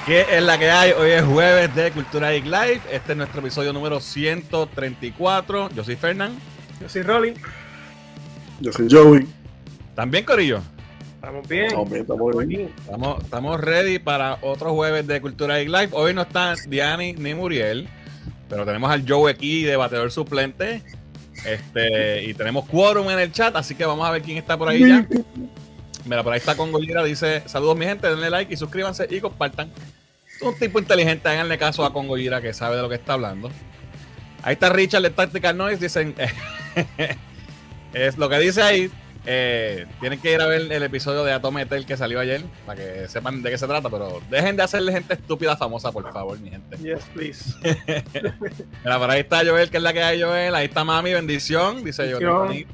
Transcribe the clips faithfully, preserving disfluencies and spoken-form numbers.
¿Qué es la que hay? Hoy es jueves de Cultura Geek Live. Este es nuestro episodio número ciento treinta y cuatro. Yo soy Fernán. Yo soy Rolly. Yo soy Joey. ¿También, corillo? Estamos bien. Estamos bien, estamos bien. Estamos, estamos ready para otro jueves de Cultura Geek Live. Hoy no están Diani ni Muriel, pero tenemos al Joey aquí de bateador suplente. Este, y tenemos quórum en el chat, así que vamos a ver quién está por ahí ya. Mira, por ahí está Congo Gira, dice: saludos mi gente, denle like y suscríbanse y compartan. Es un tipo inteligente, háganle caso a Congo Gira que sabe de lo que está hablando. Ahí está Richard de Tactical Noise, dicen es lo que dice ahí. Eh, tienen que ir a ver el episodio de Atometel que salió ayer para que sepan de qué se trata, pero dejen de hacerle gente estúpida famosa, por favor, mi gente. Yes, please. Mira, por ahí está Joel, que es la que hay, Joel. Ahí está Mami, bendición, dice Joel.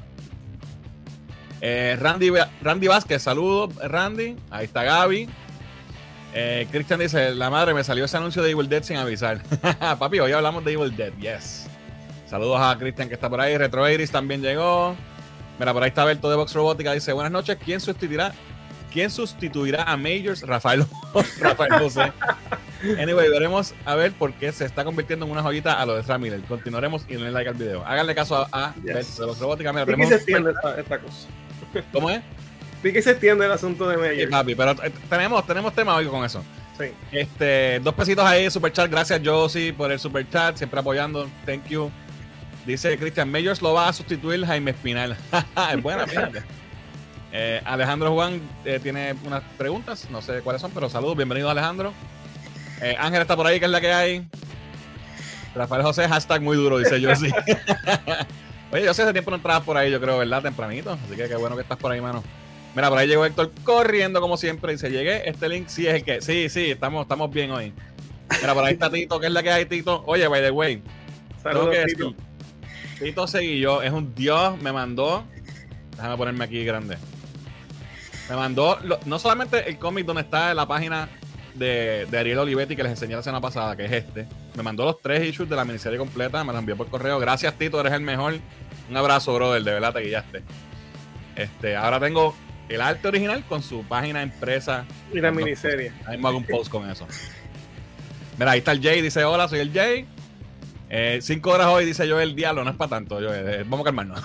Eh, Randy, Randy Vázquez, saludos, Randy. Ahí está Gaby. Eh, Christian dice: la madre, me salió ese anuncio de Evil Dead sin avisar. Papi, hoy hablamos de Evil Dead, yes. Saludos a Christian que está por ahí. Retro Iris también llegó. Mira, por ahí está Berto de Vox Robótica, dice: buenas noches, ¿quién sustituirá? ¿Quién sustituirá a Majors? Rafael, Rafael José. Anyway, veremos a ver por qué se está convirtiendo en una joyita a lo de Ezra Miller. Continuaremos y denle like al video. Háganle caso a, a yes. Berto de Vox Robótica. Mira, tenemos... se extiende esta, esta cosa. ¿Cómo es? Vi que se extiende el asunto de Majors. Sí, papi, pero eh, tenemos, tenemos tema hoy con eso. Sí. Este, dos pesitos ahí, super chat. Gracias, Josie, por el super chat. Siempre apoyando. Thank you. Dice Cristian: Majors lo va a sustituir Jaime Espinal. Es buena, fíjate. Eh, Alejandro Juan eh, tiene unas preguntas. No sé cuáles son, pero saludos. Bienvenido, Alejandro. Eh, Ángel está por ahí, que es la que hay. Rafael José, hashtag muy duro, dice Josie. Oye, yo sé, hace tiempo no entrabas por ahí, yo creo, ¿verdad? Tempranito. Así que qué bueno que estás por ahí, mano. Mira, por ahí llegó Héctor corriendo como siempre. Dice: llegué, este link sí es el que. Sí, sí, estamos, estamos bien hoy. Mira, por ahí está Tito, que es la que hay, Tito. Oye, by the way. Saludos, Tito. Decir, Tito Seguillo es un dios, me mandó. Déjame ponerme aquí grande. Me mandó, lo, no solamente el cómic donde está la página de, de Ariel Olivetti que les enseñé la semana pasada, que es este. Me mandó los tres issues de la miniserie completa, me los envió por correo. Gracias, Tito, eres el mejor. Un abrazo, brother, de verdad te guiaste. Este, ahora tengo el arte original con su página impresa. Y la miniserie. Ahí me hago un post con eso. Mira, ahí está el Jay, dice: hola, soy el Jay. Eh, cinco horas hoy, dice yo, el diablo, no es para tanto. Yo, eh, vamos a calmarnos.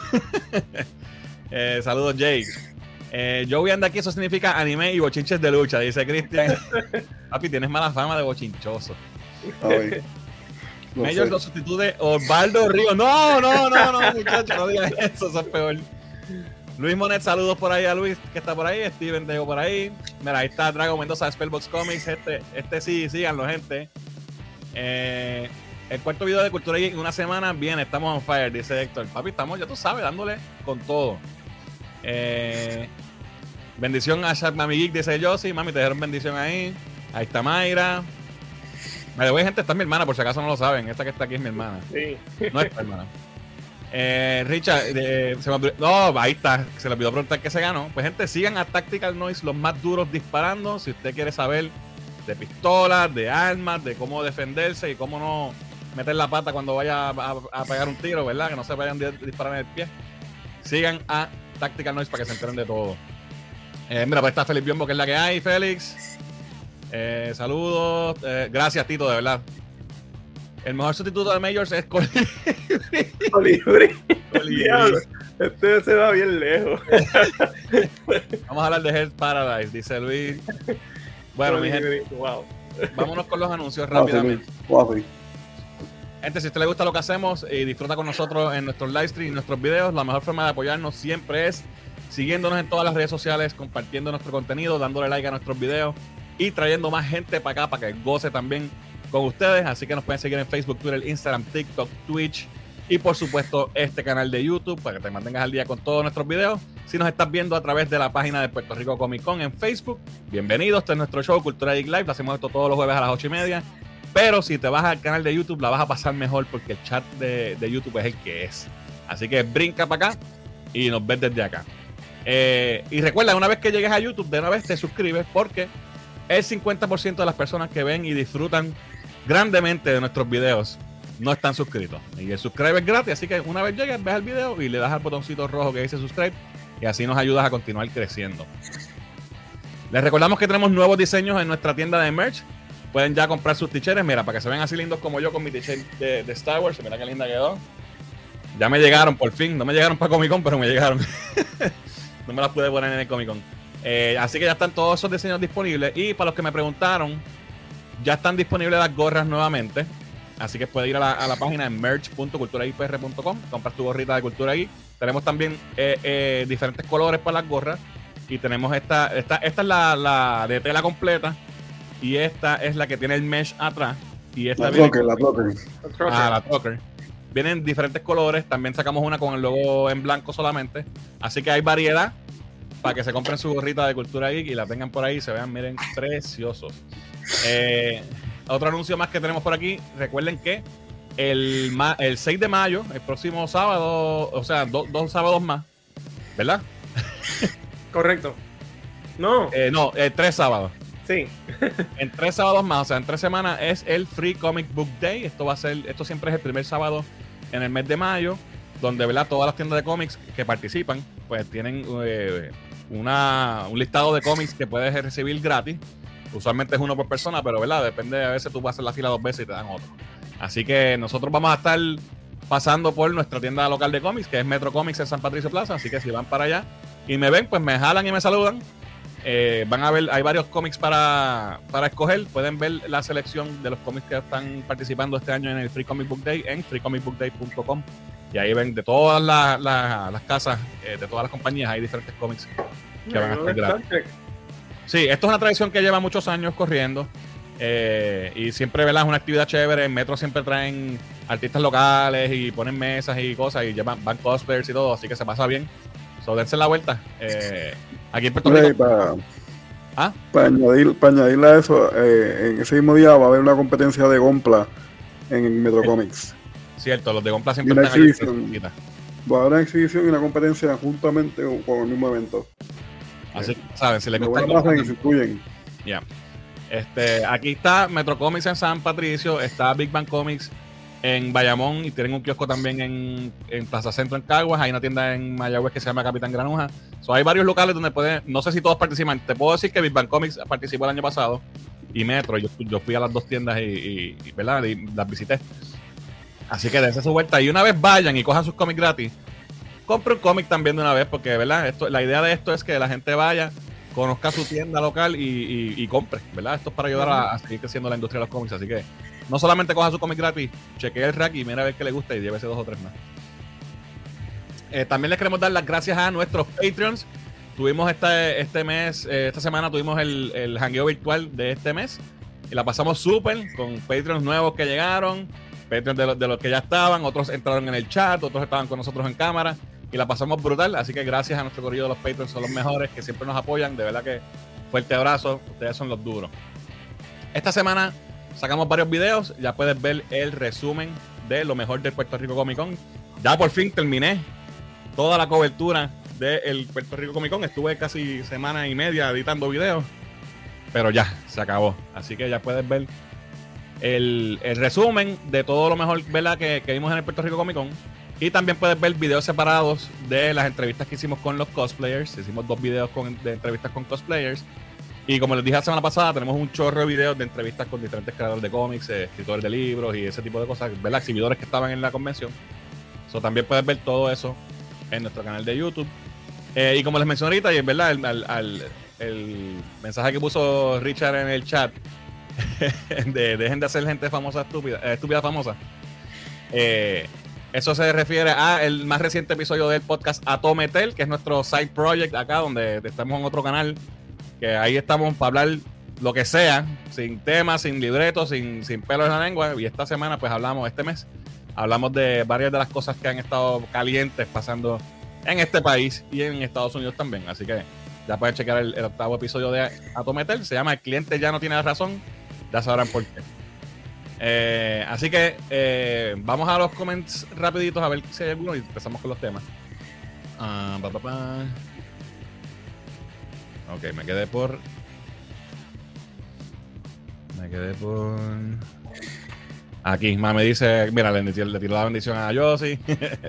eh, saludos, Jay. Eh, Joey anda aquí, eso significa anime y bochinches de lucha, dice Cristian. Papi, tienes mala fama de bochinchoso. Ay, no Majors lo sustituye Osvaldo Río. No, no, no, no, muchachos, no digas eso, eso es peor. Luis Monet, saludos por ahí a Luis, que está por ahí. Steven Dego por ahí. Mira, ahí está Drago Mendoza de Spellbox Comics. Este, este sí, síganlo, gente. Eh, el cuarto video de Cultura Geek en una semana viene, estamos on fire, dice Héctor. Papi, estamos, ya tú sabes, dándole con todo. Eh, bendición a Shaq Mami Geek, dice Josie. Mami, te dieron bendición ahí. Ahí está Mayra. Me voy, gente, esta es mi hermana, por si acaso no lo saben. Esta que está aquí es mi hermana. Sí. No es tu hermana. Eh, Richard, eh, se me, no, ahí está. Se le olvidó preguntar qué se ganó. Pues, gente, sigan a Tactical Noise, los más duros disparando. Si usted quiere saber de pistolas, de armas, de cómo defenderse y cómo no meter la pata cuando vaya a, a, a pegar un tiro, ¿verdad? Que no se vayan a disparar en el pie. Sigan a Tactical Noise para que se enteren de todo. Eh, mira, pues está Félix Biombo, que es la que hay, Félix. Eh, saludos. Eh, gracias, Tito, de verdad. El mejor sustituto de Majors es Colibri. Colibri. Colibri. Este se va bien lejos. Vamos a hablar de Hell's Paradise, dice Luis. Bueno, mi gente, wow. Vámonos con los anuncios rápidamente. Wow. Gente, si a usted le gusta lo que hacemos y disfruta con nosotros en nuestros live streams y nuestros videos, la mejor forma de apoyarnos siempre es siguiéndonos en todas las redes sociales, compartiendo nuestro contenido, dándole like a nuestros videos y trayendo más gente para acá para que goce también con ustedes. Así que nos pueden seguir en Facebook, Twitter, Instagram, TikTok, Twitch y por supuesto este canal de YouTube para que te mantengas al día con todos nuestros videos. Si nos estás viendo a través de la página de Puerto Rico Comic Con en Facebook, bienvenidos. Este es nuestro show Cultura Geek Live. Lo hacemos esto todos los jueves a las ocho y media. Pero si te vas al canal de YouTube la vas a pasar mejor porque el chat de, de YouTube es el que es. Así que brinca para acá y nos ves desde acá. Eh, y recuerda, una vez que llegues a YouTube, de una vez te suscribes porque el cincuenta por ciento de las personas que ven y disfrutan grandemente de nuestros videos no están suscritos. Y el subscribe es gratis, así que una vez llegues, ves el video y le das al botoncito rojo que dice subscribe y así nos ayudas a continuar creciendo. Les recordamos que tenemos nuevos diseños en nuestra tienda de merch. pueden ya comprar sus t-shirts. Mira, para que se vean así lindos como yo con mi t-shirt de, de Star Wars. Mira qué linda quedó. Ya me llegaron por fin. No me llegaron para Comic Con, pero me llegaron. No me las pude poner en el Comic Con. Eh, así que ya están todos esos diseños disponibles. Y para los que me preguntaron, ya están disponibles las gorras nuevamente. Así que puedes ir a la, a la página en merch punto cultura geek p r punto com. Compras tu gorrita de Cultura Geek. Tenemos también eh, eh, diferentes colores para las gorras. Y tenemos esta, esta, esta es la, la de tela completa. Y esta es la que tiene el mesh atrás. Y esta La viene Trucker, la Trucker. Ah, la Trucker. Vienen diferentes colores. También sacamos una con el logo en blanco solamente. Así que hay variedad para que se compren su gorrita de Cultura Geek y la tengan por ahí y se vean, miren, preciosos. Eh, otro anuncio más que tenemos por aquí. Recuerden que el, ma el seis de mayo, el próximo sábado, o sea, do dos sábados más, ¿verdad? Correcto. No. Eh, no, eh, tres sábados. Sí. En tres sábados más, o sea, en tres semanas es el Free Comic Book Day. Esto va a ser, esto siempre es el primer sábado en el mes de mayo, donde, ¿verdad?, todas las tiendas de cómics que participan, pues tienen eh, una, un listado de cómics que puedes recibir gratis. Usualmente es uno por persona, pero, ¿verdad?, depende, a veces tú vas a hacer la fila dos veces y te dan otro. Así que nosotros vamos a estar pasando por nuestra tienda local de cómics, que es Metro Comics en San Patricio Plaza. Así que si van para allá y me ven, pues me jalan y me saludan. Eh, van a ver, hay varios cómics para, para escoger. Pueden ver la selección de los cómics que están participando este año en el Free Comic Book Day en free comic book day punto com. Y ahí ven de todas las, las, las casas, eh, de todas las compañías, hay diferentes cómics que van a estar gratis. Sí, esto es una tradición que lleva muchos años corriendo. Eh, y siempre, ¿verdad?, es una actividad chévere. En Metro siempre traen artistas locales y ponen mesas y cosas y llevan, van cosplayers y todo, así que se pasa bien. So, dense la vuelta. Eh, aquí en Puerto Rico. Para, ¿Ah? para, añadir, para añadirle a eso, eh, en ese mismo día va a haber una competencia de Gonpla en Metro Comics. Cierto, los de Gonpla siempre una están exhibición. ahí. Va a haber una exhibición y una competencia juntamente con el mismo evento. Así que, ¿saben? Si les de gusta buena masa y se incluyen. Ya. Este, aquí está Metro Comics en San Patricio, está Big Bang Comics en Bayamón y tienen un kiosco también en, en Plaza Centro en Caguas. Hay una tienda en Mayagüez que se llama Capitán Granuja. So, hay varios locales donde pueden, no sé si todos participan. Te puedo decir que Big Bang Comics participó el año pasado y Metro. Yo, yo fui a las dos tiendas y, y, y, ¿verdad? y las visité. Así que dense su vuelta y una vez vayan y cojan sus cómics gratis, compre un cómic también de una vez, porque, ¿verdad? Esto, la idea de esto es que la gente vaya, conozca su tienda local y, y, y compre, ¿verdad? Esto es para ayudar a, a seguir creciendo la industria de los cómics. Así que no solamente coja su cómic gratis, chequee el rack y mira a ver qué le gusta y llévese dos o tres más. Eh, también les queremos dar las gracias a nuestros Patreons. Tuvimos este, este mes, eh, esta semana tuvimos el, el jangueo virtual de este mes y la pasamos súper con Patreons nuevos que llegaron, Patreons de, lo, de los que ya estaban, otros entraron en el chat, otros estaban con nosotros en cámara y la pasamos brutal. Así que gracias a nuestro corrido de los Patreons, son los mejores, que siempre nos apoyan. De verdad que fuerte abrazo, ustedes son los duros. Esta semana sacamos varios videos, ya puedes ver el resumen de lo mejor del Puerto Rico Comic Con. Ya por fin terminé toda la cobertura del Puerto Rico Comic Con. Estuve casi semana y media editando videos, pero ya, se acabó. Así que ya puedes ver el, el resumen de todo lo mejor, ¿verdad?, que, que vimos en el Puerto Rico Comic Con. Y también puedes ver videos separados de las entrevistas que hicimos con los cosplayers. Hicimos dos videos con, de entrevistas con cosplayers. Y como les dije la semana pasada, tenemos un chorro de videos de entrevistas con diferentes creadores de cómics, eh, escritores de libros y ese tipo de cosas, ¿verdad?, exhibidores que estaban en la convención. So, también puedes ver todo eso en nuestro canal de YouTube. Eh, y como les mencioné ahorita, y en verdad, el, el, el, el mensaje que puso Richard en el chat de dejen de hacer gente famosa estúpida, eh, estúpida famosa. Eh, eso se refiere a el más reciente episodio del podcast Atometel, que es nuestro side project acá, donde estamos en otro canal, que ahí estamos para hablar lo que sea, sin temas, sin libretos, sin, sin pelos en la lengua. Y esta semana, pues hablamos, este mes, hablamos de varias de las cosas que han estado calientes pasando en este país y en Estados Unidos también. Así que ya pueden checar el, el octavo episodio de Atometel. Se llama El cliente ya no tiene razón. Ya sabrán por qué. Eh, así que eh, vamos a los comments rapiditos a ver si hay alguno y empezamos con los temas. Uh, pa, pa, pa. Ok, me quedé por... Me quedé por... Aquí, ma, me dice... Mira, le, le tiró la bendición a Yossi.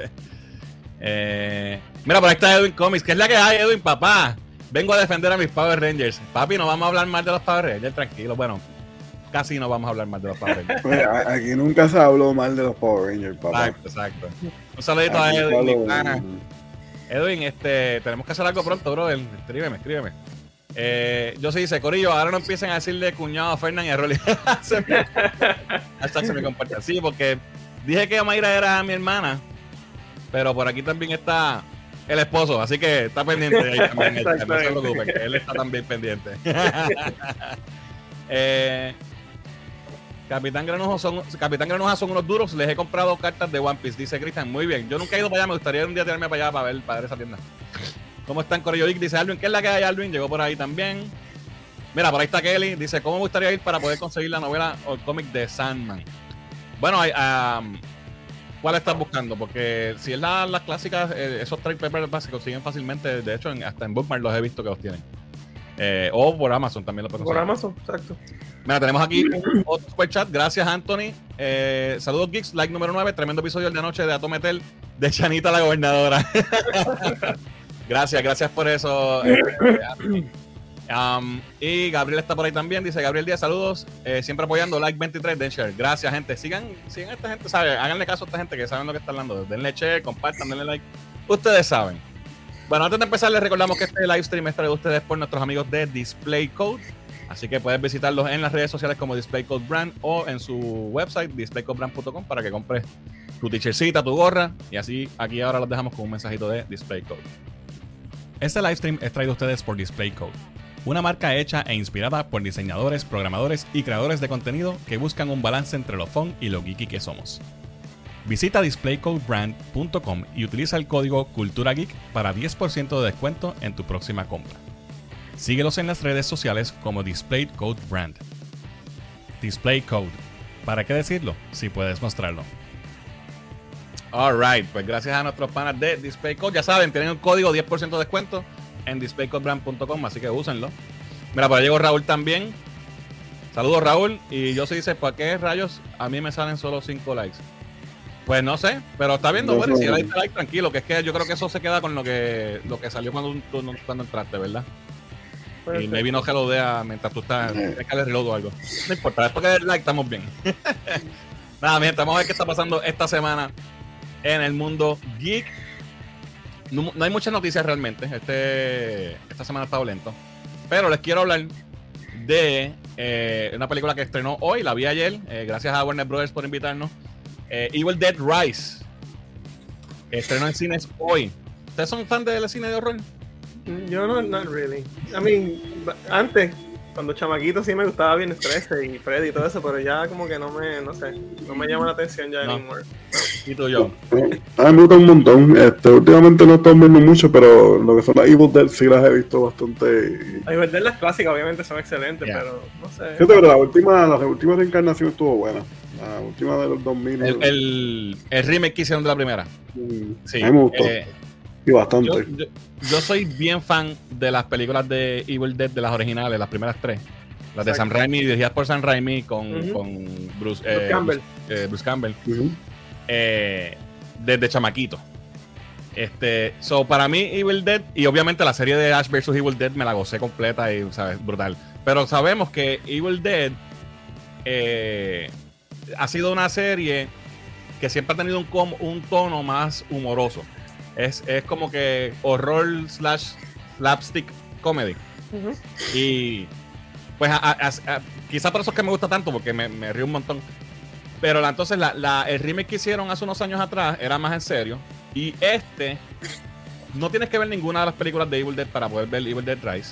eh, mira, por ahí está Edwin Comics. ¿Qué es la que hay, Edwin, papá? Vengo a defender a mis Power Rangers. Papi, no vamos a hablar mal de los Power Rangers, tranquilo. Bueno, casi no vamos a hablar más de los Power Rangers. Pues, aquí nunca se habló mal de los Power Rangers, papá. Exacto, exacto. Un saludito a Aquí Edwin, mi solo- pana. Edwin, este, tenemos que hacer algo pronto, brother. Escríbeme, escríbeme. Eh, yo sí dice, Corillo, ahora no empiecen a decirle cuñado a Fernan y a Rolly. se me, hasta se me comparten. Sí, porque dije que Mayra era mi hermana, pero por aquí también está el esposo, así que está pendiente de ahí también. No se preocupen, que él está también pendiente. eh, Capitán Granuja son, Capitán Granuja son unos duros. Les he comprado cartas de One Piece, dice Cristian. Muy bien. Yo nunca he ido para allá. Me gustaría un día tirarme para allá para ver, para ver esa tienda. ¿Cómo están, Corillo Geek? Dice Alvin. ¿Qué es la que hay, Alvin? Llegó por ahí también. Mira, por ahí está Kelly. Dice, ¿cómo me gustaría ir para poder conseguir la novela o el cómic de Sandman? Bueno, hay, um, ¿cuál estás buscando? Porque si es la, las clásicas, eh, esos trade papers se consiguen fácilmente. De hecho, en, hasta en Bookmark los he visto que los tienen. Eh, o por Amazon también lo pueden Por conseguir. Amazon, exacto. Mira, tenemos aquí otro super chat. Gracias, Anthony. Eh, saludos, Geeks. Like número nueve. Tremendo episodio el de anoche de Atometel de Chanita la gobernadora. Gracias, gracias por eso. Eh, um, y Gabriel está por ahí también. Dice Gabriel Díaz, saludos. Eh, siempre apoyando. Like veintitrés, den share. Gracias, gente. Sigan, sigan a esta gente, ¿sabe? Háganle caso a esta gente que saben lo que está hablando. Denle share, compartan, denle like. Ustedes saben. Bueno, antes de empezar, les recordamos que este live stream es traído a ustedes por nuestros amigos de Display Code. Así que puedes visitarlos en las redes sociales como Display Code Brand o en su website display code brand punto com para que compres tu t-shirtcita, tu gorra. Y así aquí ahora los dejamos con un mensajito de Display Code. Este live stream es traído a ustedes por Display Code, una marca hecha e inspirada por diseñadores, programadores y creadores de contenido que buscan un balance entre lo fun y lo geeky que somos. Visita display code brand punto com y utiliza el código CULTURAGEEK para diez por ciento de descuento en tu próxima compra. Síguelos en las redes sociales como Display Code Brand. Display Code. ¿Para qué decirlo si puedes mostrarlo? Alright, pues gracias a nuestros panas de Display Code. Ya saben, tienen un código diez por ciento de descuento en display code brand punto com, así que úsenlo. Mira, por ahí llegó Raúl también. Saludos, Raúl. Y yo sí dice, ¿por qué rayos a mí me salen solo cinco likes? Pues no sé, pero está viendo, No bueno, y sé. si le diste like, tranquilo, que es que yo creo que eso se queda con lo que lo que salió cuando, tú- cuando entraste, ¿verdad? Puede Y ser. maybe no helodea mientras tú estás, Sí. tienes que darle reload o algo. No importa, después que des like estamos bien. Nada, mi gente, vamos a ver qué está pasando esta semana en el mundo geek. No, no hay muchas noticias realmente, este esta semana ha estado lento, pero les quiero hablar de eh, una película que estrenó hoy, la vi ayer, eh, gracias a Warner Brothers por invitarnos. Eh, Evil Dead Rise estrenó en cines hoy. ¿Ustedes son fan del cine de horror? Yo no, not really. I mean, ba- antes, cuando chamaquito sí me gustaba bien trece y Freddy y todo eso, pero ya como que no me, no sé, no me llama la atención ya No. anymore. Y tú, yo. A mí me gusta un montón. Este, últimamente no estoy viendo mucho, pero lo que son las Evil Dead sí las he visto bastante. A ver, las clásicas obviamente son excelentes, Yeah. pero no sé. Fíjate, pero la última, la última reencarnación estuvo buena. La última de los dos mil. El, el, el remake que hicieron de la primera. Mm, Sí. a mí me gustó. eh, y bastante. yo, yo, yo soy bien fan de las películas de Evil Dead, de las originales, las primeras tres. Las de Sam Exacto. Raimi, dirigidas por Sam Raimi con, Ujú. con Bruce, Bruce eh, Campbell. Bruce, eh, Bruce Campbell. Ujú. eh, desde chamaquito. Este, so para mí Evil Dead y obviamente la serie de Ash versus. Evil Dead me la gocé completa y sabes, brutal. Pero sabemos que Evil Dead eh, ha sido una serie que siempre ha tenido un, com- un tono más humoroso. Es, es como que horror slash slapstick comedy. Ujú. Y pues a- a- a- quizá por eso es que me gusta tanto, porque me, me río un montón. Pero la, entonces la, la- el remake que hicieron hace unos años atrás era más en serio. Y este, no tienes que ver ninguna de las películas de Evil Dead para poder ver Evil Dead Rise.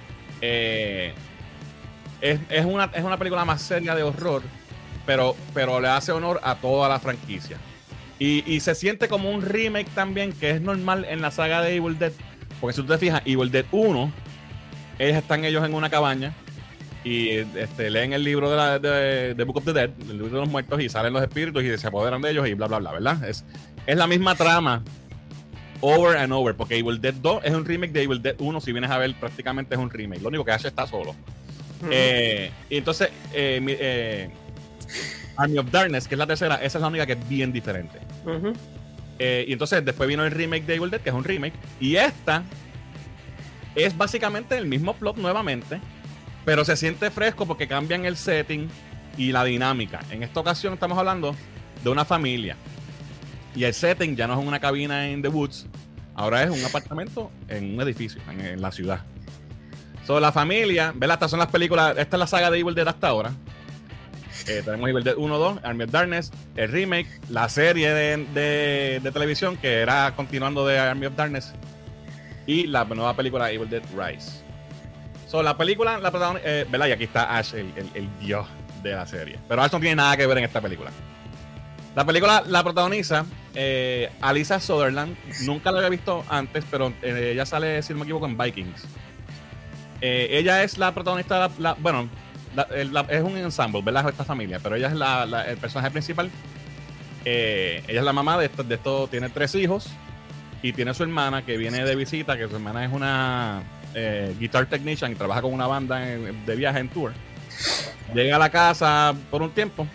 Eh, es, es, una, es una película más seria de horror, pero, pero le hace honor a toda la franquicia. Y, y se siente como un remake también, que es normal en la saga de Evil Dead. Porque si tú te fijas, Evil Dead uno, ellos están ellos en una cabaña y este, leen el libro de, la, de, de Book of the Dead, el libro de los muertos, y salen los espíritus y se apoderan de ellos y bla, bla, bla, ¿verdad? Es, es la misma trama over and over, porque Evil Dead dos es un remake de Evil Dead uno, si vienes a ver, prácticamente es un remake. Lo único que Ash está solo. Ujú. Eh, y entonces, eh, mi- eh, Army of Darkness, que es la tercera, esa es la única que es bien diferente. Ujú. Eh, y entonces después vino el remake de Evil Dead, que es un remake. Y esta es básicamente el mismo plot nuevamente. pero se siente fresco porque cambian el setting y la dinámica. En esta ocasión estamos hablando de una familia y el setting ya no es una cabina en The Woods, ahora es un apartamento en un edificio en, en la ciudad. So, la familia, ¿verdad? Estas son las películas, esta es la saga de Evil Dead hasta ahora. Eh, tenemos Evil Dead uno, dos, Army of Darkness, el remake, la serie de, de, de televisión que era continuando de Army of Darkness y la nueva película Evil Dead Rise. So, la película, la protagonista, eh, ¿verdad? Y aquí está Ash, el, el, el dios de la serie. Pero Ash no tiene nada que ver en esta película. La película la protagoniza eh, Alyssa Sutherland. Nunca la había visto antes, pero eh, ella sale, si no me equivoco, en Vikings. Eh, ella es la protagonista, la, la, bueno, la, la, es un ensemble, ¿verdad? Esta familia, pero ella es la, la, el personaje principal. Eh, ella es la mamá de esto, de esto, tiene tres hijos y tiene su hermana que viene de visita, que su hermana es una eh, guitar technician y trabaja con una banda en, de viaje en tour. Llega a la casa por un tiempo.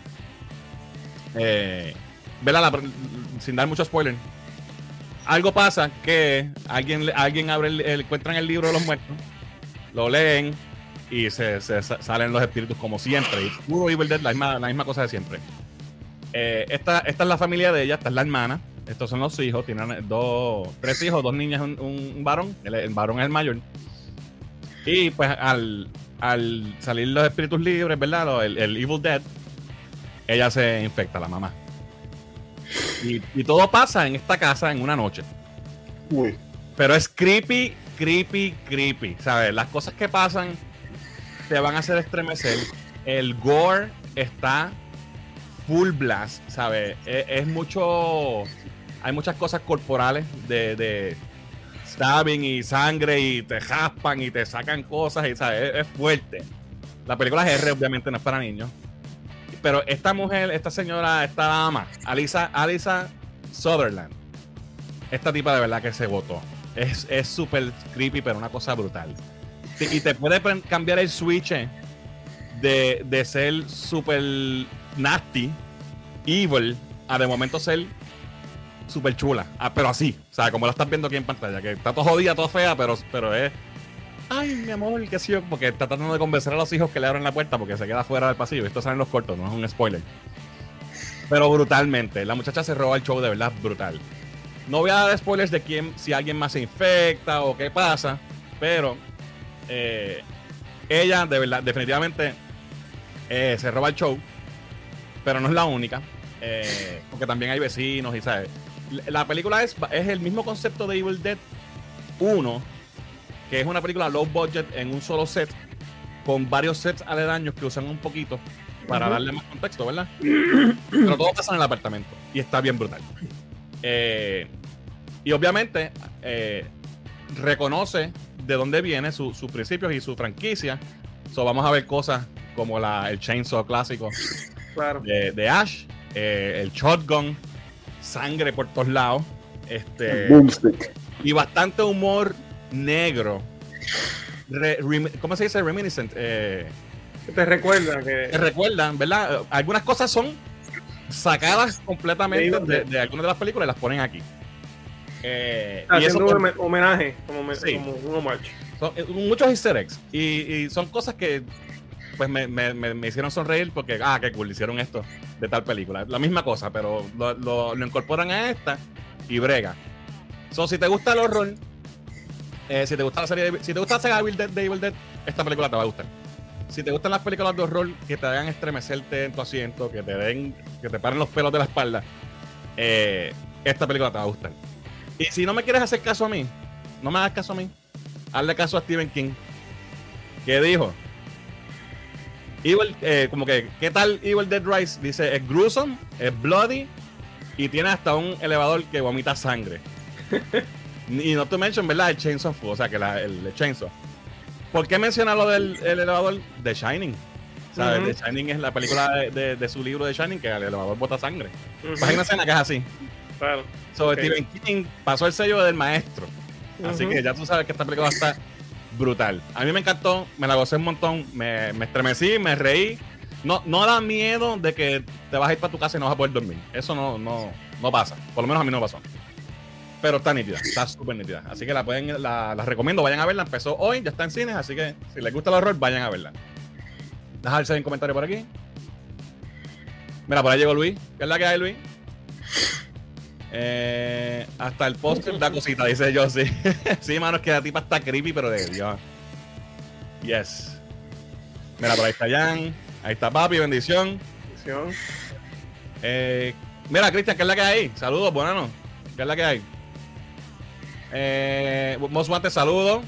Eh, ¿verdad? La, sin dar mucho spoiler. Algo pasa que alguien, alguien abre el, el, encuentran el libro de los muertos, lo leen y se, se, se salen los espíritus como siempre. Y puro Evil Dead, la misma, la misma cosa de siempre. Eh, esta, esta es la familia de ella, esta es la hermana, estos son los hijos, tienen dos, tres hijos, dos niñas, un, un varón. El, el varón es el mayor. Y pues al, al salir los espíritus libres, ¿verdad? El, el Evil Dead, ella se infecta, la mamá. Y, y todo pasa en esta casa en una noche. Uy. Pero es creepy, creepy, creepy. ¿Sabes? Las cosas que pasan te van a hacer estremecer. El gore está full blast, ¿sabes? Es, es mucho. Hay muchas cosas corporales de, de stabbing y sangre y te jaspan y te sacan cosas, y ¿sabes? Es, es fuerte. La película es R, obviamente no es para niños. Pero esta mujer, esta señora, esta dama, Alyssa, Alyssa Sutherland, esta tipa de verdad que se votó. Es súper creepy, pero una cosa brutal. Y te puede cambiar el switch de, de ser súper nasty, evil, a de momento ser súper chula. Ah, pero así, o sea, como lo estás viendo aquí en pantalla, que está todo jodida, todo fea, pero, pero es... Ay, mi amor, qué sé yo, porque está tratando de convencer a los hijos que le abran la puerta porque se queda fuera del pasillo. Esto sale en los cortos, no es un spoiler. Pero brutalmente, la muchacha se roba el show de verdad brutal. No voy a dar spoilers de quién, si alguien más se infecta o qué pasa, pero eh, ella de verdad, definitivamente eh, se roba el show, pero no es la única, eh, porque también hay vecinos y sabes. La película es, es el mismo concepto de Evil Dead uno, que es una película low budget en un solo set, con varios sets aledaños que usan un poquito para uh-huh. darle más contexto, ¿verdad? Pero todo pasa en el apartamento y está bien brutal. Eh, y obviamente eh, reconoce de dónde viene su, sus principios y su franquicia. So, vamos a ver cosas como la, el chainsaw clásico claro. de, de Ash, eh, el shotgun, sangre por todos lados, este, Boomstick. Y bastante humor negro. Re, re, ¿Cómo se dice? Reminiscent. Eh, te recuerda que... Te recuerdan, ¿verdad? Algunas cosas son sacadas completamente de, de algunas de las películas y las ponen aquí. Eh, ah, y haciendo eso, un homenaje, como, me, sí. como un homage. Son eh, muchos easter eggs. Y, y son cosas que pues me, me, me, me hicieron sonreír porque, ah, qué cool, hicieron esto de tal película. La misma cosa, pero lo, lo, lo incorporan a esta y brega. So, si te gusta el horror, eh, si te gusta la serie de, si te gusta la saga de Evil Dead, de Evil Dead, esta película te va a gustar. Si te gustan las películas de horror que te hagan estremecerte en tu asiento, que te den, que te paren los pelos de la espalda, eh, esta película te va a gustar. Y si no me quieres hacer caso a mí, no me hagas caso a mí, hazle caso a Stephen King, que dijo, Evil, eh, como que, ¿qué tal Evil Dead Rise? Dice, es gruesome, es bloody y tiene hasta un elevador que vomita sangre. Y no te mention, ¿verdad? El Chainsaw, o sea, que la, el, el Chainsaw. ¿Por qué menciona lo del el elevador? The Shining. ¿Sabes? Uh-huh. The Shining es la película de, de, de su libro The Shining, que el elevador bota sangre. Uh-huh. Hay una escena que es así. Claro. So, okay. Stephen King pasó el sello del maestro. Uh-huh. Así que ya tú sabes que esta película está brutal. A mí me encantó, me la gocé un montón, me, me estremecí, me reí. No, no da miedo de que te vas a ir para tu casa y no vas a poder dormir. Eso no, no, no pasa. Por lo menos a mí no pasó. pero está nítida, está súper nítida. Así que la pueden, la, la recomiendo, vayan a verla. Empezó hoy, ya está en cines, así que si les gusta el horror, vayan a verla. Deja ver si hay un comentario por aquí. Mira, por ahí llegó Luis. ¿Qué es la que hay, Luis? Eh, hasta el póster da cosita, dice yo, sí. Sí, mano, es que la tipa está creepy, pero de Dios. Yes. Mira, por ahí está Jan. Ahí está Papi, bendición. Bendición. Eh, mira, Cristian, ¿qué es la que hay? Saludos, buenas. ¿Qué es la que hay? Eh, Most Wanted, saludos.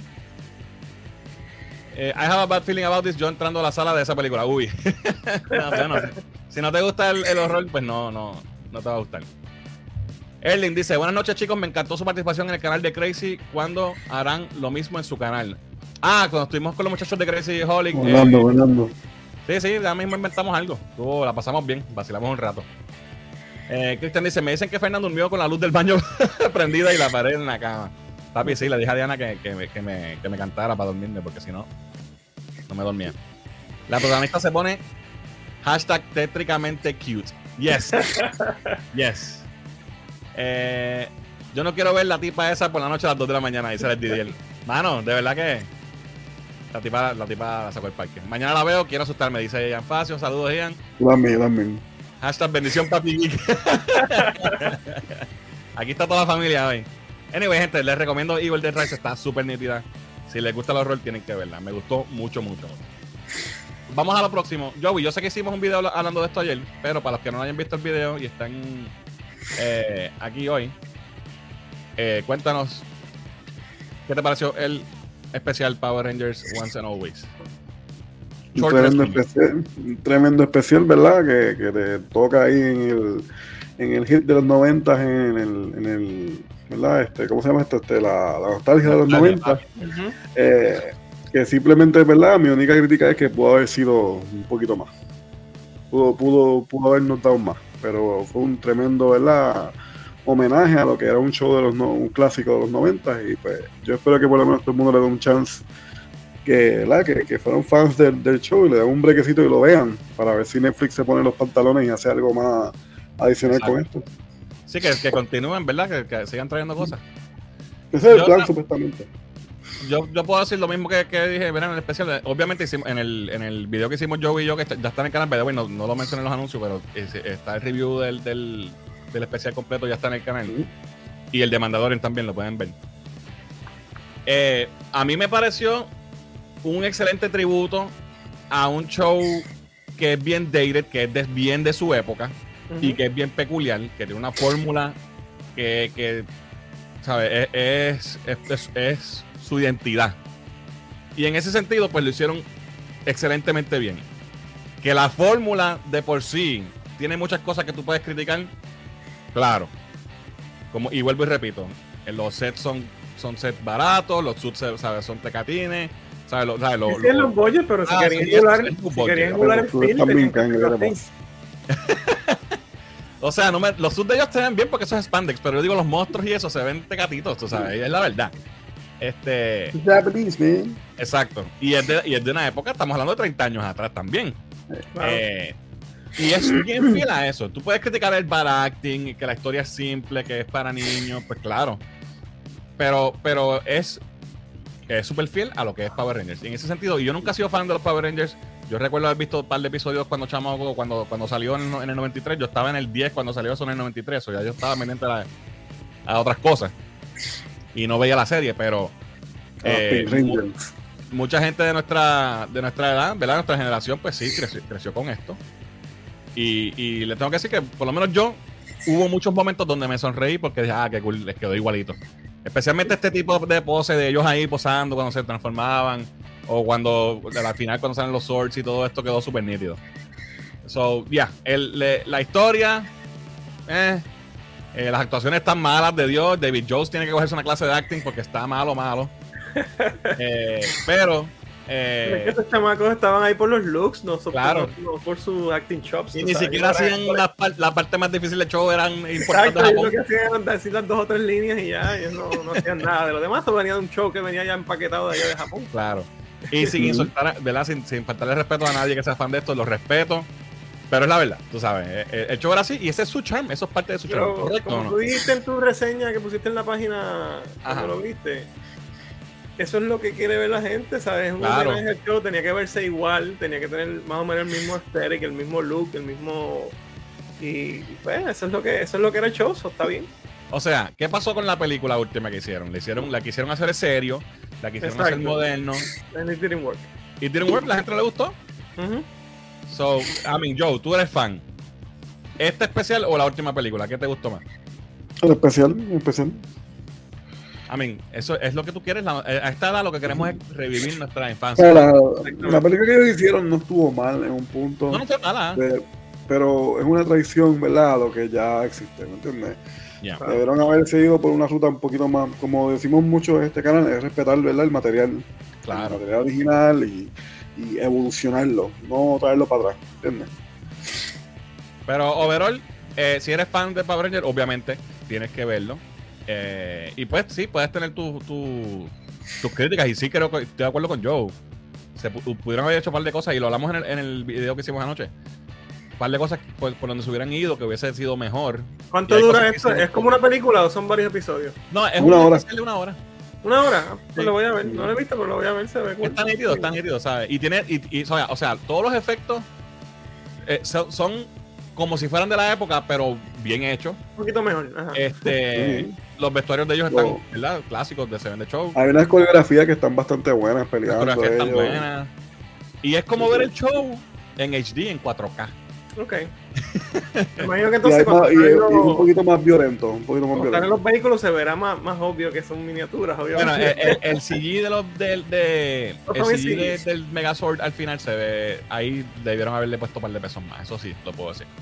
Eh, I have a bad feeling about this. Yo entrando a la sala de esa película. Uy. No, bueno, si, si no te gusta el, el horror, pues no, no, no te va a gustar. Erling dice, buenas noches chicos, me encantó su participación en el canal de Crazy. ¿Cuándo harán lo mismo en su canal? Ah, cuando estuvimos con los muchachos de Crazy Holic. Volando, eh, volando. Sí, sí, ya mismo inventamos algo. Tuvo, la pasamos bien, vacilamos un rato. Eh, Cristian dice, me dicen que Fernando durmió con la luz del baño prendida y la pared en la cama. Papi, sí, le dije a Diana que, que, me, que, me, que me cantara para dormirme, porque si no, no me dormía. La protagonista se pone hashtag tétricamente cute. Yes. Yes. Eh, yo no quiero ver la tipa esa por la noche a las dos de la mañana, dice el Didier. Mano, de verdad que la tipa, la tipa la sacó el parque. Mañana la veo, quiero asustarme, dice Ian Facio. Saludos, Ian. Dame, dame. Hashtag bendición papi geek. Aquí está toda la familia hoy. Anyway, gente, les recomiendo Evil Dead Rise, está súper nítida. Si les gusta el horror, tienen que verla. Me gustó mucho, mucho. Vamos a lo próximo. Joey, yo sé que hicimos un video hablando de esto ayer, pero para los que no hayan visto el video y están eh, aquí hoy, eh, cuéntanos ¿qué te pareció el especial Power Rangers Once and Always? Un tremendo especial, un tremendo especial, ¿verdad? Que, que te toca ahí en el, en el hit de los noventas, en el, en el ¿verdad? Este, ¿cómo se llama esto? Este, la, la nostalgia de los noventa. Uh-huh. Eh, que simplemente, ¿verdad? Mi única crítica es que pudo haber sido un poquito más. Pudo, pudo, pudo habernos dado más. Pero fue un tremendo, ¿verdad? Homenaje a lo que era un show de los no, un clásico de los noventa. Y pues yo espero que por lo menos todo el mundo le dé un chance. Que, ¿verdad? que, que fueron fans del, del show y le den un brequecito y lo vean. Para ver si Netflix se pone los pantalones y hace algo más adicional. Exacto. Con esto. Sí, que, que continúen, ¿verdad? Que, que sigan trayendo cosas. Ese es el yo, plan, no, supuestamente. Yo, yo puedo decir lo mismo que, que dije, verán, en el especial. Obviamente, hicimos, en, el, en el video que hicimos Joey y yo, que está, ya está en el canal, pero no, no lo mencioné en los anuncios, pero es, está el review del, del, del especial completo, ya está en el canal. Uh-huh. Y el de Mandalorian también lo pueden ver. Eh, a mí me pareció un excelente tributo a un show que es bien dated, que es de, bien de su época. Uh-huh. Y que es bien peculiar, que tiene una fórmula que, que ¿sabes? Es, es, es, es su identidad. Y en ese sentido, pues lo hicieron excelentemente bien. Que la fórmula de por sí tiene muchas cosas que tú puedes criticar, claro. Como, y vuelvo y repito, los sets son, son sets baratos, los suits, ¿sabes? Son tecatines. ¿Sabes? Lo, ¿sabes? Lo, sí, lo, los bollos, pero si ah, querían sí, emular, si querían emular el film, o sea, no me, los suits de ellos se ven bien porque eso es spandex, pero yo digo los monstruos y eso se ven tecatitos, tú sabes, es la verdad. Este. Japanese, man. Exacto. Y es, de, y es de una época, estamos hablando de treinta años atrás también. Wow. Eh, y es bien fiel a eso. Tú puedes criticar el bad acting, que la historia es simple, que es para niños, pues claro. Pero, pero es es súper fiel a lo que es Power Rangers. Y en ese sentido, y yo nunca he sido fan de los Power Rangers. Yo recuerdo haber visto un par de episodios cuando chamo, cuando, cuando salió en, en el noventa y tres. Yo estaba en el diez cuando salió eso en el noventa y tres. O ya yo estaba pendiente a, a otras cosas. Y no veía la serie, pero eh, mu mucha gente de nuestra de nuestra edad, ¿verdad? Nuestra generación, pues sí, creció, creció con esto. Y, y le tengo que decir que, por lo menos yo, hubo muchos momentos donde me sonreí porque dije, ah, qué cool, les quedó igualito. Especialmente este tipo de pose de ellos ahí posando cuando se transformaban. O cuando, al final, cuando salen los swords y todo esto, quedó súper nítido. So, ya, yeah, la historia, eh, eh, las actuaciones están malas de Dios. David Jones tiene que cogerse una clase de acting porque está malo, malo. eh, pero... Eh, es que estos chamacos estaban ahí por los looks, no, claro. por, no por su acting chops. Y ni sabes, siquiera hacían la, la parte más difícil del show, eran importantes de Japón. Lo que hacían era decir las dos o tres líneas y ya, ellos no, no hacían nada. De lo demás, venía de un show que venía ya empaquetado de allá de Japón. Claro. Y sin insultar, ¿verdad? Sin, sin faltarle respeto a nadie que sea fan de esto, los respeto. Pero es la verdad, tú sabes, el, el show era así y ese es su charm, eso es parte de su charm, Pero, ¿correcto como o no? tú dijiste en tu reseña que pusiste en la página cuando lo viste, eso es lo que quiere ver la gente, ¿sabes? Un claro. homenaje al show tenía que verse igual, tenía que tener más o menos el mismo aesthetic, el mismo look, el mismo... Y pues eso es lo que, eso es lo que era el show, eso está bien. O sea, ¿qué pasó con la película última que hicieron? Le hicieron, la quisieron hacer serio, la quisieron Exacto. hacer moderno. And it didn't work. It didn't work, la gente no le gustó. Uh-huh. So, I mean, Joe, tú eres fan. ¿Este especial o la última película? ¿Qué te gustó más? El especial, el especial. I mean, eso es lo que tú quieres. La, a esta edad lo que queremos es revivir nuestra infancia. La, la película que ellos hicieron no estuvo mal en un punto. No, no está mala. De, pero es una traición, ¿verdad? A lo que ya existe, ¿me entiendes? Yeah. Debieron haber seguido por una ruta un poquito más, como decimos mucho en este canal, es respetar, ¿verdad? El material, claro. el material original y, y evolucionarlo, no traerlo para atrás, ¿entiendes? Pero overall, eh, si eres fan de Power Rangers, obviamente tienes que verlo. Eh, y pues sí, puedes tener tu, tu, tus críticas. Y sí, creo que estoy de acuerdo con Joe. Se pudieron haber hecho un par de cosas y lo hablamos en el, en el video que hicimos anoche. Un par de cosas por, por donde se hubieran ido que hubiese sido mejor. ¿Cuánto dura esto? ¿Es como una película o son varios episodios? No, es una hora. De una hora. Una hora, pues sí. Lo voy a ver. No lo he visto, pero lo voy a ver. Se ve cool. Está nítido, está nítido, ¿sabes? Y tiene, y, y, o, sea, o sea, todos los efectos eh, son, son como si fueran de la época, pero bien hechos. Un poquito mejor. Ajá. Este, Sí. Los vestuarios de ellos están, No. ¿verdad? Clásicos de Seven the Show. Hay unas coreografías que están bastante buenas Las peleando. coreografías están ellos. buenas. Y es como Sí. ver el show en H D, en cuatro K. Ok. Me imagino que Y, entonces hay cuando más- y- están y en un los- poquito más violento, un poquito más cuando están en violento. los vehículos se verá más, más obvio que son miniaturas, Bueno, obviamente. el, el, el C G de los del de, Los el C G de- C Gs. del Megazord al final se ve. Ahí debieron haberle puesto un par de pesos más. Eso sí, lo puedo decir.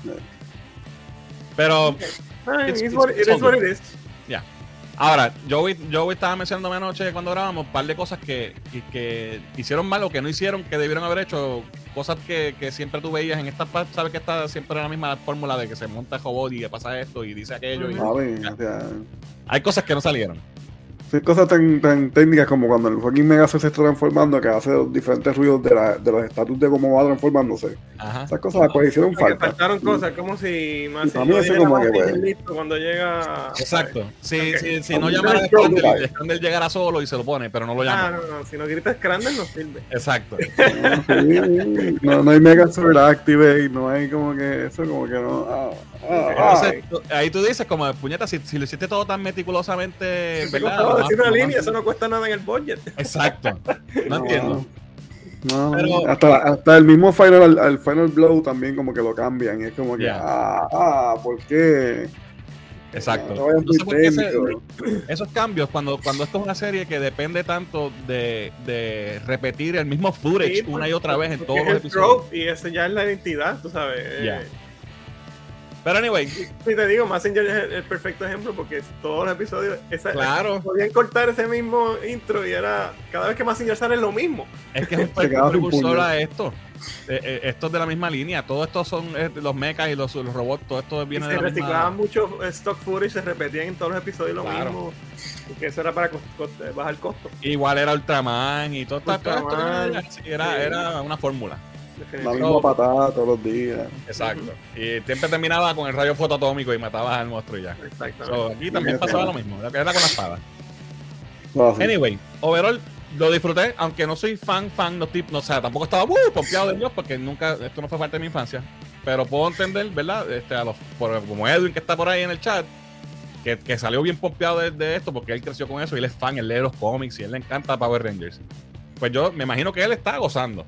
Pero Ay, it's- it's what- it's it is what all it is. ya. Ahora, Joey, Joey estaba mencionándome anoche cuando grabamos un par de cosas que, que, que hicieron mal o que no hicieron, que debieron haber hecho. Cosas que, que siempre tú veías en esta parte, sabes que está siempre la misma fórmula de que se monta el robot y que pasa esto y dice aquello. Y, ¿Sabes? O sea, hay cosas que no salieron. sí, cosas tan, tan técnicas como cuando el fucking Megazord se está transformando, que hace los diferentes ruidos de, la, de los estatus de cómo va transformándose. Ajá. Esas cosas pues hicieron Porque falta. faltaron cosas, como si más Y para mí eso como que, pues, listo cuando llega. Exacto. Si, Ok. si, si no Aunque llamara a no es Joe, Scandal, vale. Scandal llegará solo y se lo pone, pero no lo llama. Ah, no, no, si no gritas Scrandal no sirve. Exacto. No, sí, no, no hay Megazord Activate, no hay como que eso, como que no. Ah, ah, Entonces, ah. tú- ahí tú dices, como, puñeta, si, si lo hiciste todo tan meticulosamente, Si te ¿verdad? costaba Lo decir más- una lo línea, más- eso no cuesta nada en el budget. Exacto. No entiendo. No, Pero- hasta, hasta el mismo Final, al Final Blow también como que lo cambian y es como que, Yeah. ah, ah, ¿por qué? Exacto. No vayan No sé muy por qué ese- técnico. esos cambios, cuando, cuando esto es una serie que depende tanto de, de repetir el mismo footage Sí, una y otra vez en porque todos es los el episodios. trope y ese ya es la identidad, tú sabes. Eh, Yeah. Pero anyway, Y te digo, Messenger es el, el perfecto ejemplo porque todos los episodios, esa, Claro. podían cortar ese mismo intro y era cada vez que Messenger sale lo mismo. es que es un Se quedaba sin precursor puño. a esto. Eh, eh, esto es de la misma línea. Todo esto son eh, los mechas y los, los robots. Todo esto Y viene se de la reciclaban misma. mucho eh, stock footage, se repetían en todos los episodios lo Claro. mismo. Porque eso era para cos- cos- eh, bajar costo. Igual era Ultraman y todo, esto- todo esto. Ultraman, Era, sí, era, sí. era una fórmula. La definitivamente. misma patada todos los días. Exacto. Y siempre terminaba con el rayo fotoatómico y matabas al monstruo y ya. Exactamente. So, aquí también Sí, pasaba sí. lo mismo. Era con la espada. No, así. Anyway, overall lo disfruté, aunque no soy fan, fan, no, tip, no o sea, tampoco estaba uh, pompeado de Dios porque nunca, esto no fue parte de mi infancia. Pero puedo entender, ¿verdad? Este, a los, por, como Edwin que está por ahí en el chat, que, que salió bien pompeado de, de esto porque él creció con eso y él es fan, él lee los cómics y él le encanta Power Rangers. Pues yo me imagino que él está gozando.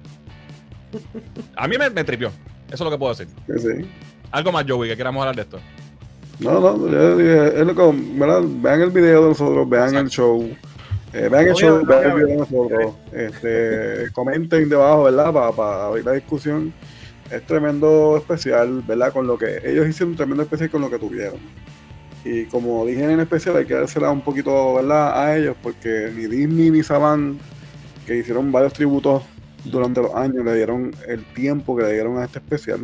A mí me, me tripió, eso es lo que puedo decir. Sí, sí. Algo más, Joey, que queramos hablar de esto. No, no, yo dije, es lo que, ¿verdad? Vean el video de nosotros, vean Exacto. el show. Eh, vean el Oye, show, no, vean el no, video de nosotros. Este, comenten debajo, ¿verdad? Para pa abrir la discusión. Es tremendo especial, ¿verdad? Con lo que ellos hicieron un tremendo especial con lo que tuvieron. Y como dije en el especial, hay que dársela un poquito, ¿verdad? A ellos, porque ni Disney ni Saban, que hicieron varios tributos durante los años, le dieron el tiempo que le dieron a este especial.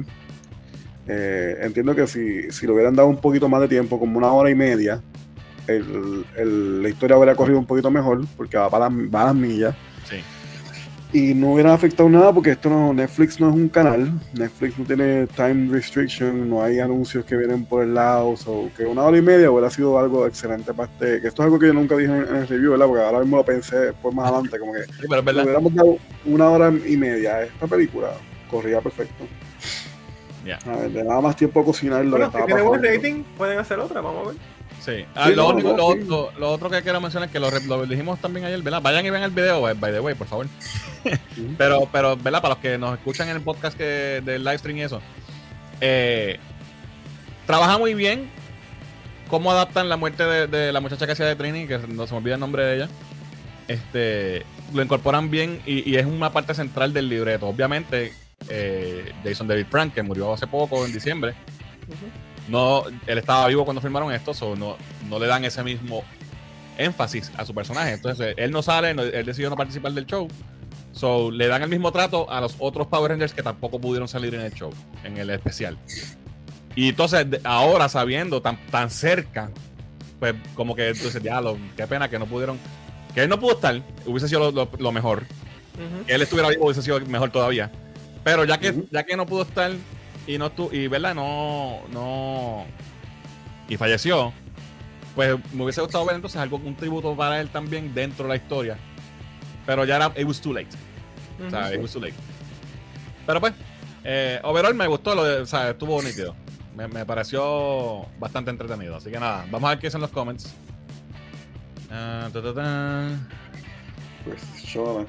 Eh, entiendo que si, si le hubieran dado un poquito más de tiempo, como una hora y media, el, el, la historia hubiera corrido un poquito mejor, porque va para las, va a las millas. Sí. y no hubiera afectado nada porque esto no, Netflix no es un canal, Netflix no tiene time restriction, no hay anuncios que vienen por el lado, so que una hora y media hubiera sido algo excelente para este, que esto es algo que yo nunca dije en, en el review, ¿verdad? Porque ahora mismo lo pensé después más adelante, como que sí, pero es verdad. Si hubiéramos dado una hora y media a esta película, corría perfecto. Yeah. A ver, de nada más tiempo a cocinar lo Bueno, que si estaba tiene buen pasando. rating, pueden hacer otra, vamos a ver. Sí, ah, Sí, lo, no, único, no, lo, sí. lo, lo otro que quiero mencionar es que lo, lo dijimos también ayer, ¿verdad? Vayan y vean el video, by the way, por favor. Sí. pero, pero, ¿verdad? Para los que nos escuchan en el podcast que, del live stream y eso, eh, trabaja muy bien cómo adaptan la muerte de, de la muchacha que hacía de Trini, que no se me olvida el nombre de ella. Este, lo incorporan bien y, y es una parte central del libreto. Obviamente, eh, Jason David Frank, que murió hace poco, en diciembre, uh-huh. no, él estaba vivo cuando filmaron esto, so no, no le dan ese mismo énfasis a su personaje. Entonces, él no sale, no, él decidió no participar del show. So, le dan el mismo trato a los otros Power Rangers que tampoco pudieron salir en el show, en el especial. Y entonces, ahora sabiendo tan, tan cerca, pues como que entonces, ya, lo, qué pena que no pudieron, que él no pudo estar, hubiese sido lo, lo, lo mejor. Uh-huh. Que él estuviera vivo hubiese sido mejor todavía. Pero ya que, uh-huh. ya que no pudo estar y no estuvo, y verdad, no, no, y falleció, pues me hubiese gustado ver entonces algo, un tributo para él también dentro de la historia. Pero ya era, it was too late. Uh-huh. O sea, it was too late. Pero pues, eh, overall me gustó, lo de, o sea, estuvo nítido. Me, me pareció bastante entretenido. Así que nada, vamos a ver qué dicen los comments. Uh, ta, ta, ta. Pues llora.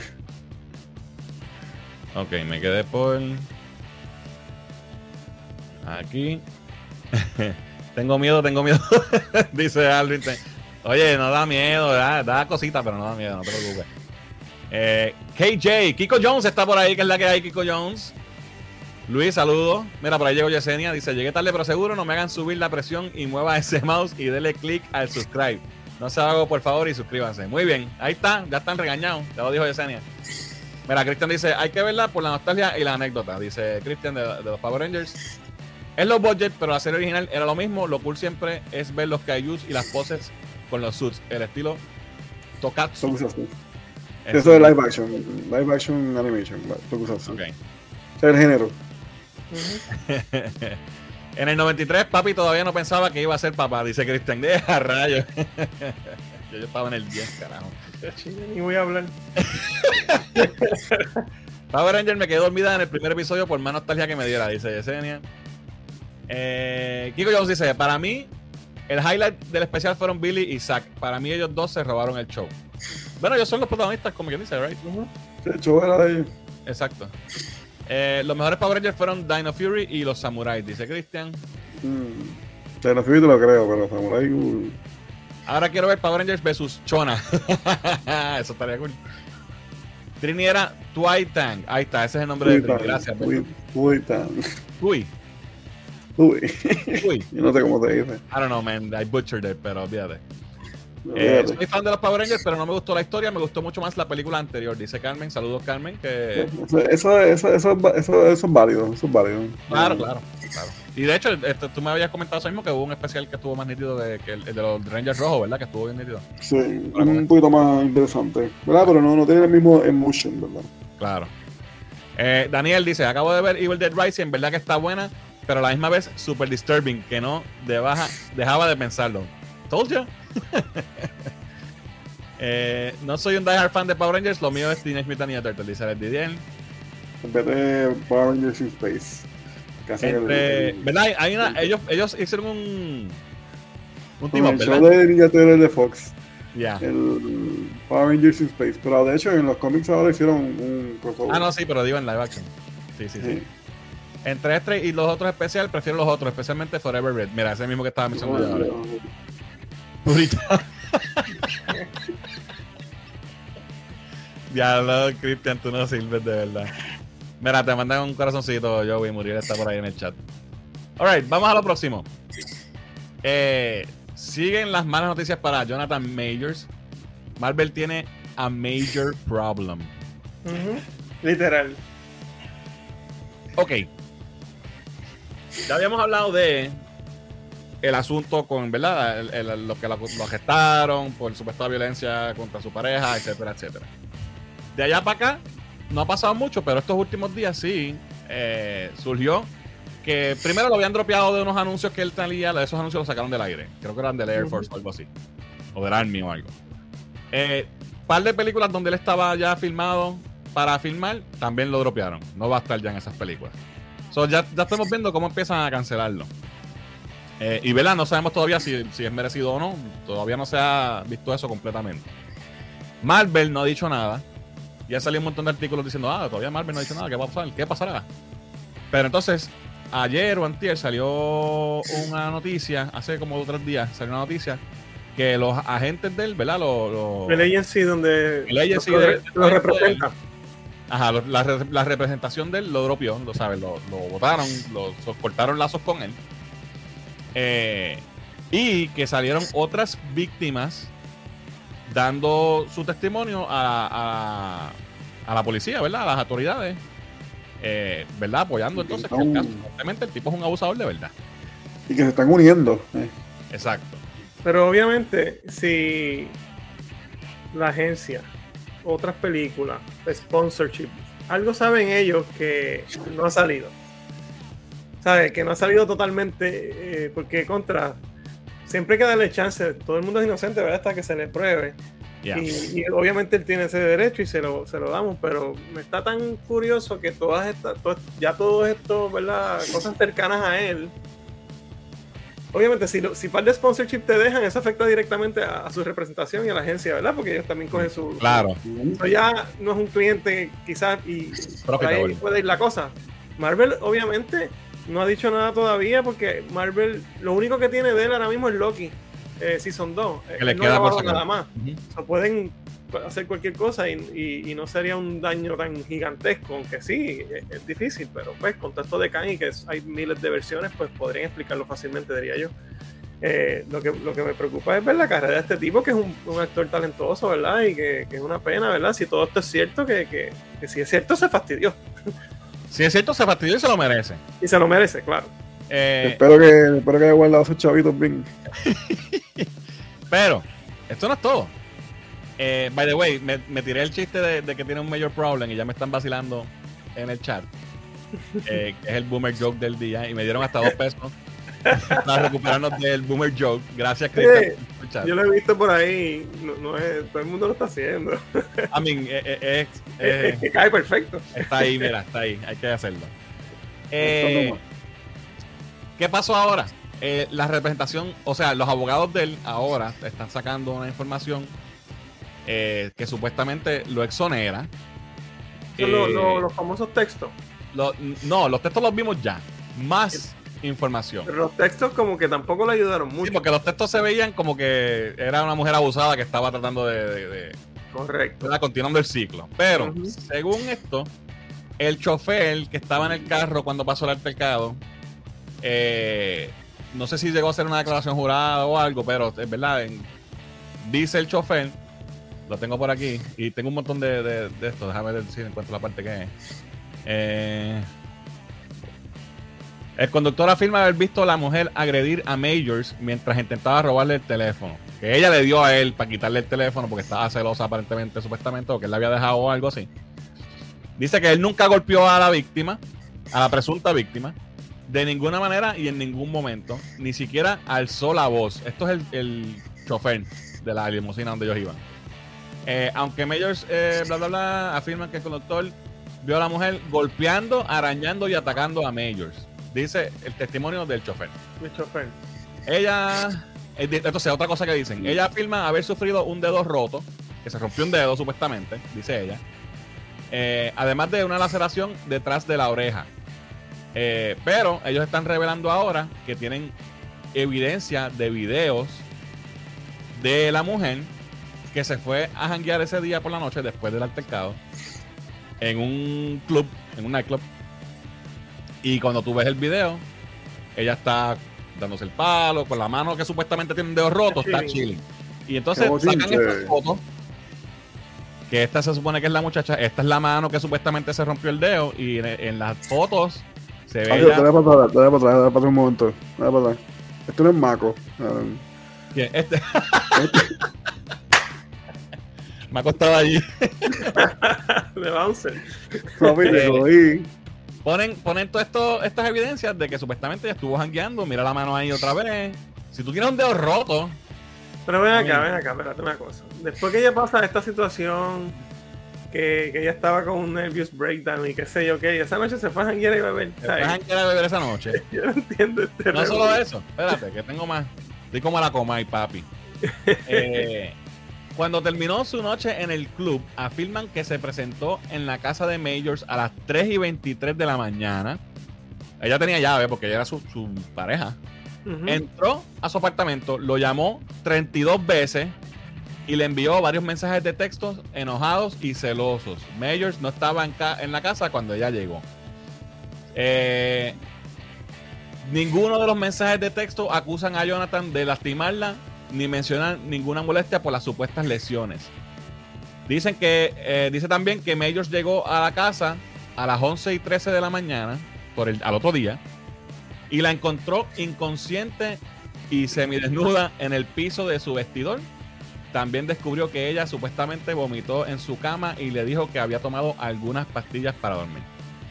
Ok, me quedé por aquí. Tengo miedo, tengo miedo. Dice Alvin. Oye, no da miedo, da, da cosita, pero no da miedo, no te preocupes. Eh, K J, Kiko Jones está por ahí, que es la que hay, Kiko Jones. Luis, saludos. Mira, por ahí llegó Yesenia. Dice, llegué tarde, pero seguro no me hagan subir la presión y mueva ese mouse y dele click al subscribe. No se haga, por favor, y suscríbanse. Muy bien, ahí está, ya están regañados. Ya lo dijo Yesenia. Mira, Cristian dice, hay que verla por la nostalgia y la anécdota. Dice Cristian de, de los Power Rangers. Es low budget, pero la serie original era lo mismo. Lo cool siempre es ver los kaijus y las poses con los suits. El estilo Tokatsu. Es Eso es live action. Live action animation. Tokusatsu. Okay. Es el género. Uh-huh. En el noventa y tres, papi todavía no pensaba que iba a ser papá. Dice Cristian, deja rayos. yo, yo estaba en el diez, carajo. Ni voy a hablar. Power Ranger me quedé dormida en el primer episodio por más nostalgia que me diera, dice Yesenia. Eh, Kiko Jones dice, para mí, el highlight del especial fueron Billy y Zack. Para mí ellos dos se robaron el show. Bueno, ellos son los protagonistas, como quien dice, ¿right? Uh-huh. El show era de ellos. Exacto. Eh, los mejores Power Rangers fueron Dino Fury y los Samuráis, dice Cristian. Mm. Dino Fury te lo creo, pero los Samuráis... Uh. Ahora quiero ver Power Rangers versus Chona. Eso estaría cool. Trini era Tui Tang. Ahí está, ese es el nombre Tui de Trini. Gracias. Tui Tang. Tui. Tui. Tui. Yo no sé cómo se dice. I don't know, man. I butchered it, pero olvídate. No, eh, soy fan de los Power Rangers, pero no me gustó la historia. Me gustó mucho más la película anterior. Dice Carmen. Saludos, Carmen. Que... Eso, eso, eso, eso, eso, eso es válido. Eso es válido. Claro, claro, claro. Y de hecho, este, tú me habías comentado eso mismo, que hubo un especial que estuvo más nítido de, que el, el de los Rangers rojos, ¿verdad? Que estuvo bien nítido. Sí, un, un poquito más interesante, ¿verdad? Pero no, no tiene el mismo emotion, ¿verdad? Claro. Eh, Daniel dice, acabo de ver Evil Dead Rising, verdad que está buena, pero a la misma vez super disturbing, que no de baja, dejaba de pensarlo. Told you. eh, no soy un diehard fan de Power Rangers, lo mío es Teenage Mutant Ninja Turtles, dice Red Didier. En vez de Power Rangers in Space. Entre, el, ¿verdad? Hay una, ellos, ellos hicieron un un team up, ¿verdad? El show de Ninja Turtles de Fox. Ya. Yeah. El Power Rangers in Space. Pero de hecho en los cómics ahora hicieron un crossover. Ah, no, sí, pero digo en live action. Sí, sí, sí. sí. Entre este y los otros especiales, prefiero los otros, especialmente Forever Red. Mira, ese mismo que estaba mencionando yo ahora. Purita. Diablo, Cristian, tú no sirves de verdad. Mira, te mandan un corazoncito, Joey. Muriel está por ahí en el chat. Alright, vamos a lo próximo. Eh, siguen las malas noticias para Jonathan Majors. Marvel tiene a major problem. Uh-huh. Literal. Ok. Ya habíamos hablado de el asunto con, ¿verdad? El, el, los que lo, lo gestaron por supuesta violencia contra su pareja, etcétera, etcétera. De allá para acá, no ha pasado mucho, pero estos últimos días sí eh, surgió que primero lo habían dropeado de unos anuncios que él tenía, esos anuncios los sacaron del aire. Creo que eran del Air Force o algo así. O del Army o algo. Eh, par de películas donde él estaba ya filmado para filmar, también lo dropearon. No va a estar ya en esas películas. So, ya, ya estamos viendo cómo empiezan a cancelarlo. Eh, y ¿verdad? No sabemos todavía si, si es merecido o no. Todavía no se ha visto eso completamente. Marvel no ha dicho nada. Ya salió un montón de artículos diciendo, ah, todavía Marvel no ha dicho nada. ¿Qué va a pasar? ¿Qué pasará? Pero entonces, ayer o antier salió una noticia, hace como dos o tres días, salió una noticia que los agentes del, ¿verdad? Los, los, el agency donde el agency lo, de, lo representa. De, ajá, lo, la, la representación de él lo dropió, lo sabes, lo, lo votaron, lo, lo cortaron lazos con él. Eh, y que salieron otras víctimas dando su testimonio a, a, a la policía, ¿verdad? A las autoridades. Eh, ¿verdad? Apoyando entonces que el caso, obviamente el tipo es un abusador de verdad. Y que se están uniendo. Eh. Exacto. Pero obviamente, si la agencia, otras películas, sponsorship, algo saben ellos que no ha salido. ¿Sabes? Que no ha salido totalmente, eh, porque contra, siempre hay que darle chance. Todo el mundo es inocente, ¿verdad? Hasta que se le pruebe. Yeah. Y, y obviamente él tiene ese derecho y se lo, se lo damos, pero me está tan curioso que todas estas, todo, ya todos estos, ¿verdad? Cosas cercanas a él. Obviamente, si, lo, si par de sponsorship te dejan, eso afecta directamente a, a su representación y a la agencia, ¿verdad? Porque ellos también cogen su... Claro. Su, eso ya no es un cliente, quizás, y por ahí puede ir la cosa. Marvel, obviamente, no ha dicho nada todavía porque Marvel, lo único que tiene de él ahora mismo es Loki. Eh, Season dos, que le no queda por nada más. Uh-huh. O sea, pueden hacer cualquier cosa y, y, y no sería un daño tan gigantesco, aunque sí, es, es difícil, pero pues con todo esto de Kang y que es, hay miles de versiones, pues podrían explicarlo fácilmente, diría yo. Eh, lo, que, lo que me preocupa es ver la carrera de este tipo, que es un, un actor talentoso, ¿verdad? Y que, que es una pena, ¿verdad? Si todo esto es cierto, que, que, que si es cierto, se fastidió. Si es cierto, se fastidió y se lo merece. Y se lo merece, claro. Eh, espero que espero que haya guardado sus chavitos bien. Pero esto no es todo. Eh, by the way, me, me tiré el chiste de, de que tiene un major problem y ya me están vacilando en el chat. Eh, que es el boomer joke del día y me dieron hasta dos pesos para recuperarnos del boomer joke. Gracias, Cristian. Sí, yo lo he visto por ahí. No, no es, todo el mundo lo está haciendo. I mean, eh, eh, eh, eh, es que cae perfecto. Está ahí, mira, está ahí. Hay que hacerlo. Eh, ¿Qué pasó ahora? Eh, la representación, o sea, los abogados de él ahora están sacando una información eh, que supuestamente lo exonera. Eh, lo, lo, los famosos textos. Lo, no, los textos los vimos ya. Más información. Pero los textos como que tampoco le ayudaron mucho. Sí, porque los textos se veían como que era una mujer abusada que estaba tratando de... de, de Correcto. ¿verdad? Continuando el ciclo. Pero, uh-huh. según esto, el chofer que estaba en el carro cuando pasó el altercado, eh, no sé si llegó a hacer una declaración jurada o algo, pero es verdad, en, dice el chofer, lo tengo por aquí, y tengo un montón de, de, de esto, déjame ver si encuentro la parte que es. Eh, el conductor afirma haber visto a la mujer agredir a Majors mientras intentaba robarle el teléfono. Que ella le dio a él para quitarle el teléfono porque estaba celosa aparentemente, supuestamente, o que él le había dejado o algo así. Dice que él nunca golpeó a la víctima, a la presunta víctima, de ninguna manera y en ningún momento. Ni siquiera alzó la voz. Esto es el, el chofer de la limusina donde ellos iban. Eh, aunque Majors, eh, bla, bla, bla, afirman que el conductor vio a la mujer golpeando, arañando y atacando a Majors. Dice el testimonio del chofer. El chofer. Ella, entonces otra cosa que dicen, ella afirma haber sufrido un dedo roto, que se rompió un dedo supuestamente, dice ella. Eh, además de una laceración detrás de la oreja. Eh, pero ellos están revelando ahora que tienen evidencia de videos de la mujer que se fue a janguear ese día por la noche después del altercado en un club, en un nightclub. Y cuando tú ves el video, ella está dándose el palo con la mano que supuestamente tiene un dedo roto, está chilling. Y entonces sacan estas fotos, que esta se supone que es la muchacha, esta es la mano que supuestamente se rompió el dedo, y en, en las fotos se ve. Ay, ella... Te voy para atrás, te voy para atrás, te voy para atrás un momento. Te voy para atrás. Esto no es Mako. ¿Quién? Este. Me ha costado allí. De bouncer. Papi, te cogí. Ponen, ponen todas estas evidencias de que supuestamente ella estuvo jangueando. Mira la mano ahí otra vez. Si tú tienes un dedo roto. Pero ven acá, ven acá, espérate una cosa. Después que ella pasa esta situación, que, que ella estaba con un nervous breakdown y qué sé yo qué, esa noche se fue a janguear y beber. Se fue a janguear a beber esa noche. Yo no entiendo este No solo eso. Espérate, que tengo más. Estoy como a la Comay, papi. Eh, cuando terminó su noche en el club, afirman que se presentó en la casa de Majors a las tres y veintitrés de la mañana. Ella tenía llave porque ella era su, su pareja. Uh-huh. Entró a su apartamento, lo llamó treinta y dos veces y le envió varios mensajes de texto enojados y celosos. Majors no estaba en, ca- en la casa cuando ella llegó. Eh, ninguno de los mensajes de texto acusan a Jonathan de lastimarla ni mencionan ninguna molestia por las supuestas lesiones. Dicen que eh, dice también que Majors llegó a la casa a las once y trece de la mañana por el, al otro día y la encontró inconsciente y semidesnuda en el piso de su vestidor. También descubrió que ella supuestamente vomitó en su cama y le dijo que había tomado algunas pastillas para dormir.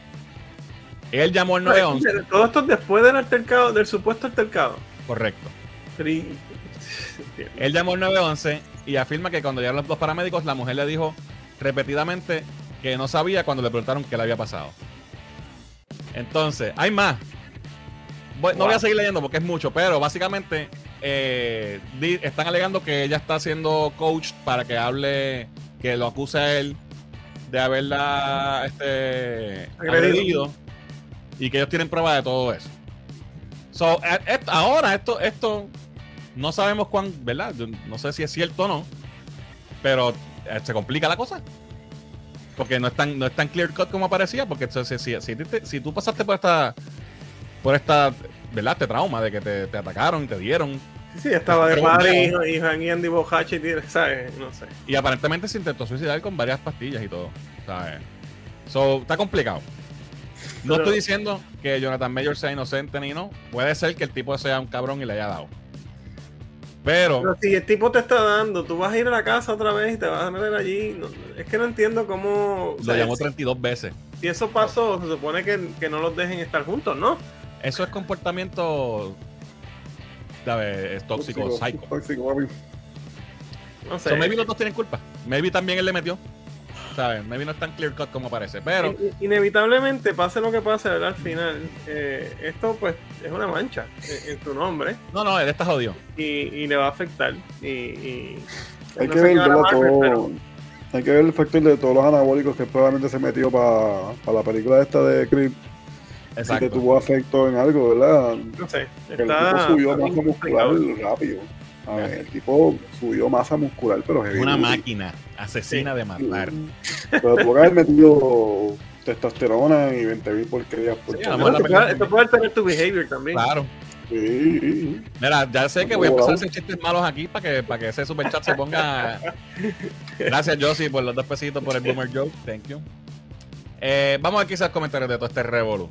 Él llamó al nueve once. Todo esto después del altercado, del supuesto altercado. Correcto. Tri... Él llamó al nueve once y afirma que cuando llegaron los dos paramédicos, la mujer le dijo repetidamente que no sabía cuando le preguntaron qué le había pasado. Entonces, hay más. Voy, wow. No voy a seguir leyendo porque es mucho, pero básicamente eh, di, están alegando que ella está siendo coach para que hable, que lo acuse a él de haberla este, agredido y que ellos tienen prueba de todo eso. So, et, ahora esto, esto no sabemos cuán, ¿verdad? Yo no sé si es cierto o no, pero eh, se complica la cosa. Porque no es tan, no es tan clear cut como parecía, porque si, si, si, si, te, si tú pasaste por esta por esta, ¿verdad? Este trauma de que te, te atacaron, te dieron. Sí, sí, estaba de party y jangueando y bojacho y ¿sabes? No sé. Y aparentemente se intentó suicidar con varias pastillas y todo, ¿sabes? So, está complicado. No Pero, estoy diciendo que Jonathan Majors sea inocente ni no. Puede ser que el tipo sea un cabrón y le haya dado. Pero, Pero si el tipo te está dando, tú vas a ir a la casa otra vez y te vas a meter allí. No, es que no entiendo cómo. Lo llamó treinta y dos veces. Si eso pasó, se supone que, que no los dejen estar juntos, ¿no? Eso es comportamiento, ¿sabes? Es tóxico, tóxico psycho. Tóxico, no sé. So, maybe los dos tienen culpa. Maybe también él le metió. ¿Sabes? Maybe no es tan clear cut como parece. Pero inevitablemente, pase lo que pase, ¿verdad? Al final, eh, esto pues es una mancha en, en tu nombre. No, no, él está jodido. Y, y le va a afectar. Y, y hay no que ver Marvel, todo. Pero... Hay que ver el factor de todos los anabólicos que probablemente se metió para pa la película esta de Creed. Exacto. Que tuvo efecto en algo, ¿verdad? No sé. El tipo subió masa muscular rápido. A ver, el tipo subió masa muscular, pero es una máquina asesina sí. de matar. Pero tuvo que haber metido testosterona y veinte mil porquerías. Por sí, bueno, esto, puede, esto puede tener tu behavior también. Claro. Sí. Mira, ya sé que voy a empezar a hacer chistes malos aquí para que, para que ese superchat se ponga. Gracias, Josie, por los dos pesitos por el boomer joke. Thank you. Eh, vamos a quizás comentarios de todo este revolú.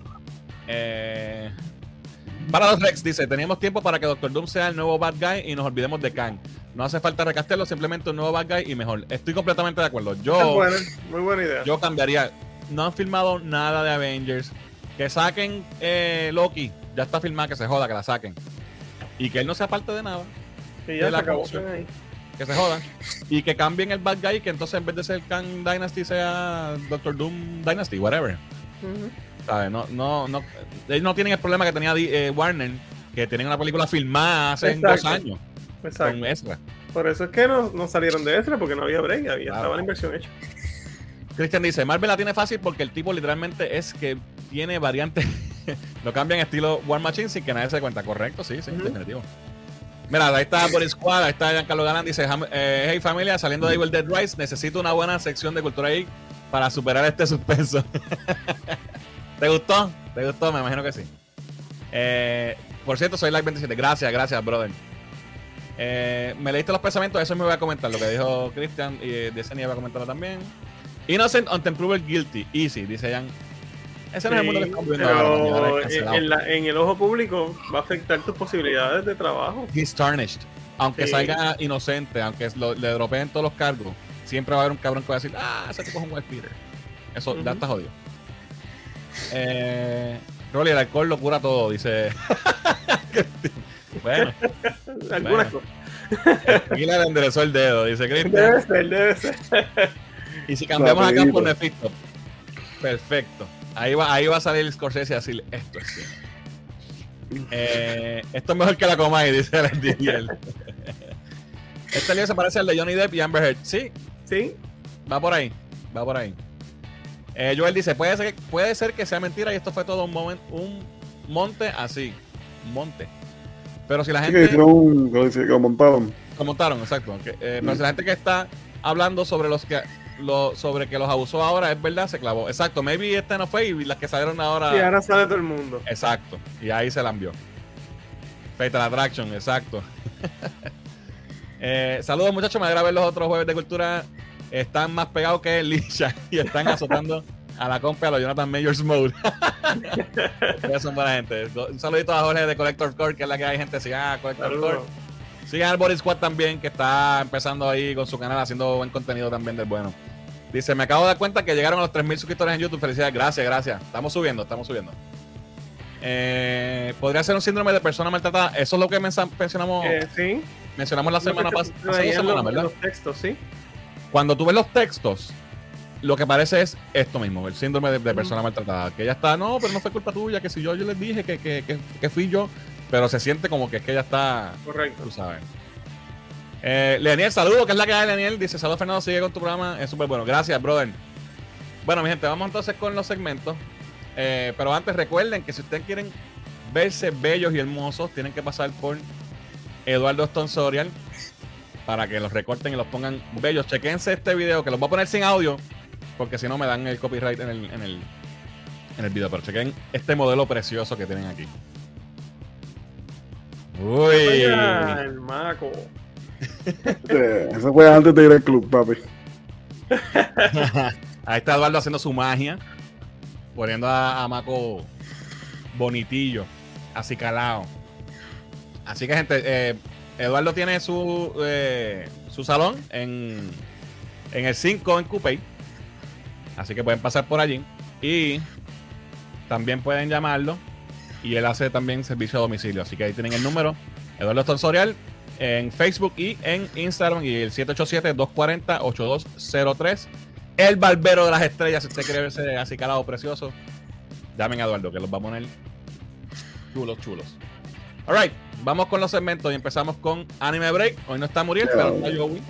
Eh, para los Rex dice: teníamos tiempo para que Doctor Doom sea el nuevo bad guy y nos olvidemos de Kang. No hace falta recastearlo, simplemente un nuevo bad guy y mejor. Estoy completamente de acuerdo. Yo, buena, muy buena idea. Yo cambiaría. No han filmado nada de Avengers. Que saquen eh, Loki. Ya está filmada, que se joda, que la saquen. Y que él no sea parte de nada. Y ya de se acabó. Ahí. Que se joda. Y que cambien el bad guy, que entonces en vez de ser Kang Dynasty sea Doctor Doom Dynasty, whatever. Uh-huh. ¿Sabes? No, no, no, ellos no tienen el problema que tenía eh, Warner, que tienen una película filmada hace Exacto. dos años. Exacto. Con Ezra. Por eso es que no, no salieron de Ezra, porque no había break, había, claro. Estaba la inversión hecha. Christian dice: Marvel la tiene fácil porque el tipo literalmente es que tiene variantes. Lo cambian estilo War Machine sin que nadie se dé cuenta. Correcto, sí, sí, uh-huh. Definitivo. Mira, ahí está Boris Squad, ahí está Giancarlo Galán, dice: eh, hey familia, saliendo de Evil Dead Rise, necesito una buena sección de Cultura Geek para superar este suspenso. ¿Te gustó? ¿Te gustó? Me imagino que sí. Eh, por cierto, soy Live veintisiete. Gracias, gracias, brother. Eh, me leíste los pensamientos, eso me voy a comentar. Lo que dijo Christian y de Yesenia iba a comentarlo también. Innocent until proven guilty. Easy, dice Jan. Ese no sí, es el mundo que estamos viendo ahora. En, en, la, en el ojo público va a afectar tus posibilidades de trabajo. He's tarnished. Aunque sí. salga inocente, aunque lo, le dropeen todos los cargos, siempre va a haber un cabrón que va a decir, ah, ese tipo es un wife beater. Eso, uh-huh. ya está jodido. Eh, Rolly, el alcohol lo cura todo, dice. Bueno. Algunas bueno. Aquí le enderezó el dedo, dice Cristian. Debe ser, debe ser. Y si cambiamos acá por Nefisto, perfecto. Ahí va, ahí va a salir Scorsese y decir, esto es cine. Eh, esto es mejor que la Comay, dice el D L. Este lío se parece al de Johnny Depp y Amber Heard. Sí, sí. Va por ahí, va por ahí. Eh, Joel dice, puede ser, que, puede ser que sea mentira y esto fue todo un, moment, un monte así. Un monte. Pero si la gente... Sí, que un, lo montaron. Lo montaron, exacto. Que, eh, mm. Pero si la gente que está hablando sobre los que lo, sobre que los abusó ahora, es verdad, se clavó. Exacto, maybe este no fue y las que salieron ahora... Y ahora sale todo el mundo. Exacto, y ahí se la envió. Fatal Attraction, exacto. eh, saludos muchachos, me alegra ver los otros jueves de cultura. Están más pegados que Lisha y están azotando a la compa a los Jonathan Majors Mode. Ustedes son buena gente. Un saludito a Jorge de Collector Core, que es la que hay gente. Sigan a Collector Core. Sigan al Body Squad también, que está empezando ahí con su canal haciendo buen contenido también del bueno. Dice, me acabo de dar cuenta que llegaron a los tres mil suscriptores en YouTube. Felicidades, gracias, gracias. Estamos subiendo, estamos subiendo. Eh, ¿Podría ser un síndrome de persona maltratada? Eso es lo que mencionamos. Eh, sí. Mencionamos la semana pasada. Hace dos semanas, ¿verdad? Los textos, sí. Cuando tú ves los textos, lo que parece es esto mismo, el síndrome de, de persona mm. maltratada. Que ella está, no, pero no fue culpa tuya, que si yo, yo les dije que, que, que, que fui yo, pero se siente como que es que ella está... Correcto. Tú sabes. Eh, Leniel, saludo, que es la que hay, Leniel. Dice, saludos Fernando, sigue con tu programa, es súper bueno. Gracias, brother. Bueno, mi gente, vamos entonces con los segmentos. Eh, pero antes recuerden que si ustedes quieren verse bellos y hermosos, tienen que pasar por Eduardo Stonsorial para que los recorten y los pongan bellos. Chequense este video, que los voy a poner sin audio, porque si no me dan el copyright en el, en el, en el video. Pero chequen este modelo precioso que tienen aquí. Uy, el maco. Eso fue antes de ir al club, papi. Ahí está Eduardo haciendo su magia, poniendo a, a Maco bonitillo, así calado. Así que, gente, eh, Eduardo tiene su eh, su salón en, en el cinco en Coupey. Así que pueden pasar por allí. Y también pueden llamarlo. Y él hace también servicio a domicilio. Así que ahí tienen el número. Eduardo Stonsorial en Facebook y en Instagram. Y el siete ocho siete, dos cuatro cero, ocho dos cero tres. El barbero de las estrellas. Si usted quiere verse así calado precioso, llamen a Eduardo, que los va a poner chulos, chulos. Alright, vamos con los segmentos y empezamos con Anime Break. Hoy no está Muriel, pero está Joey.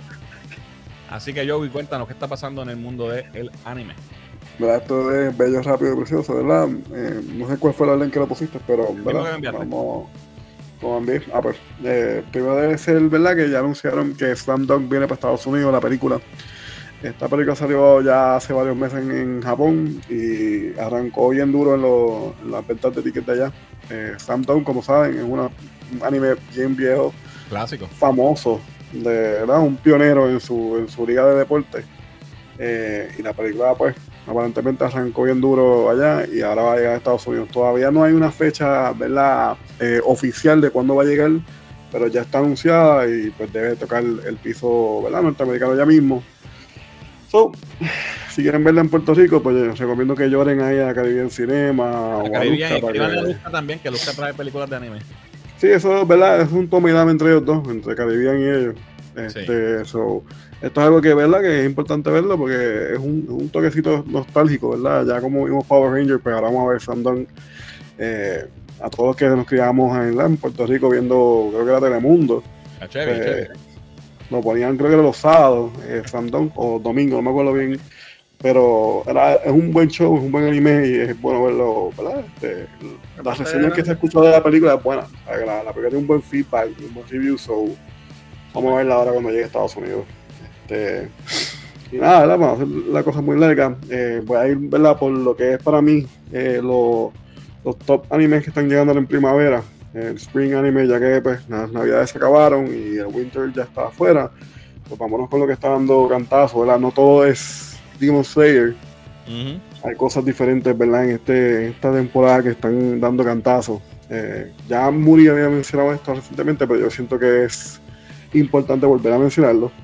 Así que Joey, cuéntanos qué está pasando en el mundo del anime. ¿Verdad? Esto es bello, rápido y precioso, ¿verdad? Eh, no sé cuál fue la orden que lo pusiste, pero ¿verdad? Vamos con enviar. Ah, pues, eh, primero debe ser, ¿verdad? Que ya anunciaron que Slam Dunk viene para Estados Unidos, la película. Esta película salió ya hace varios meses en, en Japón y arrancó bien duro en, lo, en las ventas de tickets de allá. Eh, Slam Dunk, como saben, es una, un anime bien viejo. Clásico. Famoso, de, ¿verdad? Un pionero en su, en su liga de deporte. Eh, y la película, pues, aparentemente arrancó bien duro allá y ahora va a llegar a Estados Unidos. Todavía no hay una fecha, ¿verdad? Eh, oficial de cuándo va a llegar, pero ya está anunciada y pues debe tocar el piso, ¿verdad? Norteamericano ya mismo. So, si quieren verla en Puerto Rico, pues les recomiendo que lloren ahí a Caribbean Cinema. A Caribbean, y que... a Luzca también, que Luzca trae películas de anime. Sí, eso, ¿verdad? Es un toma y dame entre ellos dos, entre Caribbean y ellos. Este, sí. So, esto es algo que, ¿verdad? Que es importante verlo porque es un, un toquecito nostálgico, ¿verdad? Ya como vimos Power Rangers, pues ahora vamos a ver Slam Dunk. Eh, a todos los que nos criamos en, en Puerto Rico viendo, creo que era Telemundo. A chévere, eh, chévere. Lo ponían, creo que era los sábados, eh, Slam Dunk, o domingo, no me acuerdo bien. Pero era, es un buen show, es un buen anime y es bueno verlo, ¿verdad? Este, las reseñas que se escuchó de la película es buena. La, la película tiene un buen feedback, un buen review, so vamos a verla ahora cuando llegue a Estados Unidos. Este, y nada, ¿verdad? Vamos a hacer la cosa muy larga. Eh, voy a ir, ¿verdad? Por lo que es para mí eh, lo, los top animes que están llegando en primavera. El Spring Anime, ya que pues, las navidades se acabaron y el Winter ya está afuera. Pues vámonos con lo que está dando cantazo, ¿verdad? No todo es Demon Slayer. Uh-huh. Hay cosas diferentes, ¿verdad? En, este, en esta temporada que están dando cantazos. Eh, ya Muri había mencionado esto recientemente, pero yo siento que es importante volver a mencionarlo.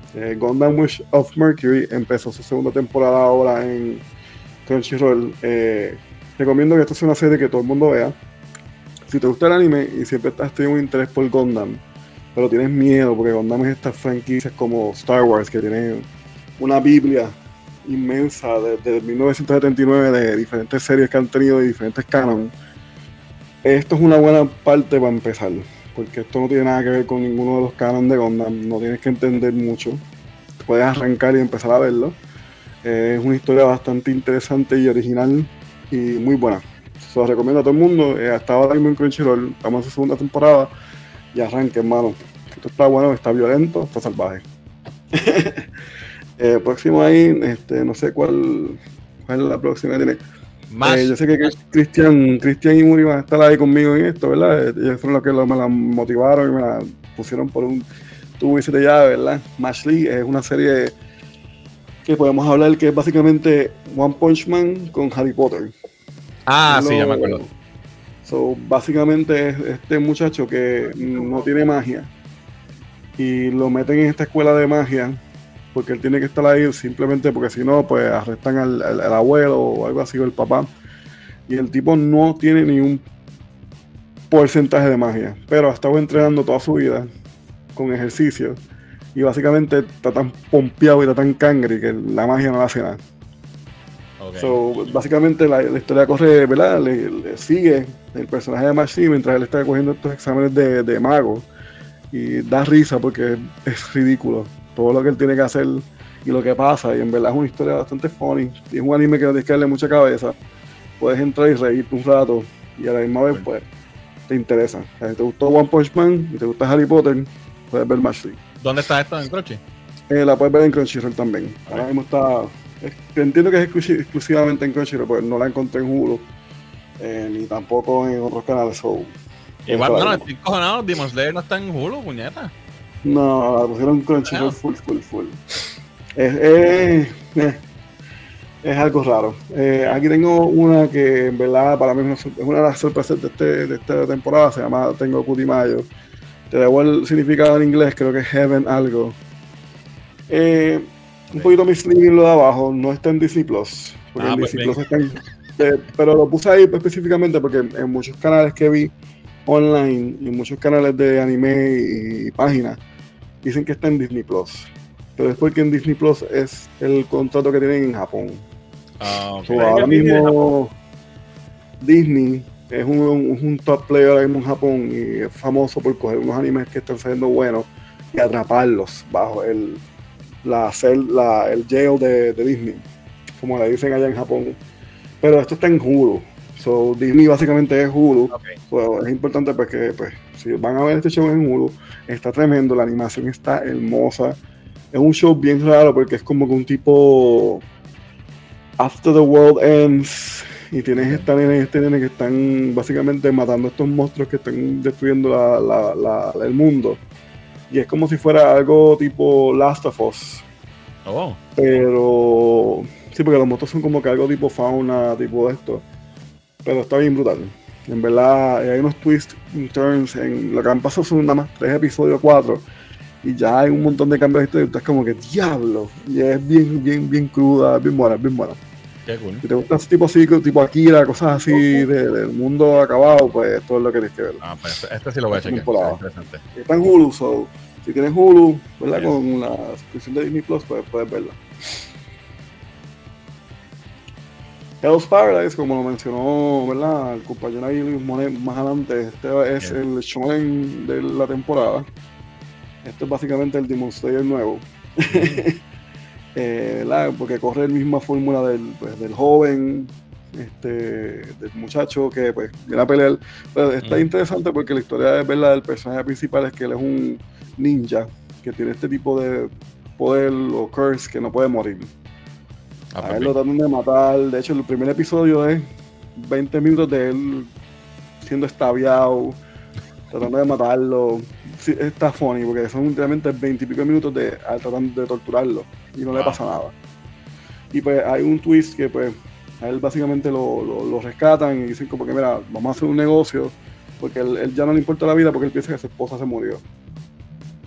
Eh, Gundam Wish of Mercury empezó su segunda temporada ahora en Crunchyroll. Eh, recomiendo que esta sea una serie que todo el mundo vea. Si te gusta el anime y siempre has tenido un interés por Gundam, pero tienes miedo porque Gundam es estas franquicias como Star Wars que tienen una biblia inmensa desde mil novecientos setenta y nueve de diferentes series que han tenido y diferentes canon. Esto es una buena parte para empezar, porque esto no tiene nada que ver con ninguno de los canon de Gundam, no tienes que entender mucho, puedes arrancar y empezar a verlo. Eh, es una historia bastante interesante y original y muy buena. Se lo recomiendo a todo el mundo. Eh, hasta ahora mismo en Crunchyroll, estamos en su segunda temporada y arranque, hermano. Esto está bueno, está violento, está salvaje. eh, próximo ahí, este, no sé cuál, cuál es la próxima que tiene. Eh, yo sé que Cristian Cristian y Muri van a estar ahí conmigo en esto, ¿verdad? Ellos fueron los que lo, me la motivaron y me la pusieron por un tubo y siete llaves, ¿verdad? Mashley es una serie que podemos hablar que es básicamente One Punch Man con Harry Potter. Ah, lo, sí, ya me acuerdo. So, básicamente es este muchacho que no tiene magia y lo meten en esta escuela de magia porque él tiene que estar ahí simplemente porque si no, pues arrestan al, al, al abuelo o algo así, o el papá. Y el tipo no tiene ni un porcentaje de magia, pero ha estado entrenando toda su vida con ejercicio y básicamente está tan pompeado y está tan cangre que la magia no le hace nada. Okay. So, básicamente la, la historia corre, ¿verdad? Le, le sigue el personaje de Machi mientras él está cogiendo estos exámenes de, de mago y da risa porque es ridículo todo lo que él tiene que hacer y lo que pasa, y en verdad es una historia bastante funny y es un anime que no tienes que darle mucha cabeza, puedes entrar y reírte un rato y a la misma vez pues te interesa. Si te gustó One Punch Man y te gusta Harry Potter, puedes ver Machi. ¿Dónde está esto? ¿En Crunchy? Eh, la puedes ver en Crunchyroll también. Okay. Ahora mismo está, es, entiendo que es exclusi- exclusivamente en Crunchyroll, pues no la encontré en Hulu eh, ni tampoco en otros canales. So, igual, no, estoy cojonado, Demon Slayer no está en Hulu, puñeta. No, la pusieron Crunchyroll full, full, full. Es, es, es, es algo raro. Eh, aquí tengo una que en verdad para mí es una de las sorpresas de, este, de esta temporada, se llama Tengoku Mayo. Te debo el significado en inglés, creo que es Heaven algo. Eh, un poquito misleading lo de abajo, no está en Disney Plus. Porque ah, en pues Disney Plus está en, eh, pero lo puse ahí específicamente porque en, en muchos canales que vi online y en muchos canales de anime y, y páginas dicen que está en Disney Plus, pero es porque en Disney Plus es el contrato que tienen en Japón. Ah, okay. So, ahora mismo Disney es un, un, un top player ahora mismo en Japón y es famoso por coger unos animes que están saliendo buenos y atraparlos bajo el la, la el jail de, de Disney, como le dicen allá en Japón. Pero esto está en Hulu. So, Disney básicamente es Hulu. Okay. So, es importante pues que pues, si van a ver este show en Hulu, está tremendo, la animación está hermosa. Es un show bien raro porque es como que un tipo After the World Ends y tienes esta nena y este nene que están básicamente matando a estos monstruos que están destruyendo la, la, la, el mundo. Y es como si fuera algo tipo Last of Us. Oh. Pero sí, porque los monstruos son como que algo tipo fauna, tipo de esto. Pero está bien brutal. En verdad, hay unos twists and turns. En lo que han pasado son nada más tres episodios, cuatro. Y ya hay un montón de cambios de historia. Estás como que diablo. Y es bien, bien, bien cruda, bien buena, bien buena. Qué cool. Si te gusta ese tipo así, tipo Akira, cosas así de, del mundo acabado, pues esto es lo que tienes que ver. Ah, pues este sí lo voy a chequear. Interesante. Está en Hulu, so, si tienes Hulu, ¿verdad? Yes. Con la suscripción de Disney Plus, pues puedes verla. Hell's Paradise, como lo mencionó, ¿verdad? El compañero ahí más adelante, este es yeah. el shonen de la temporada. Este es básicamente el Demon Slayer nuevo. Mm. eh, ¿verdad? Porque corre la misma fórmula del, pues, del joven, este, del muchacho que pues viene a pelear. Pero está mm. interesante porque la historia es verdad del personaje principal es que él es un ninja que tiene este tipo de poder o curse que no puede morir. Ah, a él lo tratan de matar. De hecho, el primer episodio es veinte minutos de él siendo estabiado, tratando de matarlo. Sí, está funny porque son literalmente veinte y pico minutos de tratando de torturarlo y no wow. le pasa nada. Y pues hay un twist que pues a él básicamente lo, lo, lo rescatan y dicen como que mira, vamos a hacer un negocio porque él, él ya no le importa la vida porque él piensa que su esposa se murió.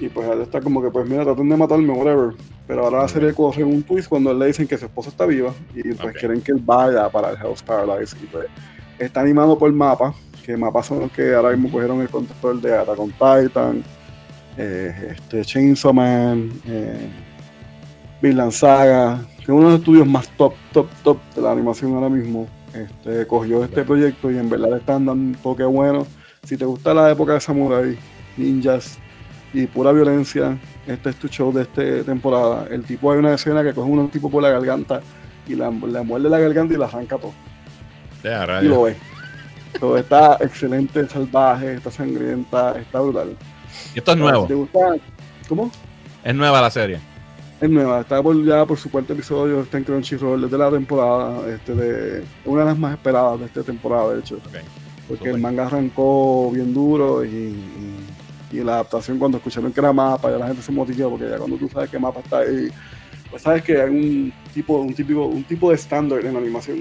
Y pues él está como que, pues mira, tratan de matarme, whatever. Pero ahora la serie coge un twist cuando le dicen que su esposa está viva y pues okay. quieren que él vaya para el Hell's Paradise. Y pues está animado por Mappa, que Mappa son los que ahora mismo cogieron el control de Attack on Titan, eh, este, Chainsaw Man, eh, Vinland Saga, que es uno de los estudios más top, top, top de la animación ahora mismo. Este, cogió este proyecto y en verdad le están dando un toque bueno. Si te gusta la época de Samurai, ninjas y pura violencia, este es tu show de esta temporada. El tipo, hay una escena que coge a un tipo por la garganta y la, le muerde la garganta y la arranca todo. Yeah, y lo ves. Todo está excelente, salvaje, está sangrienta, está brutal. ¿Y esto es nuevo? Si te gusta, ¿cómo? Es nueva la serie. Es nueva, está por, ya por su cuarto episodio, está en Crunchyroll desde la temporada, este de una de las más esperadas de esta temporada, de hecho. Okay. Porque Super. El manga arrancó bien duro y, y, y la adaptación cuando escucharon que era Mappa, ya la gente se motivó porque ya cuando tú sabes que Mappa está ahí, pues sabes que hay un tipo, un típico, un tipo de estándar en la animación.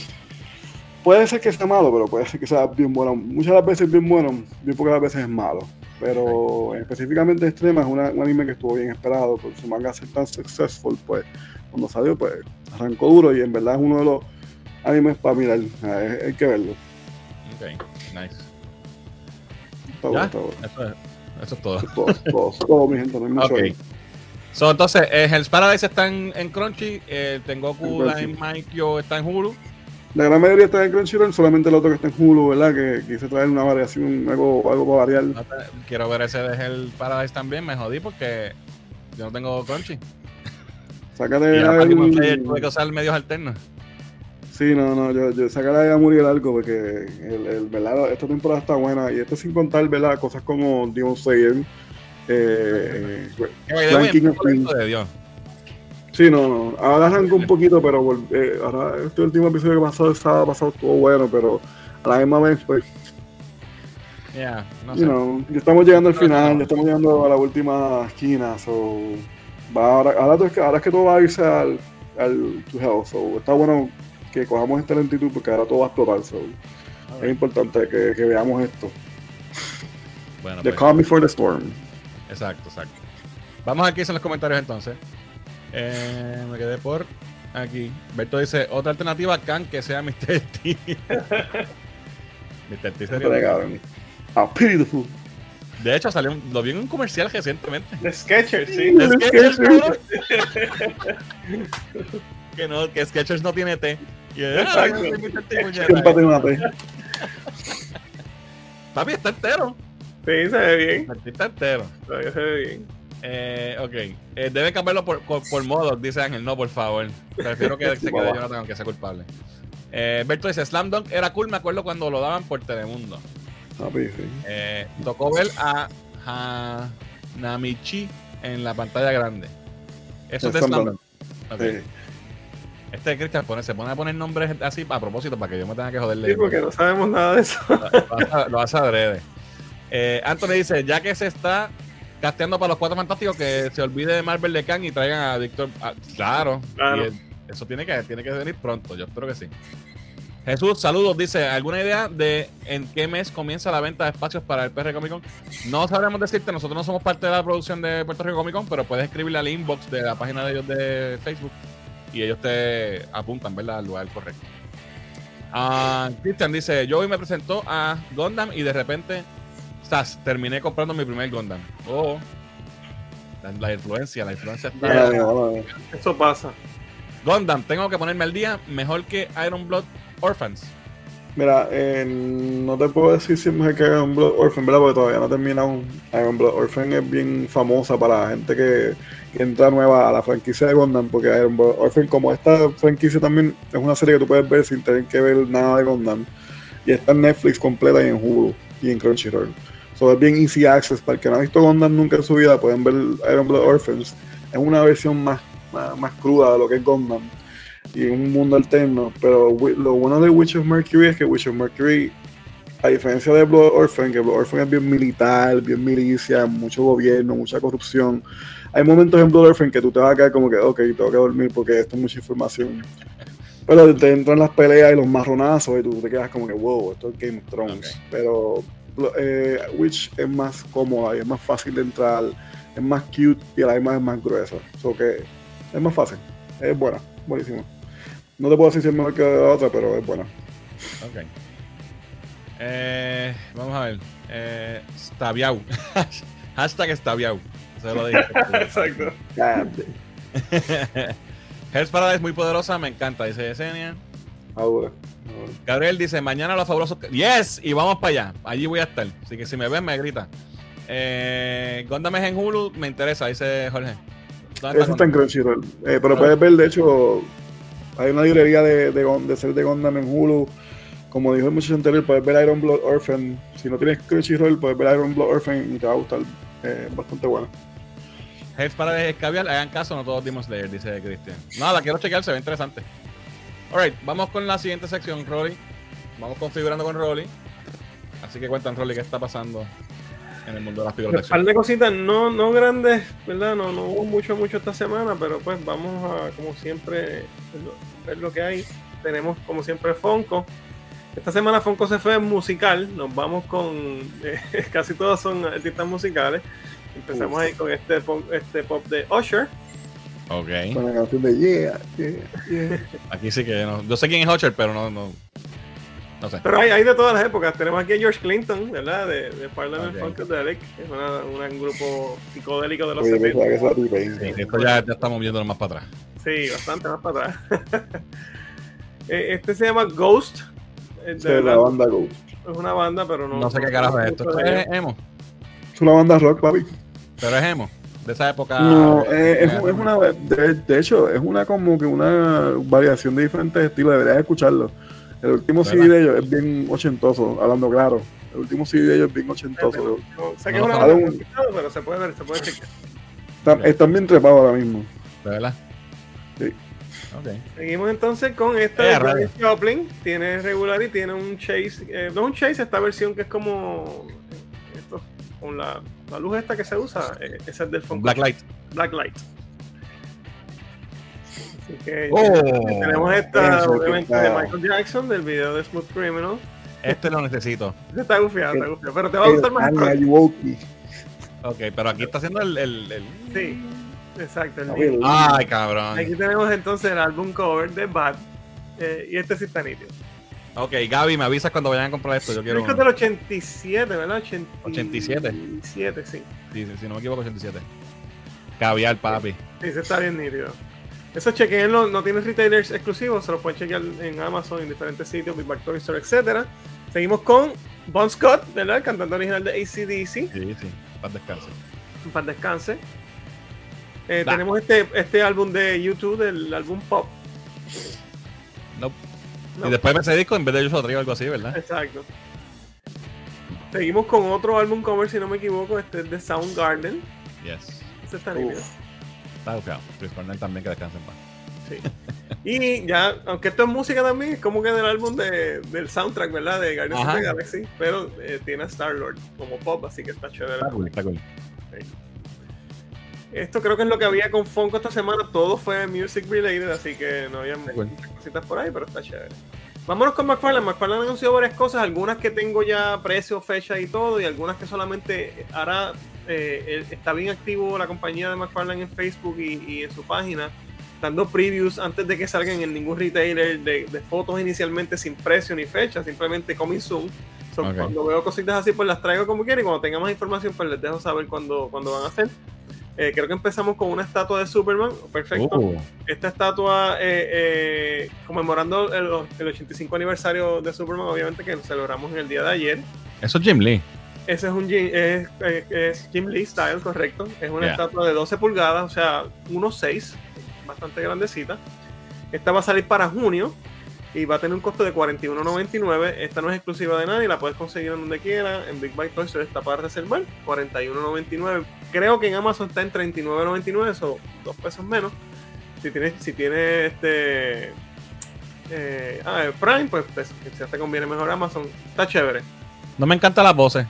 Puede ser que sea malo, pero puede ser que sea bien bueno. Muchas de las veces es bien bueno, bien pocas veces es malo. Pero okay. específicamente Extrema es una, un anime que estuvo bien esperado por su manga ser tan successful, pues cuando salió pues arrancó duro y en verdad es uno de los animes para mirar, hay, hay que verlo. Ok, nice. Está bueno, está bueno. Eso es, eso es todo. Eso es todo, todo, todo, mi gente, no hay mucho. Okay. So, entonces, eh, Hell's Paradise está en, en Crunchy, el Tengoku Daimai-kyo está en Hulu. La gran mayoría está en Crunchyroll, solamente el otro que está en Hulu, ¿verdad? Que quise traer una variación, algo, algo para variar. No te, quiero ver ese de Hell's Paradise también, me jodí porque yo no tengo Crunchy. Sácate y el... el player, tuve que usar medios alternos. Sí, no, no, yo, yo sacaré a morir algo porque el, el, ¿verdad? Esta temporada está buena y esto sin contar, ¿verdad? Cosas como Demon Slayer, eh, eh, Ranking of Kings. De Dios. Sí, no, no. Ahora arrancó un poquito, pero eh, ahora este último episodio que pasó, estaba pasado, estuvo bueno, pero a la misma vez, pues. Ya, yeah, no sé. You know, ya estamos llegando al final, ya estamos llegando a la última esquina, so. Va ahora, ahora, es que, ahora es que todo va a irse al, al to hell, so. Está bueno que cojamos esta lentitud porque ahora todo va a explotar, so. Okay. Es importante que, que veamos esto. Bueno, the pues, calm before the storm. Exacto, exacto. Vamos aquí en los comentarios entonces. Eh, me quedé por aquí. Berto dice, otra alternativa, Khan, que sea mister T. mister T sería. Ah, pity the fool. De hecho, salió un, lo vi en un comercial recientemente. De Skechers, sí. De Skechers, ¿no? que no, que Skechers no tiene T. Y yo, ah, mister T, una T. Papi, está entero. Sí, se ve bien. Está entero. Todavía se ve bien. Eh, ok, eh, deben cambiarlo por, por, por modos, dice Ángel. No, por favor. Prefiero que se quede Jonathan aunque sea culpable. eh, Berto dice, Slam Dunk era cool, me acuerdo cuando lo daban por Telemundo. Ah, sí. eh, Tocó ver a Hanamichi en la pantalla grande. Eso es de Slam Dunk. Okay. Sí. Este Cristian pone, se pone a poner nombres así a propósito para que yo me tenga que joderle. Sí, porque no sabemos nada de eso. Lo hace adrede. eh, Anthony dice, ya que se está casteando para los Cuatro Fantásticos, que se olvide de Marvel de Khan y traigan a Víctor. Ah, claro, claro. Y el, eso tiene que, tiene que venir pronto, yo espero que sí. Jesús, saludos, dice, ¿alguna idea de en qué mes comienza la venta de espacios para el P R Comic Con? No sabremos decirte, nosotros no somos parte de la producción de Puerto Rico Comic Con, pero puedes escribirle al inbox de la página de ellos de Facebook y ellos te apuntan, ¿verdad?, al lugar correcto. Uh, Cristian dice, yo hoy me presentó a Gundam y de repente Sas, terminé comprando mi primer Gundam. Oh, la, la influencia, la influencia está. Yeah, yeah, yeah. Eso pasa. Gundam, tengo que ponerme al día, mejor que Iron Blood Orphans. Mira, eh, no te puedo decir si es mejor que Iron Blood Orphan, ¿verdad? Porque todavía no he terminado. Iron Blood Orphan es bien famosa para la gente que, que entra nueva a la franquicia de Gundam, porque Iron Blood Orphan, como esta franquicia también es una serie que tú puedes ver sin tener que ver nada de Gundam, y está en Netflix completa y en Hulu y en Crunchyroll. So, es bien easy access. Para el que no ha visto Gundam nunca en su vida, pueden ver Iron Blood Orphans. Es una versión más, más, más cruda de lo que es Gundam y en un mundo alterno. Pero lo bueno de Witch of Mercury es que Witch of Mercury, a diferencia de Blood Orphan, que Blood Orphan es bien militar, bien milicia, mucho gobierno, mucha corrupción. Hay momentos en Blood Orphan que tú te vas a quedar como que, ok, tengo que dormir porque esto es mucha información. Pero te entran las peleas y los marronazos y tú te quedas como que, wow, esto es Game of Thrones. Okay. Pero Eh, Witch es más cómoda y es más fácil de entrar, es más cute y a la misma es más gruesa. So que es más fácil. Es buena, buenísima. No te puedo decir si es mejor que la otra, pero es buena. Ok. Eh, vamos a ver. Eh, Stabiau. Hashtag Stabiau. Se lo dije. Exacto. Hell's Paradise muy poderosa, me encanta, dice Yesenia. Ahora. Gabriel dice, mañana los fabulosos... Yes, y vamos para allá. Allí voy a estar. Así que si me ven, me grita. Eh, Gundam es en Hulu, me interesa, dice Jorge. Eso está en Crunchyroll. Eh, pero puedes ver, de hecho, hay una librería de, de, de ser de Gundam en Hulu. Como dijo el muchacho anterior, puedes ver Iron Blood Orphan. Si no tienes Crunchyroll, puedes ver Iron Blood Orphan y te va a gustar. Eh, bastante bueno. Hell's Paradise es caviar, hagan caso, no todos Demon Slayer, dice Cristian. Nada, quiero chequear, se ve interesante. Alright, vamos con la siguiente sección, Rolly. Vamos configurando con Rolly. Así que cuentan, Rolly, qué está pasando en el mundo de las figuras de acción. Un par de cositas no, no grandes, ¿verdad? No, no hubo mucho, mucho esta semana, pero pues vamos a, como siempre, ver lo que hay. Tenemos, como siempre, Funko. Esta semana Funko se fue musical. Nos vamos con... Eh, casi todos son artistas musicales. Empezamos Uf. ahí con este pop, este pop de Usher. Ok. Con la canción de Yeah, yeah, yeah. Aquí sí que no. Yo sé quién es Usher, pero no, no, no sé. Pero hay, hay de todas las épocas. Tenemos aquí a George Clinton, ¿verdad? De, de Parliament okay. Funkadelic. Es una, una, un grupo psicodélico de los setenta. Sí, esto ya, ya estamos viéndolo más para atrás. Sí, bastante más para atrás. Este se llama Ghost. Es sí, la banda Ghost. Es una banda, pero no... No sé qué carajo es esto. ¿Esto es emo? Es una banda rock, papi. Pero es emo. De esa época. No, eh, es, es una. De, de hecho, es una como que una variación de diferentes estilos. Deberías escucharlo. El último ¿verdad? C D de ellos es bien ochentoso, hablando claro. El último C D de ellos es bien ochentoso. Sí, no, sé que es una banda un... pero se puede ver, se puede chequear. Están, están bien trepados ahora mismo. ¿De verdad? Sí. Okay. Seguimos entonces con esta de Janis Joplin. Tiene regular y tiene un chase. Eh, no es un chase, esta versión que es como. Esto, con la, la luz esta que se usa. Eh, esa es del Funko. Blacklight. Blacklight. Así que oh, tenemos esta, obviamente, de Michael Jackson, del video de Smooth Criminal. Este lo necesito. Este está gufiado, está gufiado. Pero te va a gustar más. Ok, pero aquí está haciendo el. el, el... Sí. Exacto. El Ay, cabrón. Aquí tenemos entonces el álbum cover de Bad. Eh, y este sí está nítido. Ok, Gaby, me avisas cuando vayan a comprar esto. Yo quiero. Esto es del ochenta y siete, ¿verdad? ochenta... ochenta y siete. siete, sí. Sí, sí, si no me equivoco, ochenta y siete. Caviar, papi. Sí, se está bien nítido. Eso chequenlo, no tiene retailers exclusivos, se lo pueden chequear en Amazon, en diferentes sitios, Big Back Toy Store, etcétera. Seguimos con Bon Scott, ¿verdad? El cantante original de A C D C. Sí, sí. Paz descanse. Paz descanse. Eh, tenemos este, este álbum de YouTube, del álbum Pop. Nope. No. Y después de ese disco, en vez de yo o algo así, ¿verdad? Exacto. Seguimos con otro álbum cover, si no me equivoco. Este es de Soundgarden. Yes. Este está nítido. Está buscado. Chris Cornell también, que descanse en paz. Sí. Y ya, aunque esto es música también, es como que del álbum de, del soundtrack, ¿verdad? De Guardians of the Galaxy. Pero eh, tiene a Star-Lord como pop, así que está chévere. Está cool, está cool. Sí. Esto creo que es lo que había con Funko esta semana. Todo fue music related, así que no había bueno. muchas cositas por ahí, pero está chévere. Vámonos con McFarlane. McFarlane anunció varias cosas, algunas que tengo ya precio, fecha y todo, y algunas que solamente hará. Eh, está bien activo la compañía de McFarlane en Facebook y, y en su página, dando previews antes de que salgan en ningún retailer de, de fotos inicialmente sin precio ni fecha, simplemente coming soon. So, okay. Cuando veo cositas así, pues las traigo como quiera, y cuando tenga más información, pues les dejo saber cuándo, cuándo van a hacer. Eh, creo que empezamos con una estatua de Superman. Perfecto. Uh. Esta estatua eh, eh, conmemorando el, el ochenta y cinco aniversario de Superman, obviamente, que lo celebramos en el día de ayer. Eso es Jim Lee. Ese es un Jim, es, es, es Jim Lee style, correcto. Es una yeah. estatua de doce pulgadas, o sea, uno seis, bastante grandecita. Esta va a salir para junio y va a tener un costo de cuarenta y uno noventa y nueve. Esta no es exclusiva de nadie, la puedes conseguir en donde quiera. En Big Bite Toys está para reservar, cuarenta y uno noventa y nueve. Creo que en Amazon está en treinta y nueve noventa y nueve, eso dos pesos menos. Si tienes, si tienes este eh, ah, Prime, pues, pues si te conviene mejor Amazon. Está chévere. No me encantan las voces.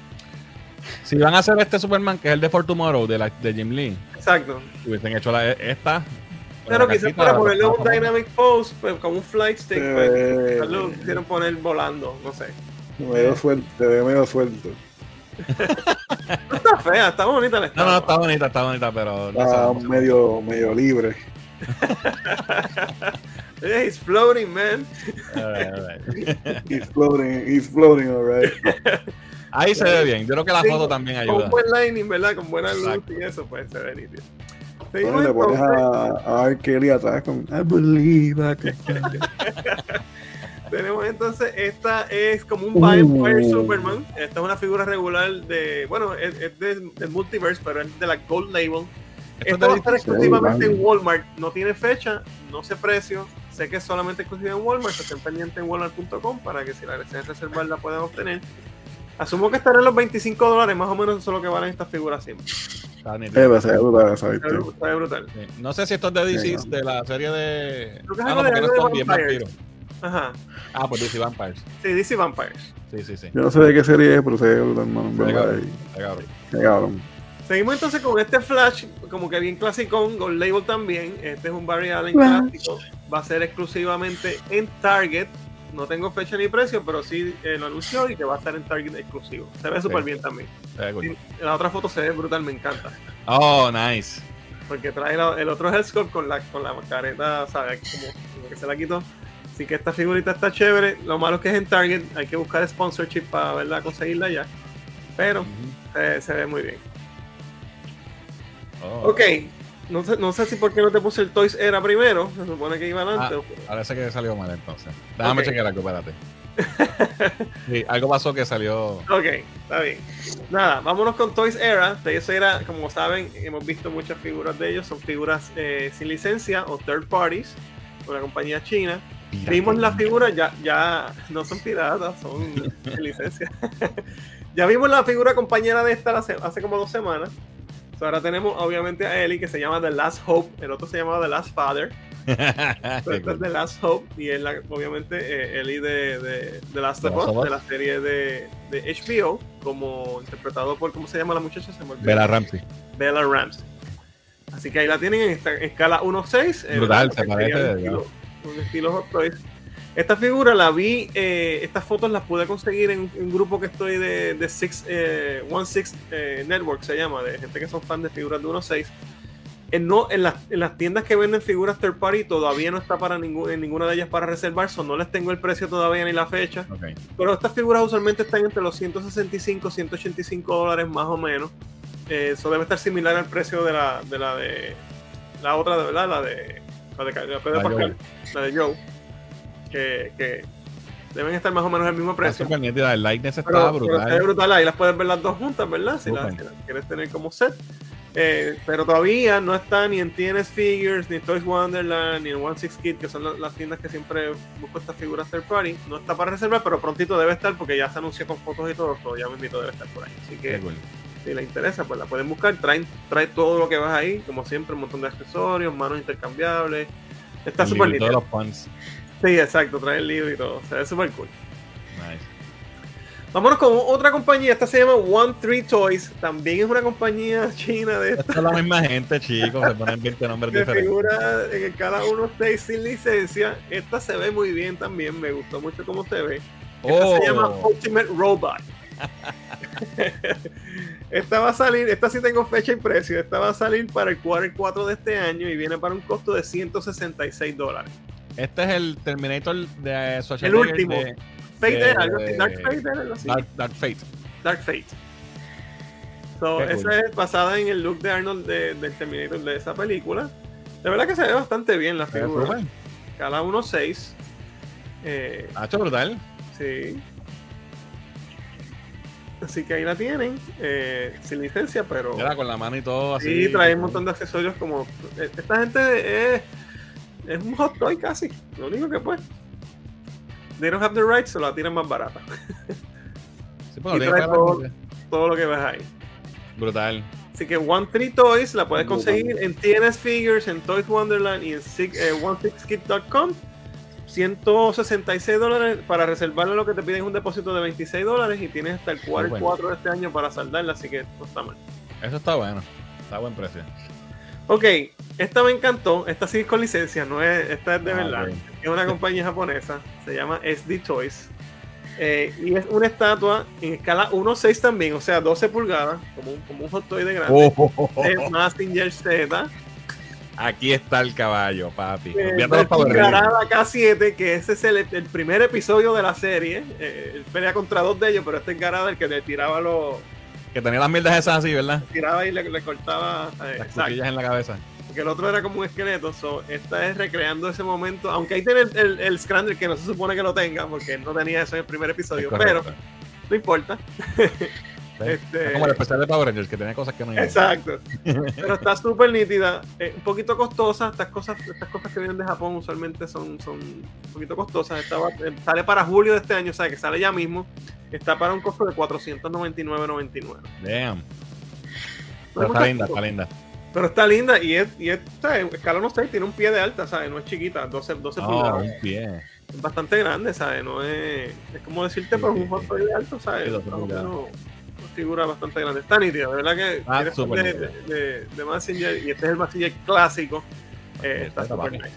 Si van a hacer este Superman, que es el de For Tomorrow, de, la, de Jim Lee. Exacto. Si hubiesen hecho la, esta. Pero quizás para ponerle un Dynamic Pose, pues, con un flight stick, pues, lo quisieron poner volando, no sé. Medio suelto, te ve medio suelto. No está fea, está bonita la estatua. No, no, está bonita, está bonita, pero... Está no medio, medio libre. He's floating, man. All right, all right. He's floating, he's floating, all right. Ahí se ve bien. Yo creo que la sí, foto también ayuda. Con buen lighting, ¿verdad? Con buena luz y eso, pues se ve nítido. Bueno, le pones a, a R. Kelly atrás con I believe I can fly. Tenemos entonces, esta es como un Vampire uh. Superman. Esta es una figura regular de, bueno, es, es de, del multiverse, pero es de la Gold Label. Esto va a estar exclusivamente en Walmart. No tiene fecha, no sé precio. Sé que es solamente exclusiva en Walmart. Estén pendientes en walmart punto com para que si la desean reservar la puedan obtener. Asumo que estarán los veinticinco dólares, más o menos eso es lo que valen estas figuras siempre. Eh, va a ser brutal, está brutal. Sí. No sé si esto es de D C, sí, de la serie de... Creo que es ah, no, porque no son bien vampiros. Ajá. Ah, pues D C Vampires. Sí, D C Vampires. Sí, sí, sí. Yo no sé de qué serie es, pero se ve brutal, hermano. Qué cabrón. Seguimos entonces con este Flash, como que bien clásico, Gold Label también. Este es un Barry Allen clásico. Va a ser exclusivamente en Target. No tengo fecha ni precio, pero sí eh, lo anunció y que va a estar en Target exclusivo. Se ve súper bien también. Cool. La otra foto se ve brutal, me encanta. Oh, nice. Porque trae la, el otro Hellscope con la, con la careta, ¿sabes? Como, como que se la quitó. Así que esta figurita está chévere. Lo malo es que es en Target. Hay que buscar sponsorship para verla, conseguirla ya. Pero uh-huh. eh, se ve muy bien. Oh. Ok. No sé, no sé si por qué no te puse el Toys Era primero. Se supone que iba adelante. Ah, parece que salió mal entonces. Déjame okay. chequear algo, espérate. Sí, algo pasó que salió. Ok, está bien. Nada, vámonos con Toys Era. Toys Era, como saben, hemos visto muchas figuras de ellos. Son figuras eh, sin licencia o third parties. Una compañía china. Pirata. Vimos la figura, ya, ya no son piratas, son sin licencia. Ya vimos la figura compañera de esta hace, hace como dos semanas. Ahora tenemos obviamente a Ellie, que se llama The Last Hope, el otro se llamaba The Last Father. Esta es The Last Hope y es la, obviamente eh, Ellie de, de, de Last of Us, de la serie de, de H B O, como interpretado por, ¿cómo se llama la muchacha? Se me olvidó. Bella Ramsey. Bella Ramsey. Así que ahí la tienen en, esta, en escala uno seis. Brutal, eh, se parece. Un estilo, un estilo Hot Toys. Esta figura la vi, eh, estas fotos las pude conseguir en, en un grupo que estoy de, de six, eh, One Six eh, Network, se llama, de gente que son fan de figuras de uno seis. En, no, en, las, en las tiendas que venden figuras third party todavía no está para ningún, en ninguna de ellas para reservar, so no les tengo el precio todavía ni la fecha. Okay. Pero estas figuras usualmente están entre los ciento sesenta y cinco, ciento ochenta y cinco dólares más o menos. Eso eh, debe estar similar al precio de la de la de la otra, de verdad, la de la de, la de Pedro Pascal, la de Joe. Que, que deben estar más o menos al mismo precio. Nítida, el likeness está pero, brutal. Pero está brutal. Ahí las puedes ver las dos juntas, ¿verdad? Si las, si las quieres tener como set. Eh, pero todavía no está ni en T N S Figures, ni Toys Wonderland, ni en One Six Kid, que son las, las tiendas que siempre busco estas figuras third party. No está para reservar, pero prontito debe estar porque ya se anunció con fotos y todo. So ya me invito, debe estar por ahí. Así que bueno, si les interesa, pues la pueden buscar. Traen, trae todo lo que vas ahí, como siempre, un montón de accesorios, manos intercambiables. Está súper lindo. Todos los fans. Sí, exacto, trae el libro y todo. Se ve súper cool. Nice. Vámonos con otra compañía. Esta se llama One Three Toys. También es una compañía china de esta. Esta es la misma gente, chicos. Se ponen veinte nombres de diferentes. Figura en cada uno seis sin licencia. Esta se ve muy bien también. Me gustó mucho cómo se ve. Esta oh. se llama Ultimate Robot. Esta va a salir, esta sí tengo fecha y precio. Esta va a salir para el cuarto cuatro de este año y viene para un costo de ciento sesenta y seis dólares. Este es el Terminator de Social El último. De, Fate de, era algo así. Dark Fate era algo así. Dark, Dark Fate. Dark Fate. So, Qué esa cool. es basada en el look de Arnold de, del Terminator de esa película. De verdad que se ve bastante bien la figura. Cada uno seis. Eh, ha hecho brutal. Sí. Así que ahí la tienen, eh, sin licencia, pero... Era con la mano y todo así. Sí, trae un montón de accesorios como... Esta gente es, es un hot toy casi, lo único que puede. They don't have the rights, se la tiran más barata. Sí, pues, y trae todo, todo lo que ves ahí. Brutal. Así que One Three Toys la puedes conseguir en T N S Figures, en Toys Wonderland y en eh, one six kid punto com. ciento sesenta y seis dólares para reservarle. Lo que te piden es un depósito de veintiséis dólares y tienes hasta el cuarto bueno. cuatro de este año para saldarla, así que no está mal. Eso está bueno, está a buen precio. Ok, esta me encantó. Esta sí es con licencia, no es, esta es de ah, verdad. Okay. Es una compañía japonesa, se llama S D Toys. Eh, y es una estatua en escala uno seis también, o sea, doce pulgadas, como un, como un hot toy de grande. Oh, oh, oh, oh. Es Mazinger Z. Aquí está el caballo, papi. Eh, Olvídate los Power Rangers. Garada K siete, que ese es el, el primer episodio de la serie. Eh, él pelea contra dos de ellos, pero este es Garada el que le tiraba los. Que tenía las mierdas esas así, ¿verdad? Tiraba y le, le cortaba. Eh, Las cuchillas en la cabeza. Porque el otro era como un esqueleto. So, esta es recreando ese momento. Aunque ahí tiene el, el, el Scrander que no se supone que lo tenga, porque él no tenía eso en el primer episodio. Pero no importa. Este, es como el especial de Power Rangers, que tenía cosas que no iban. Exacto. Pero está súper nítida, eh, un poquito costosa. Estas cosas, estas cosas que vienen de Japón usualmente son, son un poquito costosas. Esta va, eh, sale para julio de este año, o sea que sale ya mismo. Está para un costo de cuatrocientos noventa y nueve noventa y nueve. Damn. Pero está linda, está linda. Pero está linda y es, y es ¿sabes? Escala no sé, tiene un pie de alta, ¿sabes? No es chiquita, doce, doce oh, pulgadas. Un pie. Es bastante grande, ¿sabes? No es, es como decirte, sí, pero es un hot toy de alto, ¿sabes? Sí, no, figura bastante grande. Está nítida, de verdad que ah, de, de, de, de Mazinger, y este es el Mazinger clásico. Eh, está súper nice.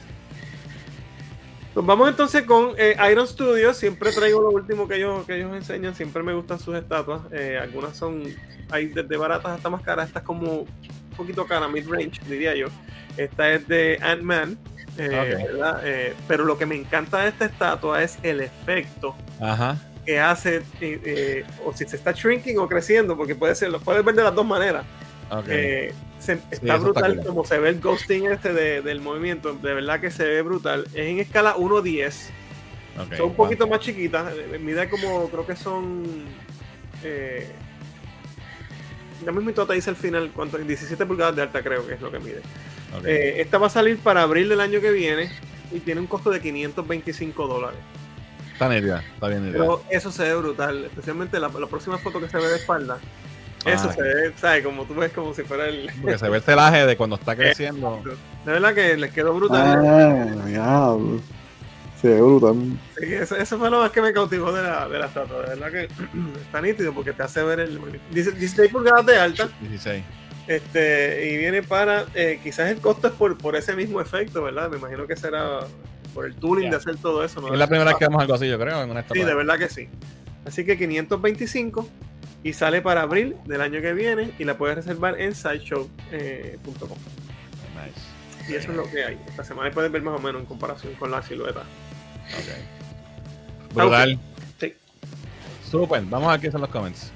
Pues vamos entonces con eh, Iron Studios. Siempre traigo lo último que ellos, que ellos enseñan. Siempre me gustan sus estatuas. Eh, algunas son, hay desde baratas hasta más caras. Esta es como un poquito cara, mid-range, diría yo. Esta es de Ant-Man. Eh, okay. eh, pero lo que me encanta de esta estatua es el efecto. Ajá. Que hace, eh, eh, o si se está shrinking o creciendo, porque puede ser, lo puedes ver de las dos maneras. Okay. Eh, se, está sí, brutal está como se ve el ghosting este de, del movimiento, de verdad que se ve brutal. Es en escala uno diez, okay, son un poquito wow. más chiquitas, mide como, creo que son eh, ya mismo te dice al final cuánto, diecisiete pulgadas de alta creo que es lo que mide. Okay. Eh, esta va a salir para abril del año que viene y tiene un costo de quinientos veinticinco dólares. Está nítida, está bien nítida. Pero eso se ve brutal, especialmente la, la próxima foto que se ve de espalda. Ah, eso se ve, ¿sabes? Como tú ves, como si fuera el. Porque se ve el telaje de cuando está creciendo. De verdad que les quedó brutal. Ah, diablo. Se ve brutal. Sí, eso, eso fue lo más que me cautivó de la, de la estatua. De verdad que está nítido porque te hace ver el. dieciséis pulgadas de alta. dieciséis. Este, y viene para. Eh, quizás el costo es por, por ese mismo efecto, ¿verdad? Me imagino que será por el tuning yeah. de hacer todo eso. ¿no? Es la primera vez que vemos algo así, yo creo, en una estatua. Sí, de verdad que sí. Así que quinientos veinticinco. Y sale para abril del año que viene y la puedes reservar en sideshow punto com. Eh, nice. Y eso es lo que hay. Esta semana puedes ver más o menos en comparación con la silueta. Ok. Brutal. Sí. Super. Vamos a ver qué son los comments.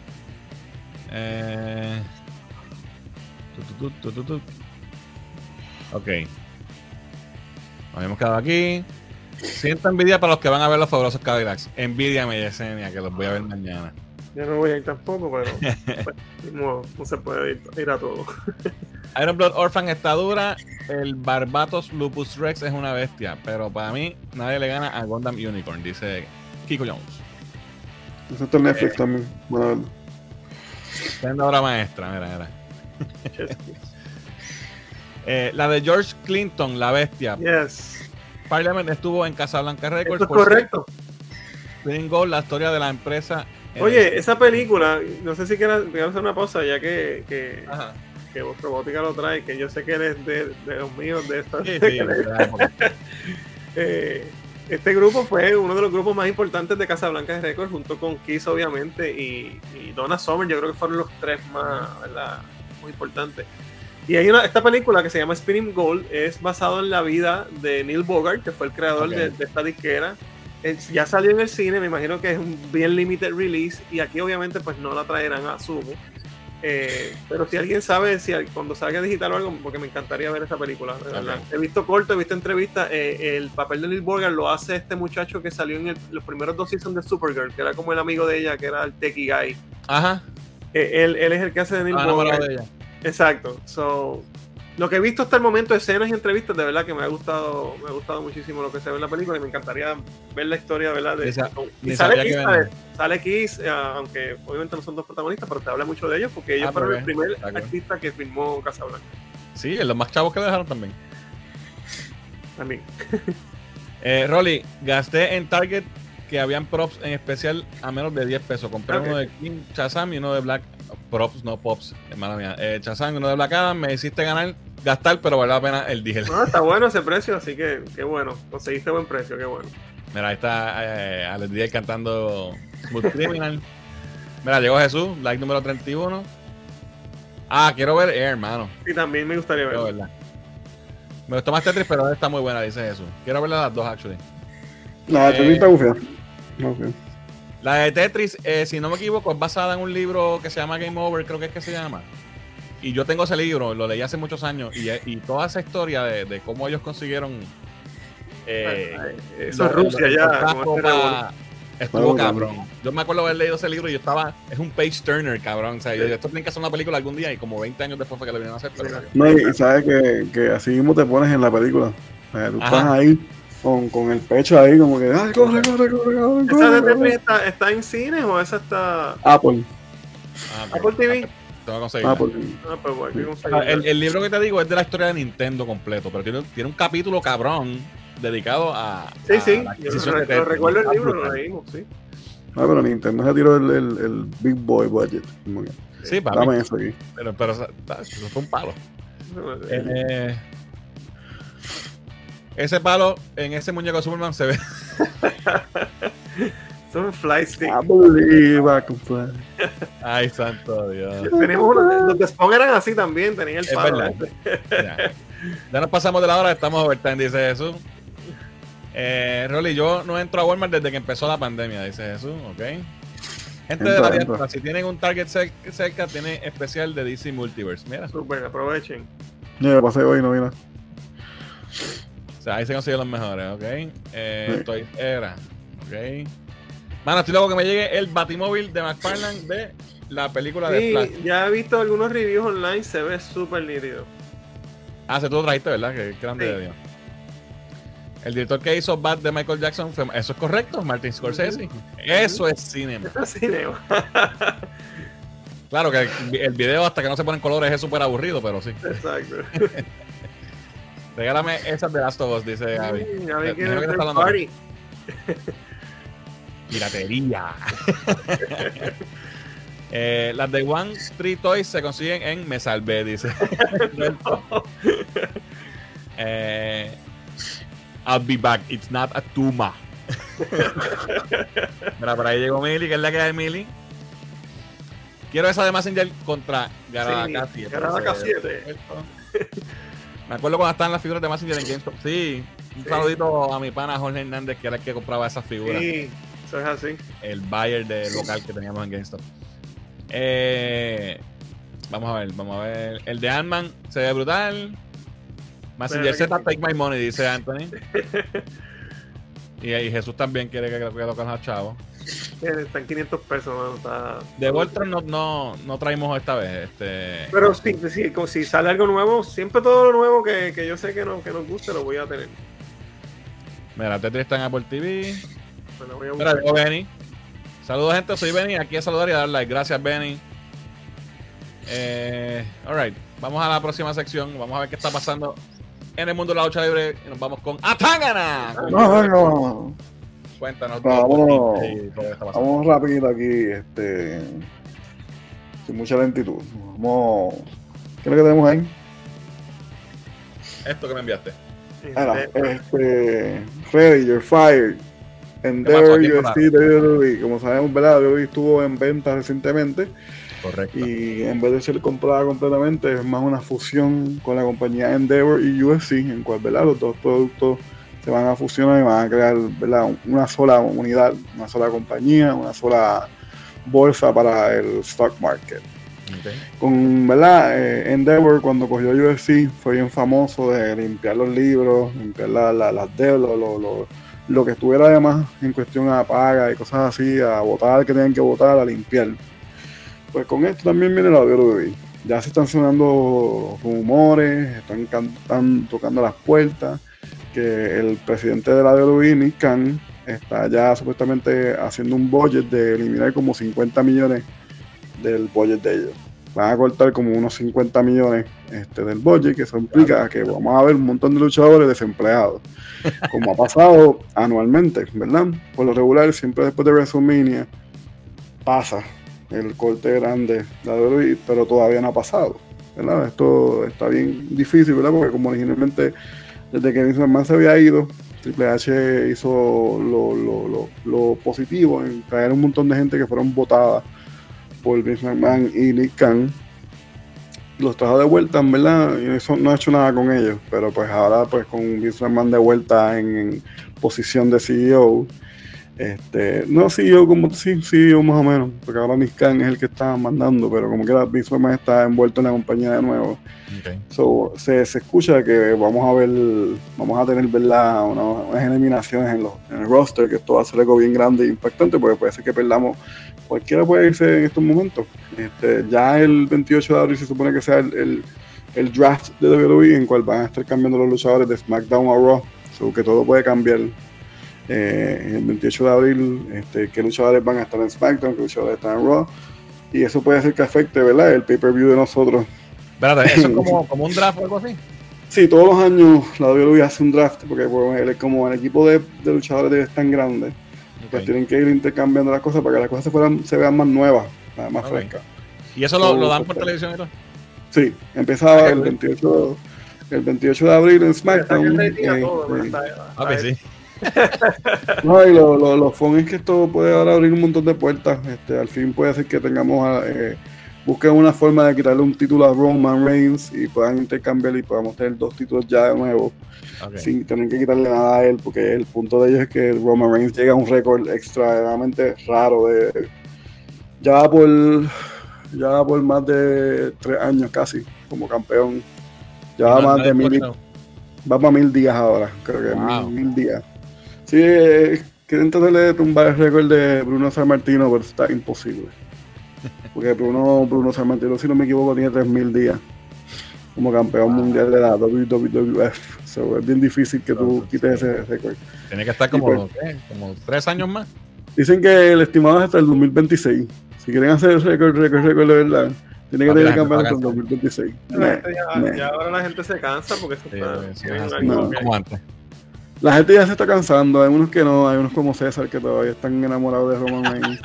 Eh... Tu, tu, tu, tu, tu. Ok. Nos habíamos quedado aquí. Siento envidia para los que van a ver los fabulosos Cadillacs. Envidia a Yesenia, que los voy a ver mañana. Yo no voy a ir tampoco, pero pues, no, no se puede ir, ir a todo. Iron Blood Orphan está dura. El Barbatos Lupus Rex es una bestia, pero para mí nadie le gana a Gundam Unicorn, dice Kiko Jones. Eso está en Netflix eh, también. Bueno, está en la obra maestra, mira, mira. eh, la de George Clinton, la bestia. Yes. Parliament estuvo en Casablanca Records. Eso es correcto. Twin Gold, la historia de la empresa. Oye, esa película, no sé si quieras hacer una pausa ya que, que, que vos Robótica lo trae, que yo sé que eres de, de los míos de esta. Sí, sí, eh, este grupo fue uno de los grupos más importantes de Casablanca Records, junto con Kiss obviamente y, y Donna Summer. Yo creo que fueron los tres más, ¿verdad? Muy importantes. Y hay una, esta película que se llama Spinning Gold, es basado en la vida de Neil Bogart, que fue el creador okay. de, de esta disquera. Ya salió en el cine, me imagino que es un bien limited release y aquí obviamente pues no la traerán a Sumo, eh, pero si alguien sabe si cuando salga digital o algo, porque me encantaría ver esa película, de verdad. Okay. He visto corto, he visto entrevistas, eh, el papel de Neil Bogart lo hace este muchacho que salió en el, los primeros dos seasons de Supergirl, que era como el amigo de ella, que era el techie guy. Ajá. Eh, él, él es el que hace de Neil ah, Bogart. De ella. Exacto. So, lo que he visto hasta el momento, escenas y entrevistas, de verdad que me ha gustado, me ha gustado muchísimo lo que se ve en la película y me encantaría ver la historia, ¿verdad? De, Esa, y sale Kiss, sale, sale Kiss, uh, aunque obviamente no son dos protagonistas, pero te habla mucho de ellos porque ellos ah, fueron el primer claro. artista que filmó Casablanca. Sí, los más chavos que lo dejaron también. También. eh, Rolly, gasté en Target que habían props en especial a menos de diez pesos. Compré okay. uno de King Shazam y uno de Black Props, no Pops, hermana mía. Eh, Shazam y uno de Black Adam. Me hiciste ganar, gastar, pero vale la pena el deal. No, está bueno ese precio, así que qué bueno. Conseguiste buen precio, qué bueno. Mira, ahí está eh, Alex Díaz cantando Smooth Criminal. Mira, llegó Jesús, like número treinta y uno. Ah, quiero ver Air, hermano. Sí, también me gustaría verlo. verla. Me gustó más Tetris, pero está muy buena, dice Jesús. Quiero verla las dos, actually. La de Tetris está bufia. Okay. La de Tetris, eh, si no me equivoco, es basada en un libro que se llama Game Over, creo que es que se llama. Y yo tengo ese libro, lo leí hace muchos años. Y, y toda esa historia de, de cómo ellos consiguieron... Eh, Eso es Rusia lo, ya. lo, pa, estuvo cabrón. Yo me acuerdo haber leído ese libro y yo estaba... Es un page turner, cabrón. O sea, yo, esto tiene que hacer una película algún día y como veinte años después fue que lo vinieron a hacer. Pero, no, y, y sabes que, que así mismo te pones en la película. O sea, tú Ajá. estás ahí con, con el pecho ahí como que... ¡Ay, corre, corre, corre, corre! ¿Esa de Tetris está, está en cine o esa está...? Apple. Ah, Apple T V. Te voy a conseguir. Apple. Ah, pues bueno, sí. el, el libro que te digo es de la historia de Nintendo completo, pero tiene, tiene un capítulo cabrón dedicado a... Sí, a sí. La yo lo, lo recuerdo el libro, lo leímos, sí. No, pero Nintendo se tiró el, el, el Big Boy Budget. Sí, para Dame mí. eso aquí. Pero, pero eso, eso fue un palo. Eh, ese palo en ese muñeco de Superman se ve. Son fly stick. I believe I can fly. Ay, santo Dios. Tenemos uno, los de Spawn eran así también, tenían el palo. Es ya. ya nos pasamos de la hora, estamos overtime, dice Jesús. Eh, Rolly, yo no entro a Walmart desde que empezó la pandemia, dice Jesús, ok. Gente entra, de la diáspora, si tienen un Target cerca, cerca, tiene especial de D C Multiverse. Mira. Super, aprovechen. Yo me pasé hoy, no vino. O sea, ahí se consiguen los mejores, ok. Eh, sí. Toy Era, ok. Mano, estoy loco que me llegue el Batimóvil de McFarlane de la película sí, de Flash. Ya he visto algunos reviews online, se ve súper nítido. Ah, se tú lo trajiste, ¿verdad? Que grande sí. de Dios. El director que hizo Bat de Michael Jackson fue, eso es correcto, Martin Scorsese. Uh-huh. Eso uh-huh. es cinema. Eso es cinema. Claro que el, el video hasta que no se ponen colores es súper aburrido, pero sí. Exacto. Regálame esas de Last of Us, dice Gaby. Sí, Gaby quiere hacer party. Piratería. eh, las de One Street Toys se consiguen en Me Salvé, dice. eh, I'll be back. It's not a tuma. Mira, por ahí llegó Mili, que es la que hay Mili. Quiero esa de Messenger contra Garada sí, Garada siete. Me acuerdo cuando estaban las figuras de Messenger en GameStop. Sí, un sí. saludito a mi pana Jorge Hernández, que era el que compraba esas figuras. Sí, eso es así. El buyer de local que teníamos en GameStop. Eh, vamos a ver, vamos a ver. El de Ant-Man se ve brutal. Messenger Z, take my money, dice Anthony. y, y Jesús también quiere que, que lo cojan a chavos. Están quinientos pesos, ¿no? Está... De Voltron no, no, no traímos esta vez. Este... Pero sí, sí, si sale algo nuevo, siempre todo lo nuevo que, que yo sé que, no, que nos guste lo voy a tener. Mira, Tetris está en Apple T V. Bueno, voy a Mira, digo Benny. Saludos, gente. Soy Benny. Aquí a saludar y a dar like. Gracias, Benny. Eh, Alright. Vamos a la próxima sección. Vamos a ver qué está pasando en el mundo de la lucha libre. Y nos vamos con Atangana. No, no. Cuéntanos. Vamos, vamos rapidito aquí, este, sin mucha lentitud. Vamos. ¿Qué es lo que tenemos ahí? Esto que me enviaste. Era, este, Ready, You're Fired. Endeavor, U S C, W W E. Como sabemos, ¿verdad? W W E estuvo en venta recientemente. Correcto. Y en vez de ser comprada completamente, es más una fusión con la compañía Endeavor y U S C, en cual, ¿verdad? Los dos productos se van a fusionar y van a crear, ¿verdad?, una sola unidad, una sola compañía, una sola bolsa para el stock market. Okay. Con, ¿verdad? Eh, Endeavor, cuando cogió U S C, fue bien famoso de limpiar los libros, limpiar la, la, las deudas, lo, lo, lo que estuviera además en cuestión a paga y cosas así, a votar que tenían que votar, a limpiar. Pues con esto también viene la W W E. Ya se están sonando rumores, están, están tocando las puertas, que el presidente de la W W E, Nick Khan, está ya supuestamente haciendo un budget de eliminar como cincuenta millones del budget de ellos. Van a cortar como unos cincuenta millones este, del budget, que eso implica que vamos a ver un montón de luchadores desempleados, como ha pasado anualmente, ¿verdad? Por lo regular, siempre después de WrestleMania pasa el corte grande de la W W E, pero todavía no ha pasado, ¿verdad? Esto está bien difícil, ¿verdad? Porque como originalmente, desde que Vince McMahon se había ido, Triple H hizo lo, lo, lo, lo positivo en traer un montón de gente que fueron votadas por Vince McMahon y Nick Khan. Los trajo de vuelta, en verdad, y eso no ha hecho nada con ellos, pero pues ahora pues con Vince McMahon de vuelta en, en posición de C E O, este, no C E O como sí, C E O más o menos, porque ahora Nick Khan es el que está mandando, pero como que Vince McMahon está envuelto en la compañía de nuevo. Okay. So, se, se escucha que vamos a ver, vamos a tener, ¿verdad?, una, unas eliminaciones en, los, en el roster, que esto va a ser algo bien grande e impactante, porque puede ser que perdamos. Cualquiera puede irse en estos momentos. Este, ya el veintiocho de abril se supone que sea el, el, el draft de W W E, en cual van a estar cambiando los luchadores de SmackDown a Raw, so que todo puede cambiar. Eh, el veintiocho de abril, este, qué luchadores van a estar en SmackDown, qué luchadores están en Raw, y eso puede hacer que afecte, ¿verdad?, el pay-per-view de nosotros. Espérate, ¿eso es como, como un draft o algo así? Sí, todos los años la W W E hace un draft, porque pues, como el equipo de, de luchadores es tan grande, okay, pues tienen que ir intercambiando las cosas para que las cosas se, fueran, se vean más nuevas, más okay, frescas. ¿Y eso lo, lo dan por televisión y todo? Sí, empezaba el veintiocho, el veintiocho de abril en SmackDown. Eh, todo, eh, ah, pues sí. No, y lo, lo, lo fun es que esto puede ahora abrir un montón de puertas. Este, al fin puede ser que tengamos, eh, busquen una forma de quitarle un título a Roman Reigns y puedan intercambiar y podamos tener dos títulos ya de nuevo, okay, sin tener que quitarle nada a él, porque el punto de ellos es que Roman Reigns llega a un récord extremadamente raro de ya va por ya va por más de tres años casi como campeón, ya va más de mil, va para mil días ahora, creo que wow, mil, mil días. Sí, eh, quieren tratar de tumbar el récord de Bruno Sammartino, pero está imposible. Porque Bruno, Bruno Sammartino, si no me equivoco, tiene tres mil días como campeón wow, mundial de la W W F. So, es bien difícil que tú quites ese récord. Tiene que estar como, pues, ¿qué? Como tres años más. Dicen que el estimado es hasta el dos mil veintiséis. Si quieren hacer el récord, récord, récord de verdad, tiene que tener campeón hasta el dos mil veintiséis. Nah, ya, nah. ya ahora la gente se cansa porque eso sí, está sí, sí, no, como antes. La gente ya se está cansando, hay unos que no, hay unos como César que todavía están enamorados de Roman Reigns.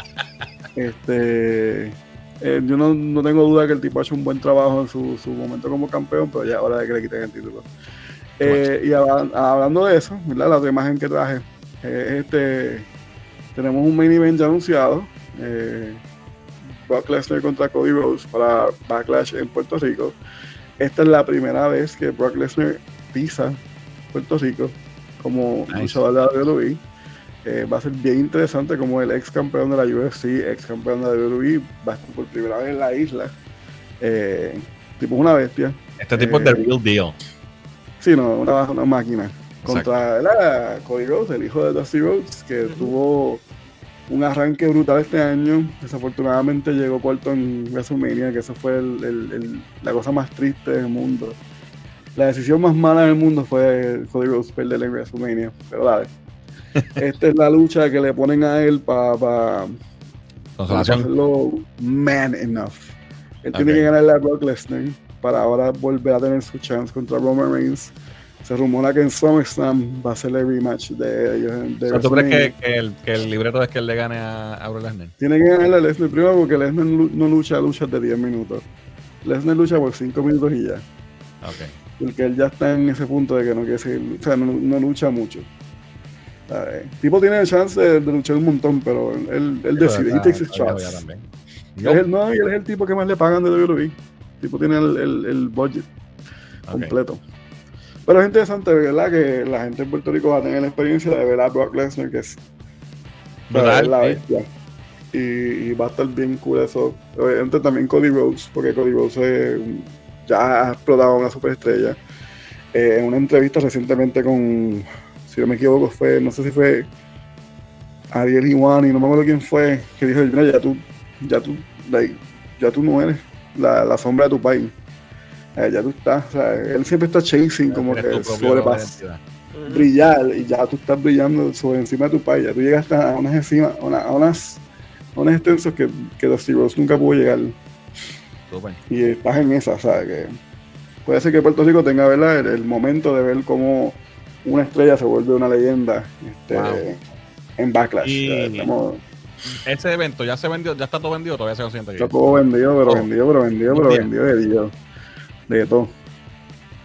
este, eh, yo no, no tengo duda que el tipo ha hecho un buen trabajo en su, su momento como campeón, pero ya es hora de que le quiten el título. Eh, y hab- hablando de eso, ¿verdad? La otra imagen que traje, eh, este, tenemos un main event ya anunciado, eh, Brock Lesnar contra Cody Rhodes para Backlash en Puerto Rico. Esta es la primera vez que Brock Lesnar pisa Puerto Rico como nice, luchador de la W W E. Eh, va a ser bien interesante como el ex campeón de la U F C, ex campeón de la W W E, va a estar por primera vez en la isla. Eh, tipo es una bestia. Este tipo es eh, the real deal. Sí, no, una, una máquina. Exacto. Contra la, Cody Rhodes, el hijo de Dusty Rhodes, que uh-huh, tuvo un arranque brutal este año. Desafortunadamente llegó cuarto en WrestleMania, que eso fue el, el, el, la cosa más triste del mundo. La decisión más mala del mundo fue Cody Rhodes perder en WrestleMania, pero dale. Esta es la lucha que le ponen a él para pa, pa hacerlo man enough. Él okay, tiene que ganarle a Brock Lesnar para ahora volver a tener su chance contra Roman Reigns. Se rumora que en SummerSlam va a ser el rematch de ellos. De o sea, ¿tú crees que, que, el, que el libreto es que él le gane a, a Brock Lesnar? Tiene que ganarle a Lesnar primero porque Lesnar no lucha luchas de diez minutos. Lesnar lucha por cinco minutos y ya. Okay. Porque él ya está en ese punto de que no quiere seguir, o sea, no, no lucha mucho. El tipo tiene la chance de, de luchar un montón, pero él, él decide, he takes his shots. Él es, no, y él es el tipo que más le pagan de W W E. El tipo tiene el, el, el budget okay, completo. Pero es interesante, ¿verdad? Que la gente en Puerto Rico va a tener la experiencia de ver a Brock Lesnar, que es ¿verdad? La bestia. Y, y va a estar bien cool eso. Obviamente también Cody Rhodes, porque Cody Rhodes es un, ya ha explotado una superestrella. Eh, en una entrevista recientemente con, si no me equivoco, fue, no sé si fue Ariel Iwani, no me acuerdo quién fue, que dijo, mira, ya tú, ya tú, like, ya tú no eres la, la sombra de tu país. Eh, ya tú estás, o sea, él siempre está chasing, ya como que sobrepasar, brillar, y ya tú estás brillando sobre encima de tu país. Ya tú llegas a unas encima, a, una, a unas, a unos extensos que, que los Rhodes nunca pudo llegar. Super. Y estás en esa, ¿sabes? Que puede ser que Puerto Rico tenga, ¿verdad?, el, el momento de ver cómo una estrella se vuelve una leyenda este, wow, en Backlash. Y o sea, estamos, ese evento ya se vendió, ya está todo vendido, todavía se consiente aquí. Está todo vendido, pero oh, vendido, pero vendido, pero vendido de Dios, de todo.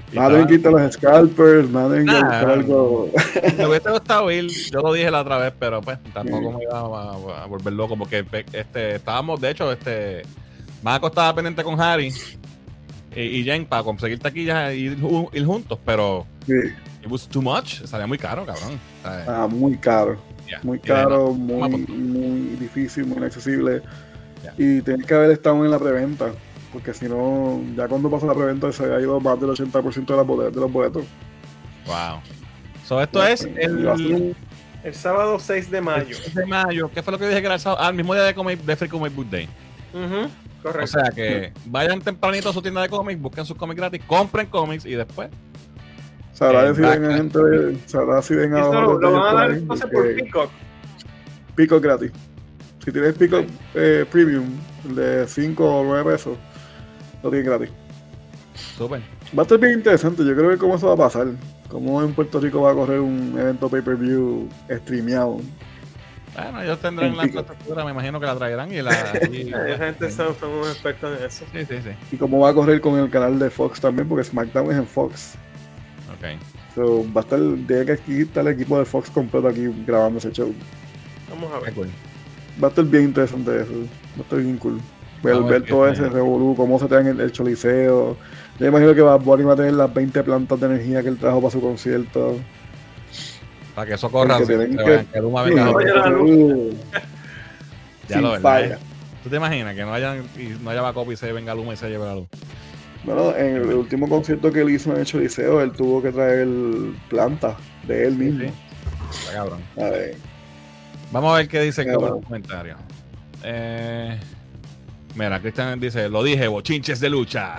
Nada deben quitar los scalpers, nada deben buscar algo. Me hubiese gustado ir, yo lo dije la otra vez, pero pues tampoco sí. me iba a, a volver loco porque este, estábamos, de hecho, este Marco estaba pendiente con Harry y, y Jen para conseguir taquillas y ir, ir juntos, pero sí. It was too much, salía muy caro, cabrón. Ah, muy caro. Yeah. Muy caro, muy, muy difícil, muy inaccesible. Yeah. Y tienes que haber estado en la preventa. Porque si no, ya cuando pasó la preventa se ha ido más del ochenta por ciento de, la bolet- de los boletos. Wow. So, esto ya, es el, el, el sábado seis de mayo. El seis de mayo. ¿Qué fue lo que dije que era el sábado? Ah, el mismo día de, comic, de Free Comic Book Day. Uh-huh. Correcto. O sea que vayan tempranito a su tienda de cómics, busquen sus cómics gratis, compren cómics y después. Sabrá si ven a gente de. Sabrá si ven a. Lo, lo van a dar entonces por Peacock. Peacock gratis. Si tienes Peacock eh, Premium de cinco o nueve pesos. Lo tiene gratis. Súper. Va a estar bien interesante. Yo creo que cómo eso va a pasar. Cómo en Puerto Rico va a correr un evento pay-per-view streameado. Bueno, ellos tendrán en la infraestructura, me imagino que la traerán y la. Y, la gente son, son unos expertos en eso. Sí, sí, sí. Y cómo va a correr con el canal de Fox también, porque SmackDown es en Fox. Ok. So, va a estar, tiene que aquí estar el equipo de Fox completo aquí grabando ese show. Vamos a ver. Cool. Va a estar bien interesante eso. Va a estar bien cool. Ver, ver todo ese revolú, cómo se traen el, el choliseo. Yo imagino que Bad Bunny va a tener las veinte plantas de energía que él trajo para su concierto. Para que eso corra, que, se que, vayan, que Luma venga. No haya la luz. Ya lo ves. ¿Tú te imaginas que no haya, no haya backup y se venga Luma y se lleve la luz? Bueno, en el último concierto que él hizo en el choliseo, él tuvo que traer plantas de él mismo. Sí, sí. Está cabrón. A ver. Vamos a ver qué dice el comentario. Eh... Mira, Cristian dice, lo dije, bochinches de lucha.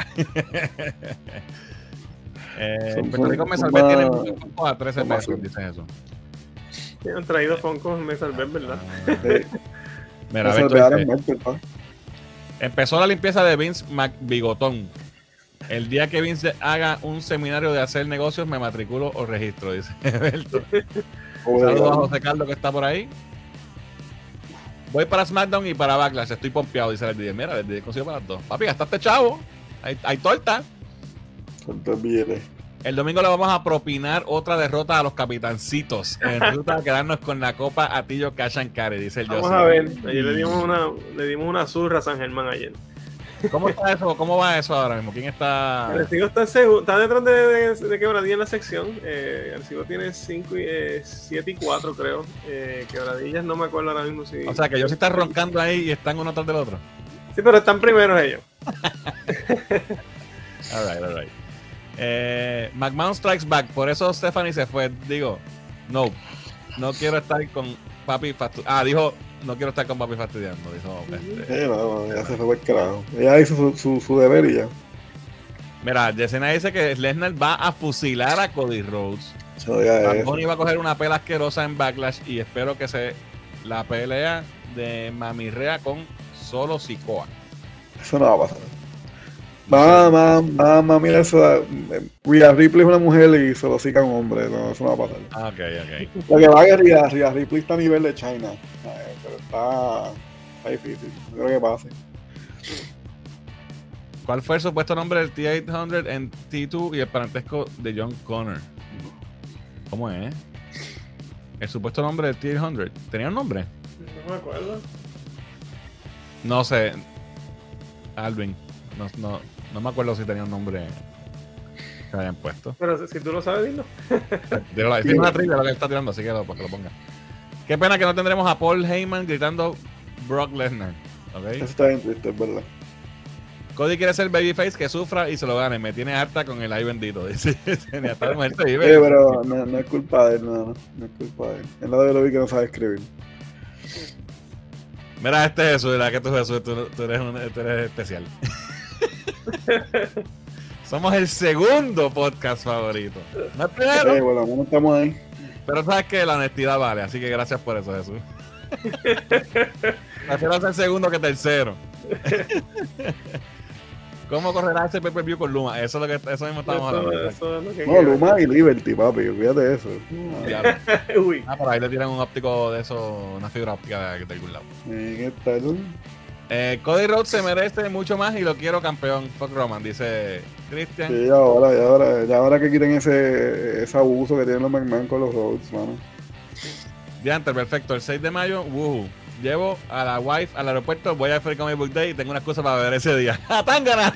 eh, Puerto Rico me salvé, tiene Funko a trece pesos, dice eso. Sí, han traído Funko me salvé, ¿verdad? Sí. Mira, a ver, dice, empezó la limpieza de Vince McBigotón. El día que Vince haga un seminario de hacer negocios, me matriculo o registro, dice Alberto. Saludos a José Carlos que está por ahí. Voy para SmackDown y para Backlash. Estoy pompeado, dice el D J. Mira, el D J consigo para las dos. Papi, gastaste chavo. Hay, hay torta. ¿Cuántos billetes? El domingo le vamos a propinar otra derrota a los capitancitos. En ruta a quedarnos con la copa Atillo Cash and Carry, dice el Vamos Joseph. A ver. Ayer le dimos una, le dimos una zurra a San Germán ayer. ¿Cómo está eso? ¿Cómo va eso ahora mismo? ¿Quién está? Arecibo está, está detrás de, de, de Quebradilla en la sección. Eh, Arecibo tiene cinco y, eh, siete y cuatro, creo. Eh, Quebradillas no me acuerdo ahora mismo si. O sea, que ellos sí están roncando ahí y están uno tras del otro. Sí, pero están primeros ellos. Alright, alright. Eh, McMahon Strikes Back. Por eso Stephanie se fue. Digo, no. No quiero estar con papi fastidiando. Ah, dijo. No quiero estar con papi fastidiando. Dijo, este... eh, no, ya se fue el carajo. Ella hizo su, su, su deber y ya. Mira, Yesenia dice que Lesnar va a fusilar a Cody Rhodes. Tony va a coger una pela asquerosa en Backlash y espero que se la pelea de Mamirrea con Solo Sikoa. Eso no va a pasar. Mamá, mamá, mira eso. Rhea Ripley es una mujer y Solo Sikoa es un hombre. No, eso no va a pasar. Ah, ok, ok. Lo que va a que Rhea, Rhea Ripley está a nivel de China. Pero está, está difícil. No creo que pase. ¿Cuál fue el supuesto nombre del T ochocientos en T dos y el parentesco de John Connor? ¿Cómo es? El supuesto nombre del T ochocientos. ¿Tenía un nombre? No me acuerdo. No sé. Alvin. No, no, no me acuerdo si tenía un nombre que habían puesto. Pero si tú lo sabes, dilo. Tiene una trivia lo que está tirando, así que lo, pues, que lo ponga. Qué pena que no tendremos a Paul Heyman gritando Brock Lesnar. ¿Okay? Eso está bien triste, es verdad. Cody quiere ser babyface, que sufra y se lo gane. Me tiene harta con el ay bendito. Dice, tenía hasta mujer se vive. Sí, pero no, no es culpa de él, no, no, no es culpa de él. Es la de lo que no sabe escribir. Mira, este Jesús, mira que tú Jesús, tú, tú, eres, un, tú eres especial. Somos el segundo podcast favorito. No es primero. Sí, bueno, ¿cómo estamos ahí? Pero sabes que la honestidad vale, así que gracias por eso, Jesús. Prefiero ser segundo que tercero. ¿Cómo correrá ese pay-per-view con Luma? Eso es lo que eso mismo estamos eso, hablando. Eso es lo que no, Luma y Liberty, papi, olvídate de eso. Claro. Uy. Ah, por ahí le tiran un óptico de eso, una fibra óptica de, de algún lado. ¿En qué tal? Eh, Cody Rhodes se merece mucho más y lo quiero campeón. Fuck Roman, dice Christian. Sí, ahora, ya ahora, ya ahora que quieren ese, ese abuso que tienen los McMahon con los Rhodes, mano. Diantre, perfecto. El seis de mayo, woohoo. Llevo a la wife al aeropuerto, voy a Free Comic Book Day y tengo una excusa para beber ese día. ¡Ah, tángana!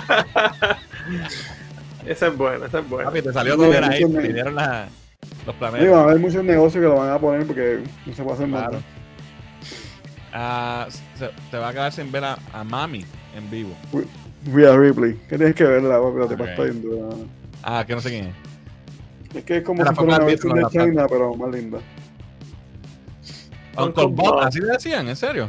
Esa es buena, esa es buena. Papi, te salió todo bien ahí, te dieron la, los planetas. Sí, va a haber muchos negocios que lo van a poner porque no se puede hacer Claro. nada. Ah, se- te va a quedar sin ver a, a Mami en vivo. Rhea Ripley, ¿qué tienes que verla? Pero te Ok. pasa yendo. Ah, que no sé quién es. Es que es como Era si fuera una Papa versión de Beat, ¿no? China, pero más linda. Uncle Uncle Bob, Bob. así le decían, ¿en serio?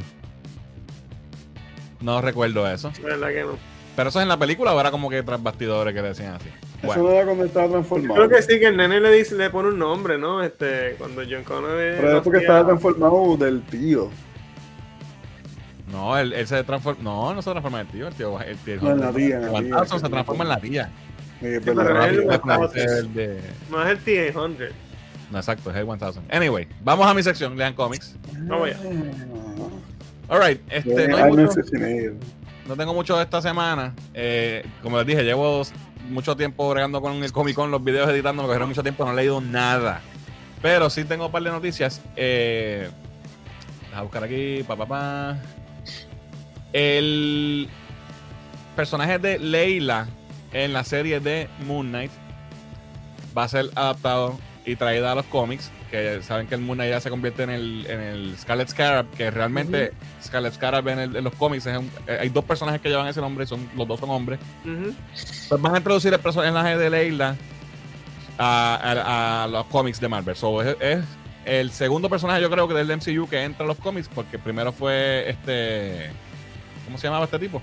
No recuerdo eso. ¿Verdad que no? ¿Pero eso es en la película o era como que tras bastidores que le decían así? Eso Bueno, no era cuando estaba transformado. Creo que sí, que el nene le dice, le pone un nombre, ¿no? Este, cuando John Connor Pero es porque estaba transformado del tío. no, él, él se transforma. No, no se transforma en el tío. El tío, el tío No, en la tía, en la Juan tía, Dawson sí, se transforma en la tía. Sí, es pero verdad. él- Rápido, él- el de- No es el T cien. No, exacto, es el mil. Anyway, vamos a mi sección, lean cómics. Vamos allá. Alright, este, no, hay Arnold mucho, Schwarzenegger. no tengo mucho esta semana. Eh, como les dije, llevo mucho tiempo bregando con el Comic Con, los videos editando, me cogieron mucho tiempo, no he leído nada. Pero sí tengo un par de noticias. Eh, a buscar aquí, pa, pa, pa. El personaje de Leila en la serie de Moon Knight va a ser adaptado y traída a los cómics. Que saben que el Moon Knight ya se convierte en el, en el Scarlet Scarab, que realmente Scarlet Scarab en, el- en los cómics es un- eh, hay dos personajes que llevan ese nombre, son, los dos son hombres. Ujú. Pues van a introducir el personaje de Leila a, a- a los cómics de Marvel. So, es, es el segundo personaje, yo creo que del M C U que entra a los cómics, porque primero fue este. ¿Cómo se llamaba este tipo?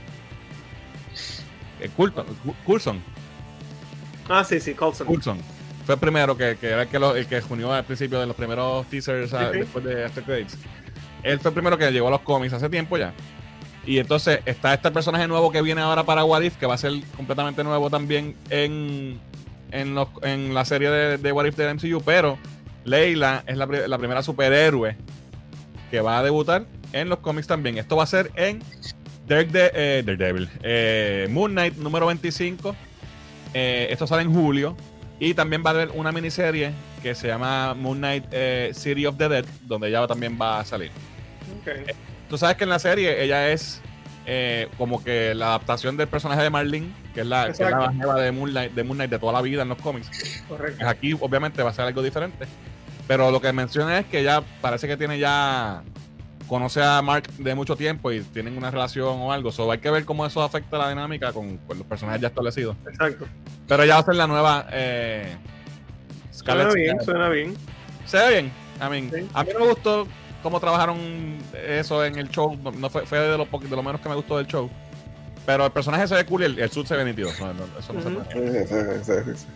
Eh, Coulson. Coulson. Ah, sí, sí, Coulson. Coulson. Fue el primero que, que era el que, lo, el que unió al principio de los primeros teasers a- Sí, sí. después de After Credits. Él fue el primero que llegó a los cómics hace tiempo ya. Y entonces está este personaje nuevo que viene ahora para What If, que va a ser completamente nuevo también en, en, los- en la serie de, de What If del M C U. Pero Leila es la, pri- la primera superhéroe que va a debutar en los cómics también. Esto va a ser en Dark de, eh, Daredevil, eh, Moon Knight número veinticinco. Eh, esto sale en julio. Y también va a haber una miniserie que se llama Moon Knight eh, City of the Dead, donde ella también va a salir. Ok. Tú sabes que en la serie ella es eh, como que la adaptación del personaje de Marlene, que es la, que es la Exacto. jeva de Moon Knight, de Moon Knight de toda la vida en los cómics. Correcto. Pues aquí obviamente va a ser algo diferente. Pero lo que menciona es que ella parece que tiene ya, conoce a Mark de mucho tiempo y tienen una relación o algo. So, hay que ver cómo eso afecta la dinámica con, con los personajes ya establecidos. Exacto. Pero ella va a ser la nueva eh, Suena Scarlet bien, Scarlet. suena bien. Se ve bien. I mean, Sí. a mí no me gustó cómo trabajaron eso en el show. No, no fue, fue de, lo, poqu- de lo menos que me gustó del show. Pero el personaje se ve cool y el, el suit se ve nítido. Eso, no, eso no se Ujú. puede. Sí, sí, sí, sí, sí.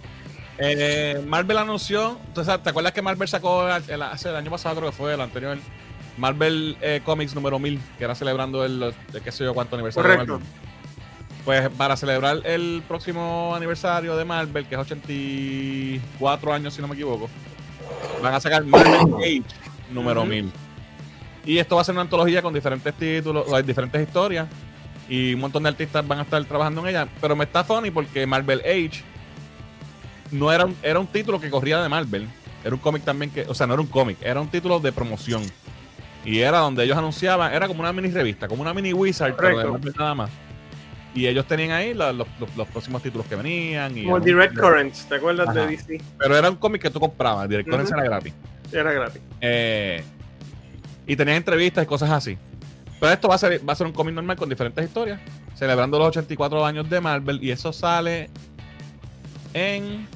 Eh, Marvel anunció. ¿tú sabes- ¿Te acuerdas que Marvel sacó el, el- hace el año pasado, creo que fue el anterior? Marvel eh, Comics número mil, que era celebrando el, el qué sé yo cuánto aniversario de Correcto. Marvel. Pues para celebrar el próximo aniversario de Marvel, que es ochenta y cuatro años, si no me equivoco, van a sacar Marvel Age número Ujú. mil. Y esto va a ser una antología con diferentes títulos, o sea, diferentes historias, y un montón de artistas van a estar trabajando en ella. Pero me está funny porque Marvel Age no era un, era un título que corría de Marvel. Era un cómic también que, o sea, no era un cómic, era un título de promoción. Y era donde ellos anunciaban, era como una mini revista, como una mini Wizard, pero de Correcto. Marvel nada más. Y ellos tenían ahí la- los, los- los próximos títulos que venían. Y Como anuncios Direct de- Currents, ¿te acuerdas Ajá. de D C? Pero era un cómic que tú comprabas, Direct Currents Ujú. era gratis. Era gratis. Eh, y tenían entrevistas y cosas así. Pero esto va a ser, va a ser un cómic normal con diferentes historias, celebrando los ochenta y cuatro años de Marvel. Y eso sale en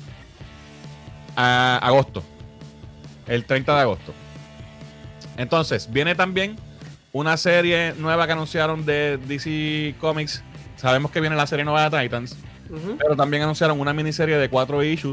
a- agosto, el treinta de agosto. Entonces, viene también una serie nueva que anunciaron de D C Comics. Sabemos que viene la serie nueva de Titans, Ujú. pero también anunciaron una miniserie de cuatro issues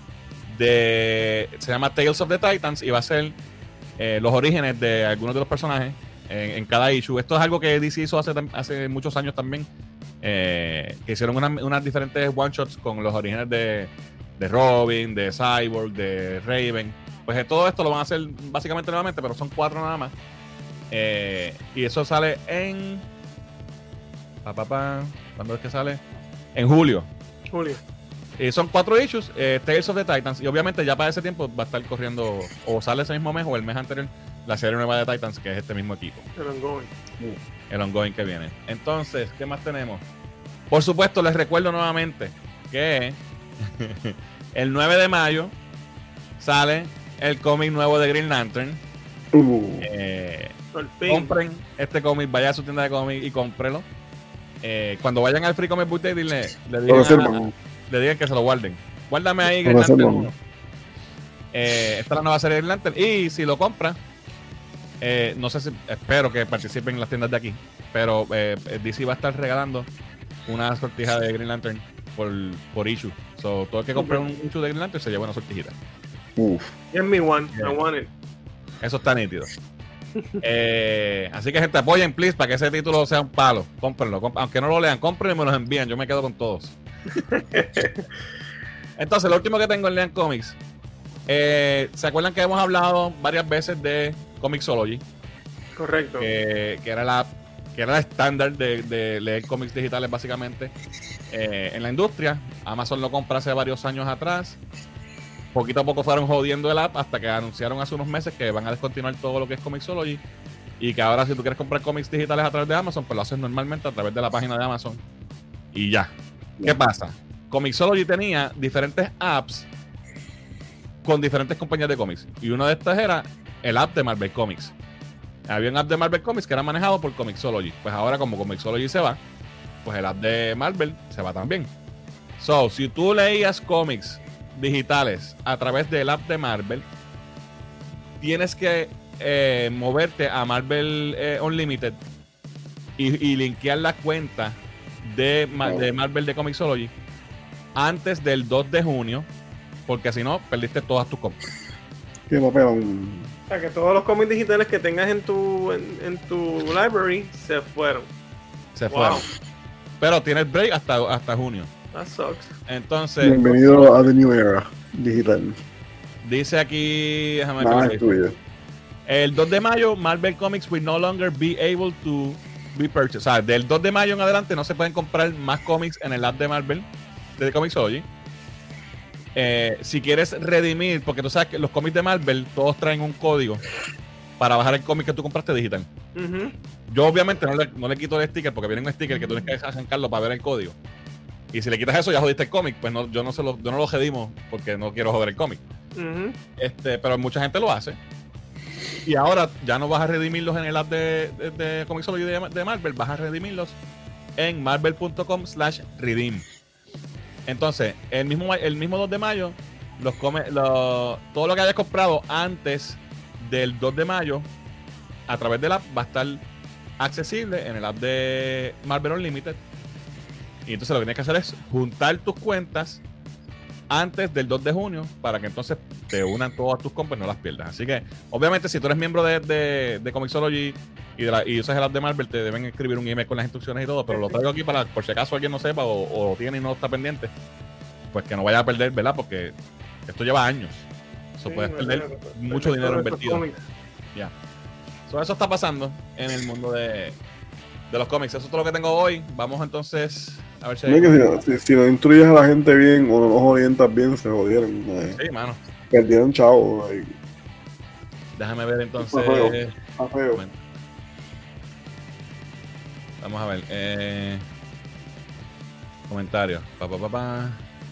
de, se llama Tales of the Titans, y va a ser eh, los orígenes de algunos de los personajes en, en cada issue. Esto es algo que D C hizo hace, tam- hace muchos años también, eh, que hicieron una- unas diferentes one shots con los orígenes de, de Robin, de Cyborg, de Raven. Pues eh, todo esto lo van a hacer básicamente nuevamente, pero son cuatro nada más. Eh, y eso sale en... Pa, pa, pa, ¿cuándo es que sale? En julio. Julio. Y son cuatro issues, eh, Tales of the Titans. Y obviamente ya para ese tiempo va a estar corriendo, o sale ese mismo mes o el mes anterior, la serie nueva de Titans, que es este mismo equipo. El ongoing. El ongoing que viene. Entonces, ¿qué más tenemos? Por supuesto, les recuerdo nuevamente que el nueve de mayo sale el cómic nuevo de Green Lantern. Uh. Eh, Por fin. compren este cómic, vaya a su tienda de cómic y cómprelo. Eh, cuando vayan al Free Comic Book Day, dile, le, digan a, le digan que se lo guarden. Guárdame ahí Green Lantern uno. Eh, esta es la nueva serie de Green Lantern. Y si lo compras, eh, no sé si, espero que participen en las tiendas de aquí, pero eh, D C va a estar regalando una sortija de Green Lantern por, por issue. So, todo el que compre un issue de Green Lantern se lleva una sortijita. Uf. Give me one. Yeah. I want it. Eso está nítido. eh, así que, gente, apoyen, please, para que ese título sea un palo. Cómprenlo. Comp aunque no lo lean, cómprenlo y me los envían. Yo me quedo con todos. Entonces, lo último que tengo en Lean Comics. Eh, ¿Se acuerdan que hemos hablado varias veces de Comixology? Correcto. Que, que era la que era el estándar de, de leer cómics digitales, básicamente, eh, en la industria. Amazon lo compra hace varios años atrás. Poquito a poco fueron jodiendo el app hasta que anunciaron hace unos meses que van a descontinuar todo lo que es Comixology y que ahora si tú quieres comprar cómics digitales a través de Amazon, pues lo haces normalmente a través de la página de Amazon y ya. ¿Qué pasa? Comixology tenía diferentes apps con diferentes compañías de cómics y una de estas era el app de Marvel Comics. Había un app de Marvel Comics que era manejado por Comixology. Pues ahora como Comixology se va, pues el app de Marvel se va también. So, si tú leías cómics digitales a través del app de Marvel, tienes que eh, moverte a Marvel eh, Unlimited y, y linkear la cuenta de, oh. de Marvel de Comixology antes del dos de junio, porque si no, perdiste todas tus compras. Qué papelón. O sea, que todos los cómics digitales que tengas en tu en, en tu library se fueron. Se wow. fueron. Pero tienes break hasta, hasta junio. That sucks. Entonces, bienvenido a The New Era digital. Dice aquí, déjame Nada ver. es tuyo. El dos de mayo, Marvel Comics will no longer be able to be purchased. O sea, del dos de mayo en adelante no se pueden comprar más cómics en el app de Marvel, de Comixology. Eh, si quieres redimir, porque tú sabes que los cómics de Marvel todos traen un código para bajar el cómic que tú compraste digital. Uh-huh. Yo obviamente no le, no le quito el sticker porque viene un sticker que tú tienes que arrancarlo para ver el código. Y si le quitas eso, ya jodiste el cómic. Pues no, yo, no se lo, yo no lo redimo porque no quiero joder el cómic. Uh-huh. este, pero mucha gente lo hace. Y ahora ya no vas a redimirlos en el app de, de, de Comixology de, de Marvel, vas a redimirlos en marvel.com slash redeem. Entonces, el mismo, el mismo dos de mayo, los come, los, todo lo que hayas comprado antes del dos de mayo a través del app va a estar accesible en el app de Marvel Unlimited. Y entonces lo que tienes que hacer es juntar tus cuentas antes del dos de junio para que entonces te unan todas tus compras y no las pierdas. Así que, obviamente, si tú eres miembro de, de, de Comixology y, de la, y usas el app de Marvel, te deben escribir un email con las instrucciones y todo, pero lo traigo aquí para, por si acaso alguien no sepa o, o lo tiene y no está pendiente, pues que no vaya a perder, ¿verdad? Porque esto lleva años. Eso sí, puedes perder no, no, mucho dinero invertido. Ya. Yeah. So, eso está pasando en el mundo de, de los cómics. Eso es todo lo que tengo hoy. Vamos entonces a ver si hay... no, si, si no instruyes a la gente bien o no los orientas bien, se jodieron. Eh. Sí, mano. Perdieron chavo. Eh. Déjame ver entonces. Feo. Feo. Vamos a ver. Eh... Comentarios. Pa, pa, pa, pa.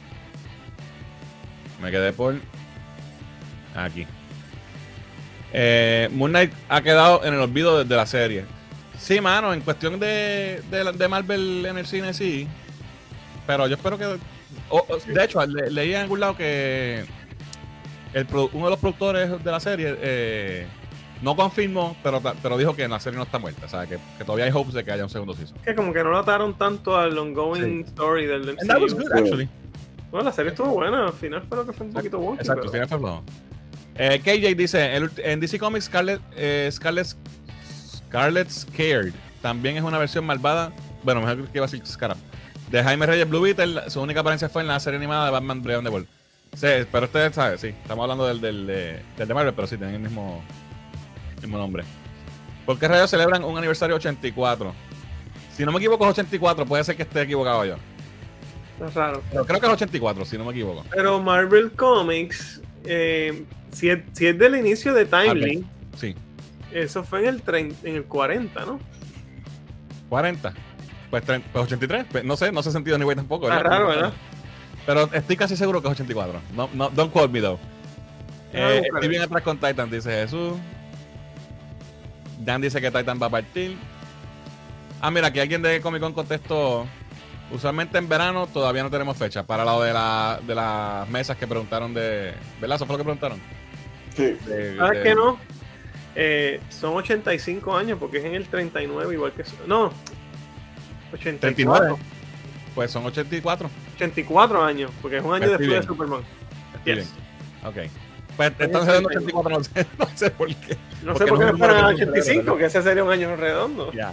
Me quedé por aquí. Eh, Moon Knight ha quedado en el olvido desde la serie. Sí, mano, en cuestión de, de, de Marvel en el cine, sí. Pero yo espero que... Oh, oh, de hecho, le, leí en algún lado que el, uno de los productores de la serie eh, no confirmó, pero, pero dijo que la serie no está muerta. O sea, que, que todavía hay hopes de que haya un segundo season. Que como que no lo ataron tanto al ongoing sí. story del M C U. And that was good, actually. Bueno, la serie estuvo buena. Al final fue lo que fue un poquito bueno. Exacto, al final fue flojo. Eh, K J dice, el, en D C Comics, Scarlet, eh, Scarlet, Scarlet Scared también es una versión malvada, bueno, mejor que iba a decir Scarab, de Jaime Reyes Blue Beetle. Su única apariencia fue en la serie animada de Batman Beyond the Wall. Sí, pero ustedes saben, sí, estamos hablando del, del, del, del de Marvel, pero sí, tienen el mismo, mismo nombre. ¿Por qué rayos celebran un aniversario ochenta y cuatro? Si no me equivoco es ochenta y cuatro, puede ser que esté equivocado yo. Es raro. Pero creo que es ochenta y cuatro, si no me equivoco. Pero Marvel Comics, eh, si, es, si es del inicio de Timely, sí. Eso fue en el, treinta, en el cuarenta, ¿no? cuarenta. Pues, treinta, pues ochenta y tres. Pues no sé, no sé sentido ni güey tampoco. Es raro, ¿verdad? Pero estoy casi seguro que es ochenta y cuatro. No, no, don't quote me though. Eh, estoy bien atrás con Titan, dice Jesús. Dan dice que Titan va a partir. Ah, mira, aquí alguien de Comic Con contestó. Usualmente en verano todavía no tenemos fecha. Para lo de, la, de las mesas que preguntaron de... ¿Verdad? ¿Eso fue lo que preguntaron? Sí. De, ¿Sabes de... que no? Eh, son ochenta y cinco años porque es en el treinta y nueve igual que... No. ochenta y cuatro. treinta y nueve. Pues son ochenta y cuatro. ochenta y cuatro años, porque es un año después bien. de Superman. Yes. Bien. Ok. Pues están saliendo ochenta y cuatro, no sé, no sé por qué. No porque sé por qué no fueron ochenta y cinco, que ese sería un año redondo. Ya.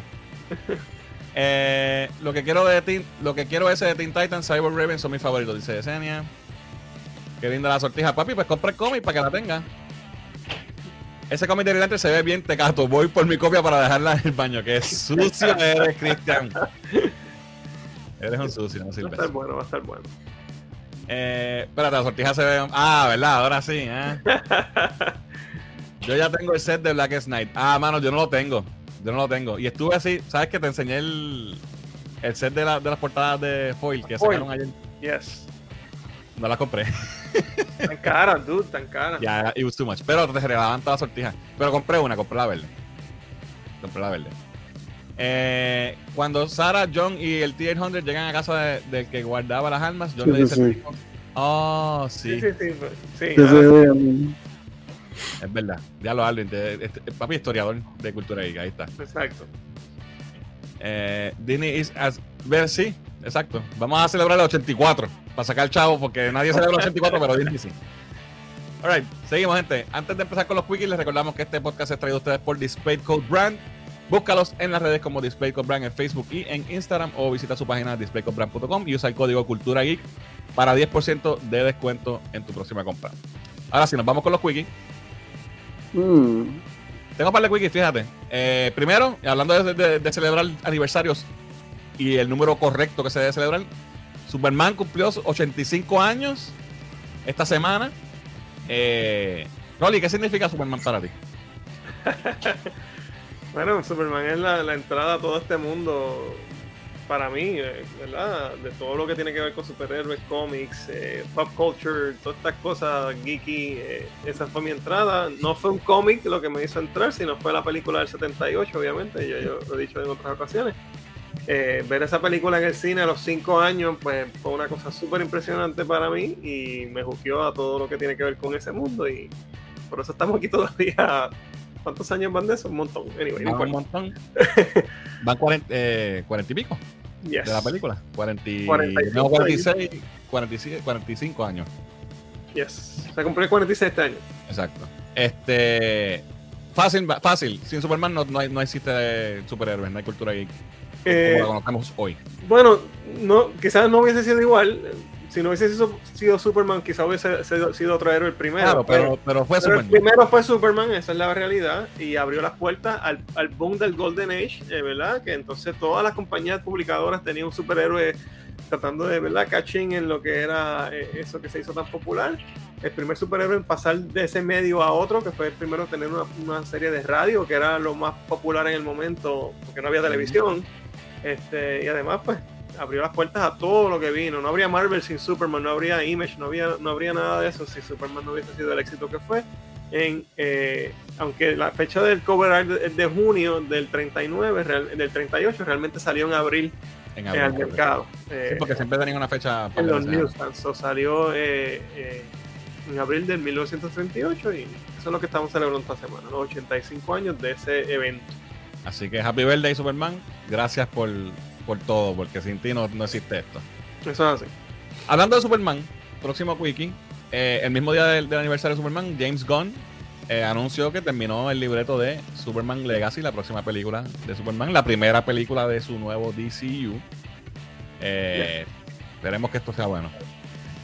eh, lo que quiero de Teen, lo que quiero ese de Teen Titans, Cyber Raven son mis favoritos, dice Yesenia. Qué linda la sortija, papi, pues compra el cómic para que la tenga. Ese cómic de Relante se ve bien tecato. Voy por mi copia para dejarla en el baño. Que sucio eres, Cristian. Eres un sucio, no sirve. Va a estar bueno, va a estar bueno. Eh, espérate, la sortija se ve... Ah, ¿verdad? Ahora sí, ¿eh? Yo ya tengo el set de Blackest Night. Ah, mano, yo no lo tengo. Yo no lo tengo. Y estuve así, ¿sabes que te enseñé el, el set de, la, de las portadas de Foil que Foil. sacaron ayer? Yes. No las compré. Tan cara, dude, tan cara. Ya, yeah, it was too much. Pero te regalaban toda la sortija. Pero compré una, compré la verde. Compré la verde. Eh, cuando Sarah, John y el T ochocientos llegan a casa del de que guardaba las armas, John sí, le dice sí. al tipo, oh, sí. Sí, sí, sí. sí, sí, sí. Es verdad. Ya lo hablo. Papi, historiador de cultura geek. Ahí está. Exacto. Eh, Disney is as... Ver, sí, exacto. Vamos a celebrar el ochenta y cuatro para sacar el chavo, porque nadie celebra el ochenta y cuatro, pero Disney sí. Alright, seguimos, gente. Antes de empezar con los quickies, les recordamos que este podcast es traído a ustedes por Display Code Brand. Búscalos en las redes como Display Code Brand en Facebook y en Instagram, o visita su página display code brand punto com y usa el código Cultura Geek para diez por ciento de descuento en tu próxima compra. Ahora sí, nos vamos con los quickies. Mm. Tengo un par de quickies, fíjate. Eh, primero, hablando de, de, de celebrar aniversarios y el número correcto que se debe celebrar, Superman cumplió ochenta y cinco años esta semana. Eh, Rolly, ¿qué significa Superman para ti? Bueno, Superman es la, la entrada a todo este mundo para mí, ¿verdad? De todo lo que tiene que ver con superhéroes, cómics, eh, pop culture, todas estas cosas geeky. Eh, esa fue mi entrada. No fue un cómic lo que me hizo entrar, sino fue la película del setenta y ocho, obviamente. Yo, yo lo he dicho en otras ocasiones. Eh, ver esa película en el cine a los cinco años, pues fue una cosa súper impresionante para mí y me juqueó a todo lo que tiene que ver con ese mundo. Y por eso estamos aquí todavía. ¿Cuántos años van de eso? Un montón. Anyway, no, un montón. Van cuarenta, eh, cuarenta y pico. Yes. De la película. cuarenta, cuarenta y cinco, no, cuarenta y seis, cuarenta y siete, cuarenta y cinco años. Yes. Se cumplió cuarenta y seis este año. Exacto. Este. Fácil, fácil. Sin Superman no, no, hay, no existe superhéroes, no hay cultura geek. Eh, como la conocemos hoy. Bueno, no, quizás no hubiese sido igual. Si no hubiese sido, sido Superman, quizás hubiese sido, sido otro héroe el primero. Claro, pero, pero, pero fue pero Superman. El primero fue Superman, esa es la realidad, y abrió las puertas al, al boom del Golden Age, eh, ¿verdad? Que entonces todas las compañías publicadoras tenían un superhéroe tratando de, ¿verdad?, catching en lo que era eh, eso que se hizo tan popular. El primer superhéroe en pasar de ese medio a otro, que fue el primero en tener una, una serie de radio, que era lo más popular en el momento, porque no había televisión. Este, y además, pues, abrió las puertas a todo lo que vino. No habría Marvel sin Superman, no habría Image, no habría, no habría nada de eso si Superman no hubiese sido el éxito que fue. En, eh, aunque la fecha del cover art de, de junio del treinta y nueve, real, del treinta y ocho, realmente salió en abril, en abril al mercado. Eh, sí, porque siempre tenían una fecha en los newsstands. So, salió eh, eh, en abril del mil novecientos treinta y ocho y eso es lo que estamos celebrando esta semana, los ochenta y cinco años de ese evento. Así que Happy Birthday, Superman. Gracias por, por todo, porque sin ti no, no existe esto. Eso es así. Hablando de Superman, próximo quickie, eh, el mismo día del, del aniversario de Superman, James Gunn eh, anunció que terminó el libreto de Superman Legacy, la próxima película de Superman, la primera película de su nuevo D C U. Eh, yeah. Esperemos que esto sea bueno.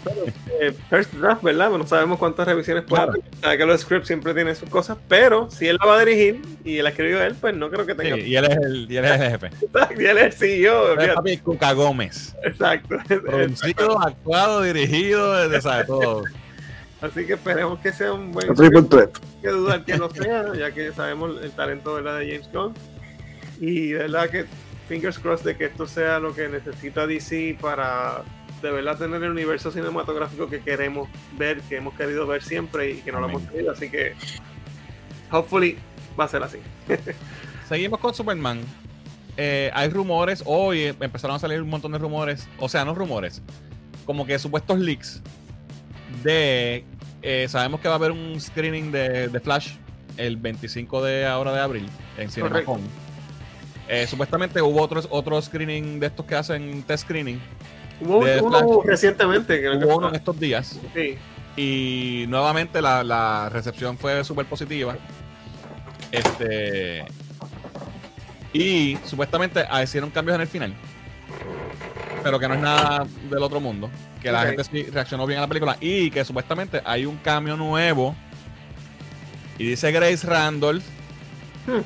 eh, first draft, ¿verdad? No sabemos cuántas revisiones puede Claro. haber. Sabe que los scripts siempre tienen sus cosas, pero si él la va a dirigir y él escribió él, pues no creo que Sí, tenga. y él es el, y él es el jefe. Y él es el C E O. Él es papi Cuca Gómez. Exacto. Producido, actuado, dirigido, de, sabe, todo. Así que esperemos que sea un buen El triple threat. que dudar que lo sea, ya que sabemos el talento, ¿verdad?, de James Gunn. Y de verdad que fingers crossed de que esto sea lo que necesita D C para de verdad tener el universo cinematográfico que queremos ver, que hemos querido ver siempre y que no lo hemos tenido. Así que hopefully va a ser así. Seguimos con Superman. Eh, hay rumores, hoy empezaron a salir un montón de rumores, o sea, no rumores, como que supuestos leaks de, eh, sabemos que va a haber un screening de, de Flash el veinticinco de ahora de abril en CinemaCon. Eh, supuestamente hubo otros otro screening de estos que hacen test screening. Hubo de uno Flash. recientemente. Creo que Hubo uno en fue. estos días. Sí. Y nuevamente la, la recepción fue súper positiva. Este. Y supuestamente hicieron cambios en el final. Pero que no es nada del otro mundo. Que la Ok. gente sí reaccionó bien a la película. Y que supuestamente hay un cambio nuevo. Y dice Grace Randolph Hmm.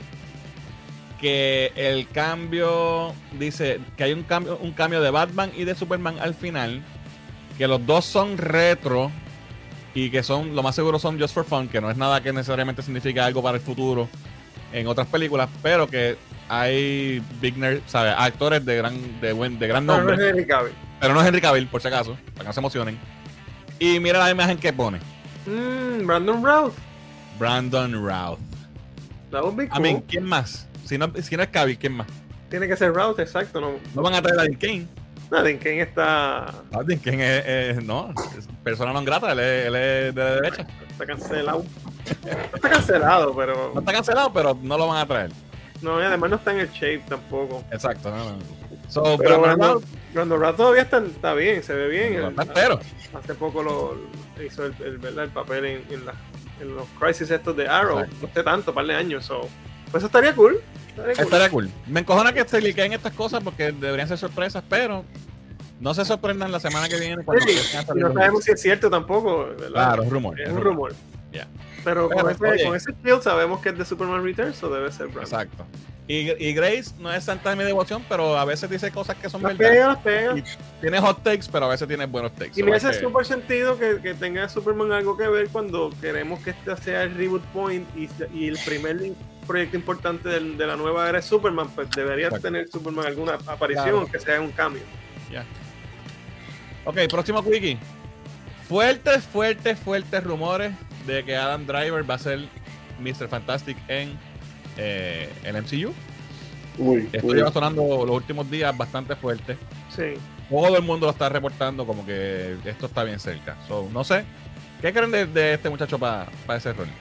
que el cambio. Dice que hay un cambio, un cambio de Batman y de Superman al final. Que los dos son retro. Y que son, lo más seguro son just for fun, que no es nada que necesariamente significa algo para el futuro en otras películas, pero que hay big nerd, ¿sabes? Actores de gran, de buen, de gran No, no nombre, es Henry Cavill. pero no es Henry Cavill, por si acaso, para que no se emocionen. Y mira la imagen que pone. Mm, Brandon Routh. Brandon Routh. That would be I cool. mean, ¿quién más? Si no, si no es Cavill, ¿quién más? Tiene que ser Routh, exacto. No, No van a traer a Dean Cain. no, Dean Cain está, No, Dean Cain es, es- no, es persona non grata, él es, él es de derecha. está cancelado. No está cancelado, pero No está cancelado, pero no lo van a traer. no, y además no está en el shape tampoco. Exacto, no, no. So, Pero Brandon Brandon, Routh, Brandon Routh todavía está, está bien, se ve bien. no El- está entero. hace poco lo hizo el, el, ¿verdad? el papel en, en, la- en los crisis estos de Arrow. Exacto. No hace tanto, par de años. So. Pues eso estaría cool. Estaría cool. Estaría cool. Me encojona que se liqueen estas cosas porque deberían ser sorpresas, pero no se sorprendan la semana que viene cuando Sí, empiecen a y salir no los sabemos leaks. si es cierto tampoco, ¿verdad? Claro, es rumor. Es un rumor. Ya. Pero, Pero, con, ese, oye. con ese field sabemos que es de Superman Returns o debe ser Brandon. Exacto. Y, y Grace no es santa de mi devoción, pero a veces dice cosas que son Las verdad. pega, las pega. Y tiene hot takes, pero a veces tiene buenos takes. Y me So, hace hay que- súper sentido que, que tenga Superman algo que ver cuando queremos que este sea el reboot point y, y el primer proyecto importante del- de la nueva era de Superman, pues debería Exacto. tener Superman alguna aparición, Claro. aunque sea un cambio. Ya. Ok, próximo quickie. Fuertes, fuertes, fuertes rumores de que Adam Driver va a ser mister Fantastic en eh, el M C U. Uy, Esto uy. lleva sonando los últimos días bastante fuerte. Sí. Todo el mundo lo está reportando como que esto está bien cerca. So, no sé. ¿Qué creen de, de este muchacho para ese rol?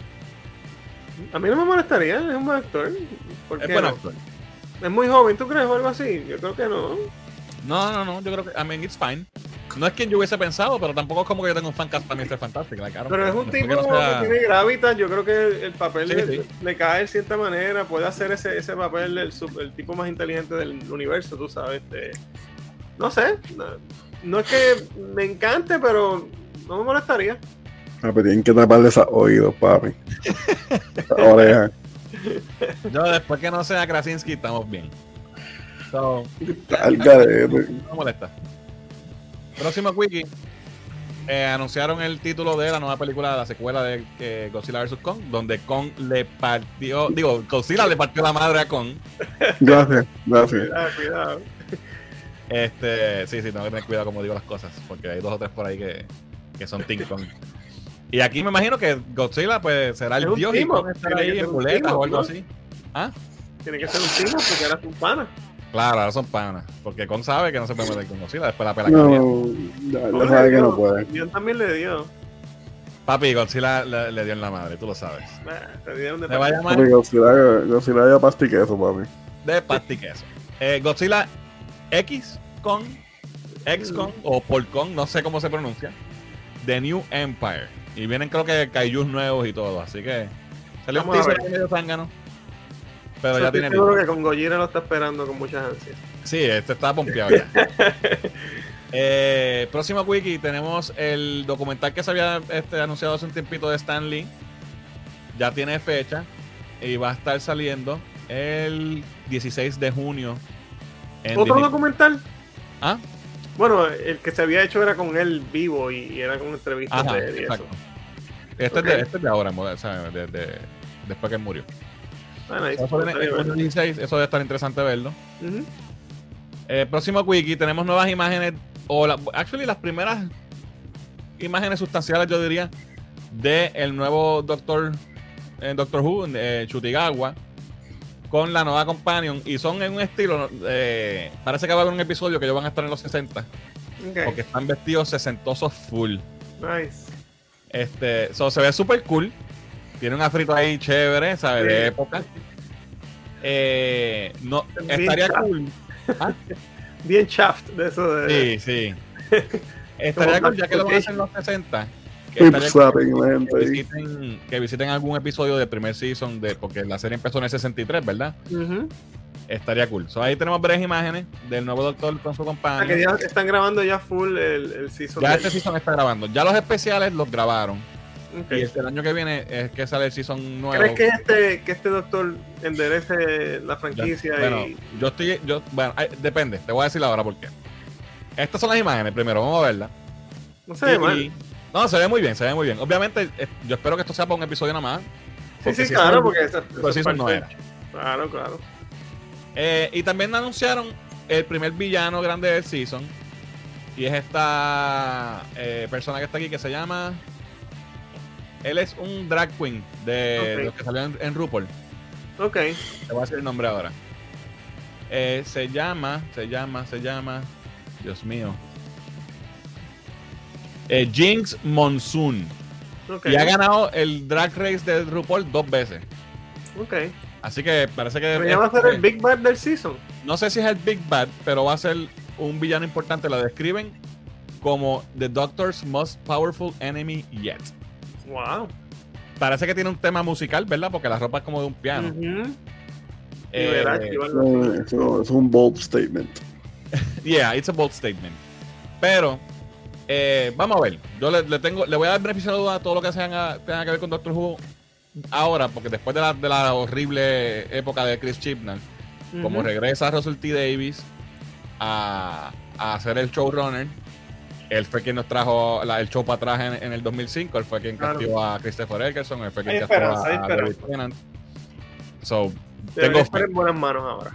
A mí no me molestaría, es un buen actor. ¿Por Es qué buen no? actor. Es muy joven, ¿tú crees o algo así? Yo creo que no. No, no, no. Yo creo que, I mean, it's fine. No es quien yo hubiese pensado, pero tampoco es como que yo tengo un fancast para mister Fantastic. Like, I don't Pero care. es un Después tipo que no sea- que tiene gravitas, yo creo que el, el papel Sí, le, sí. le cae de cierta manera, puede hacer ese, ese papel del sub- el tipo más inteligente del universo, tú sabes. este, no sé, no, no es que me encante, pero no me molestaría. Ah, pero tienen que taparle esos oídos, papi. Esa oreja. Yo después que no sea Krasinski estamos bien. So, Al garete. no me molesta. Próximo wiki. Eh, anunciaron el título de la nueva película, la secuela de eh, Godzilla versus. Kong, donde Kong le partió, digo, Godzilla le partió la madre a Kong. Gracias, gracias. Cuidado, cuidado. Este, sí, sí, tengo que tener cuidado como digo las cosas, porque hay dos o tres por ahí que, que son Team Kong. Y aquí me imagino que Godzilla pues será Es el un dios y team-up, Kong estará tiene ahí que ser en un muletas team-up, o algo ¿no? así. ¿Ah? Tiene que ser un timo porque ahora es un pana. Claro, ahora son panas, porque Kong sabe que no se puede meter con Godzilla, después la pela que No, tenía. ya, ya sabe que no puede. Dion también le dio. Papi, Godzilla le, le dio en la madre, tú lo sabes. Nah, se dieron de Se va a llamar Papi, Godzilla, Godzilla ya pastique eso, papi. de pasta y queso. Eh, Godzilla X Kong, X Kong o por Kong, no sé cómo se pronuncia. The New Empire. Y vienen creo que kaijus nuevos y todo, así que salió un Vamos a teaser ver. ahí medio zángano. Pero So, ya estoy tiene seguro pinta. que con Gojira lo está esperando con muchas ansias. Sí, este está pompeado ya. Eh, próximo wiki tenemos el documental que se había este, anunciado hace un tiempito de Stan Lee. Ya tiene fecha y va a estar saliendo el dieciséis de junio. En ¿Otro Disney. documental? ¿Ah? Bueno, el que se había hecho era con él vivo y, y era con entrevistas Ajá, de él y exacto. eso. Este, Ok. es de, este es de ahora, o sea, de, de, después que él murió. Ah, nice. Eso, viene en junio dieciséis, eso debe estar interesante verlo. Ujú. Eh, próximo wiki, tenemos nuevas imágenes, o la, actually las primeras imágenes sustanciales, yo diría, de el nuevo Doctor, eh, Doctor Who, eh, Chutigawa, con la nueva Companion, y son en un estilo, eh, parece que va a haber un episodio que ellos van a estar en los sesenta, Okay. porque están vestidos sesentosos full. Nice. Este, so, se ve súper cool, tiene un afrito ahí chévere, ¿sabes? De Sí. época. Eh, no, Bien estaría chafa. cool. ¿Ah? Bien shaft de eso de. Sí, sí. Estaría Como cool, ya que lo van a hacer en los sesenta. Que Hip estaría cool slapping la gente que ahí. visiten, que visiten algún episodio del primer season, de, porque la serie empezó en el sesenta y tres, ¿verdad? Ujú. Estaría cool. So, ahí tenemos varias imágenes del nuevo Doctor con su Ah, que compañero. ya están grabando ya full el, el season. Ya de- este season está grabando. Ya los especiales los grabaron. Ok. Y este, el año que viene es que sale el season nuevo. ¿Crees que este, que este doctor enderece la Ya, franquicia? bueno, y... yo estoy. Yo, bueno, ay, depende. Te voy a decir ahora por qué. Estas son las imágenes. Primero, vamos a verlas. No se ve Y- mal. y- no, se ve muy bien, se ve muy bien. Obviamente, eh, yo espero que esto sea para un episodio nada más. Sí, porque sí, si claro, es- porque esa, pero esa season no parte- era. Claro, claro. Eh, y también anunciaron el primer villano grande del season. Y es esta eh, persona que está aquí que se llama. Él es un drag queen de, Ok. de los que salió en, en RuPaul. Ok. Te voy a decir el nombre ahora. Eh, se llama, se llama, se llama. Dios mío. Eh, Jinx Monsoon. Ok. Y ha ganado el Drag Race de RuPaul dos veces. Ok. Así que parece que. Pero ya va a ser el Big Bad del season. No sé si es el Big Bad, pero va a ser un villano importante. Lo describen como The Doctor's Most Powerful Enemy Yet. Wow. Parece que tiene un tema musical, ¿verdad? Porque la ropa es como de un piano. Ujú. Eh, Liberace, o algo así. Eh, Eso es un bold statement. Yeah, it's a bold statement. Pero, eh, vamos a ver. Yo le, le tengo, le voy a dar beneficio de duda a todo lo que tenga, tenga que ver con Doctor Who ahora, porque después de la, de la horrible época de Chris Chibnall, como Ujú. regresa Russell T. Davis a, a hacer el showrunner, él fue quien nos trajo la- el show para atrás en, en el dos mil cinco, él fue quien Claro. castigó a Christopher Eccleston, él fue quien Hay castigó esperanza, hay a, a David esperanza. Tennant. So, Debería tengo estar fe. en buenas manos ahora.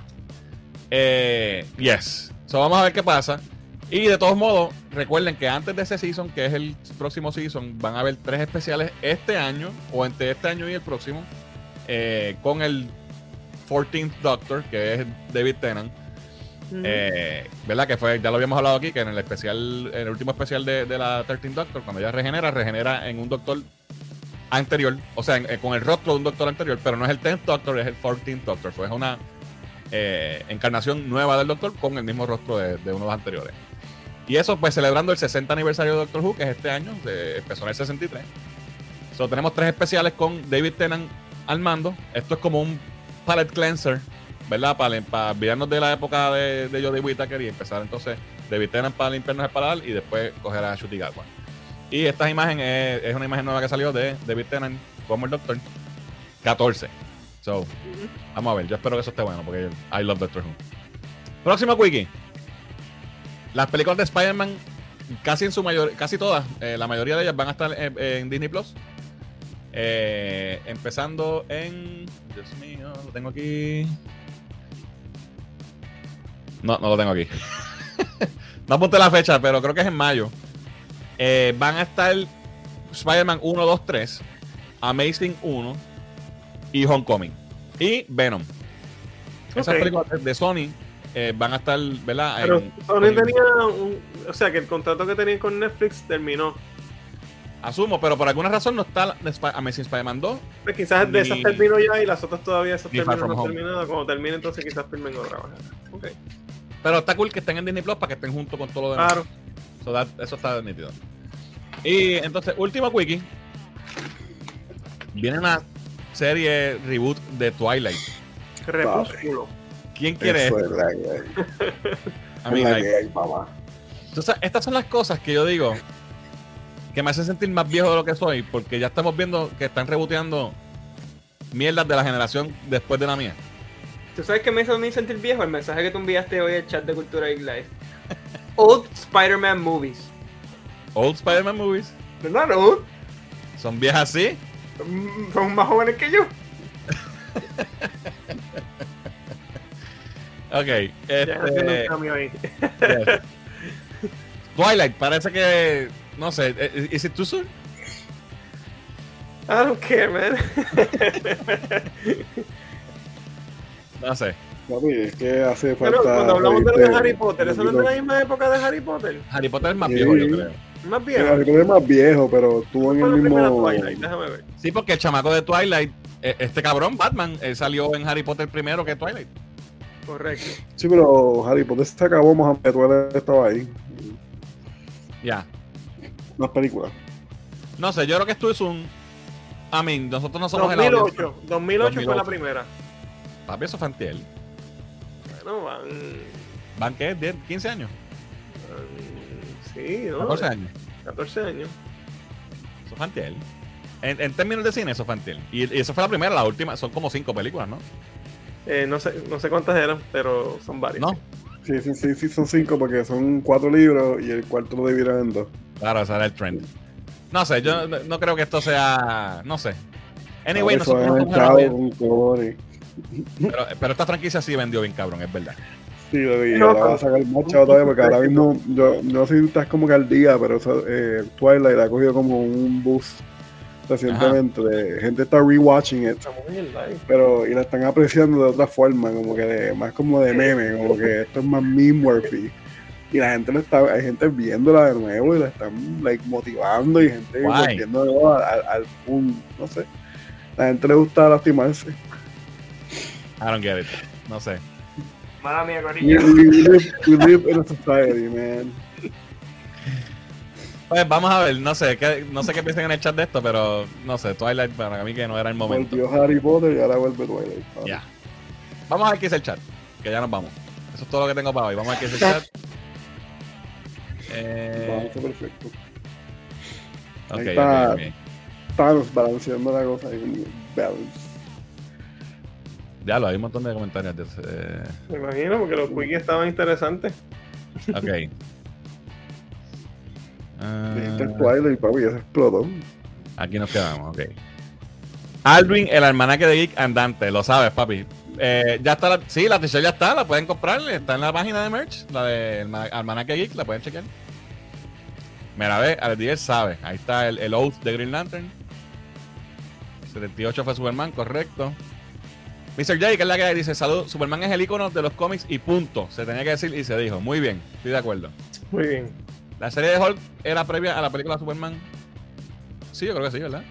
Eh, yes. So, vamos a ver qué pasa. Y de todos modos, recuerden que antes de ese season, que es el próximo season, van a haber tres especiales este año, o entre este año y el próximo, eh, con el catorce Doctor, que es David Tennant. Ujú. Eh, ¿verdad? Que fue, ya lo habíamos hablado aquí, que en el especial, en el último especial de, de la trece Doctor, cuando ella regenera, regenera en un Doctor anterior, o sea, en- eh, con el rostro de un Doctor anterior, pero no es el tenth Doctor, es el catorce Doctor. Pues es una eh, encarnación nueva del Doctor con el mismo rostro de, de uno de los anteriores. Y eso, pues celebrando el sesenta aniversario de Doctor Who, que es este año, se empezó en el sesenta y tres. So, tenemos tres especiales con David Tennant al mando. Esto es como un palette cleanser, ¿verdad? Para, para olvidarnos de la época de, de Jodie Whittaker y empezar entonces David Tennant para limpiarnos el paladar y después coger a Chutigawa. Y esta imagen es, es una imagen nueva que salió de David Tennant como el Doctor catorce. So, vamos a ver. Yo espero que eso esté bueno porque I love Doctor Who. Próximo quickie. Las películas de Spider-Man, casi en su mayor, casi todas, eh, la mayoría de ellas van a estar en, en Disney Plus. Eh, empezando en. Dios mío, lo tengo aquí. No, no lo tengo aquí. No apunté la fecha, pero creo que es en mayo. Eh, van a estar Spider-Man uno, dos, tres, Amazing uno y Homecoming. Y Venom. Esas Ok. películas de Sony eh, van a estar, ¿verdad? Pero En- Sony en- tenía un. O sea, que el contrato que tenían con Netflix terminó. Asumo, pero por alguna razón no está la- Sp- Amazing Spider-Man dos. Pues quizás de esas Ni- terminó ya y las otras todavía esas ni Far terminan From no Home. terminadas. Cuando termine, entonces quizás filmen otra. Ok. Pero está cool que estén en Disney Plus para que estén junto con todo lo demás. Claro. So that- eso está nítido. Y entonces, último quickie. Viene una serie reboot de Twilight. Crepúsculo. ¿Quién quiere Eso esto? es la que hay. A mí, Es la like, que hay, papá. Entonces, estas son las cosas que yo digo que me hacen sentir más viejo de lo que soy, porque ya estamos viendo que están reboteando mierdas de la generación después de la mía. ¿Tú sabes qué me hizo a mí sentir viejo? El mensaje que tú enviaste hoy al chat de Cultura Geek Live. Old Spider-Man movies. Old Spider-Man movies. ¿Verdad, no? Son viejas así. Son más jóvenes que yo. Ok. Este, Ya haciendo un cambio ahí. Yes. Twilight, parece que. No sé. ¿Is it too soon? I don't care, man. No sé. Papi, es que hace falta. Pero cuando hablamos de los de reírte Harry Potter, ¿eso no es de la misma época de Harry Potter? Harry Potter es más Sí. viejo, yo creo. Más Sí, viejo. Harry Potter es más viejo, pero estuvo en Fue la el primera mismo. Twilight, déjame ver. Sí, porque el chamaco de Twilight, eh, este cabrón, Batman, él salió en Harry Potter primero que Twilight. Correcto. Sí, pero Harry Potter se acabó, Mohamed Twilight estaba ahí. Ya. Más películas. No sé, yo creo que esto es un. I mean, nosotros no somos dos mil el ocho. dos mil ocho fue la dos mil ocho. primera. Papi, eso fue antiel. Bueno, van. ¿Van qué? diez, quince años? van- Sí, ¿no? catorce años. catorce años. Eso fue antiel. En, en términos de cine, eso fue antiel. Y, y eso fue la primera, la última, son como cinco películas, ¿no? Eh, no, sé, no sé cuántas eran, pero son varias. No. Sí, sí, sí, sí, son cinco porque son cuatro libros y el cuarto lo dividieron en dos. Claro, ese era el trend. No sé, yo no, no creo que esto sea. No sé. Anyway, Por eso nosotros no han somos el echado audio, con colores. pero, pero esta franquicia sí vendió bien cabrón, es verdad. Sí, lo vi. No, Ahora va pero- a sacar más chavo todavía porque ahora mismo yo no sé si estás como que al día, pero eso, eh, Twilight ha cogido como un boost recientemente. De, gente está rewatching it, Estamos en el live. pero y la están apreciando de otra forma, como que de, más como de meme, como que esto es más meme worthy. Y la gente lo está, hay gente viéndola de nuevo y la están like motivando y gente Guay. volviendo de nuevo al, al, al punto, no sé. La gente le gusta lastimarse. I don't get it. No sé. Mala mía, We, Corillo. we live, we live in a society, man. Pues vamos a ver, no sé, qué, no sé qué piensan en el chat de esto, pero no sé, Twilight para mí que no era el momento. Volvió Harry Potter y ahora vuelve Twilight. papi. Ya. Vamos a ver qué es el chat, que ya nos vamos. Eso es todo lo que tengo para hoy. Vamos a ver qué es el chat. Eh, Balance perfecto. ok, Ahí está. ok, ok. Thanos balanceando la cosa ahí con balance. Ya lo hay un montón de comentarios de ese. Me imagino, porque los wikis estaban interesantes. Ok. Ah, Dijiste el Twilight, papi, ya se explotó. aquí nos quedamos, ok. Alvin, el almanaque de Geek andante, lo sabes, papi. Eh, ya está, la, sí, la t-shirt ya está, la pueden comprar, está en la página de merch, la de Alma- Almanaque Geek, la pueden chequear. Mira, ve, Alex Díaz sabe, ahí está el, el Oath de Green Lantern. setenta y ocho fue Superman, correcto. mister J, que es la que hay, dice, salud, Superman es el icono de los cómics y punto. Se tenía que decir y se dijo. Muy bien, estoy de acuerdo. Muy bien. La serie de Hulk era previa a la película Superman. Sí, yo creo que sí, ¿verdad?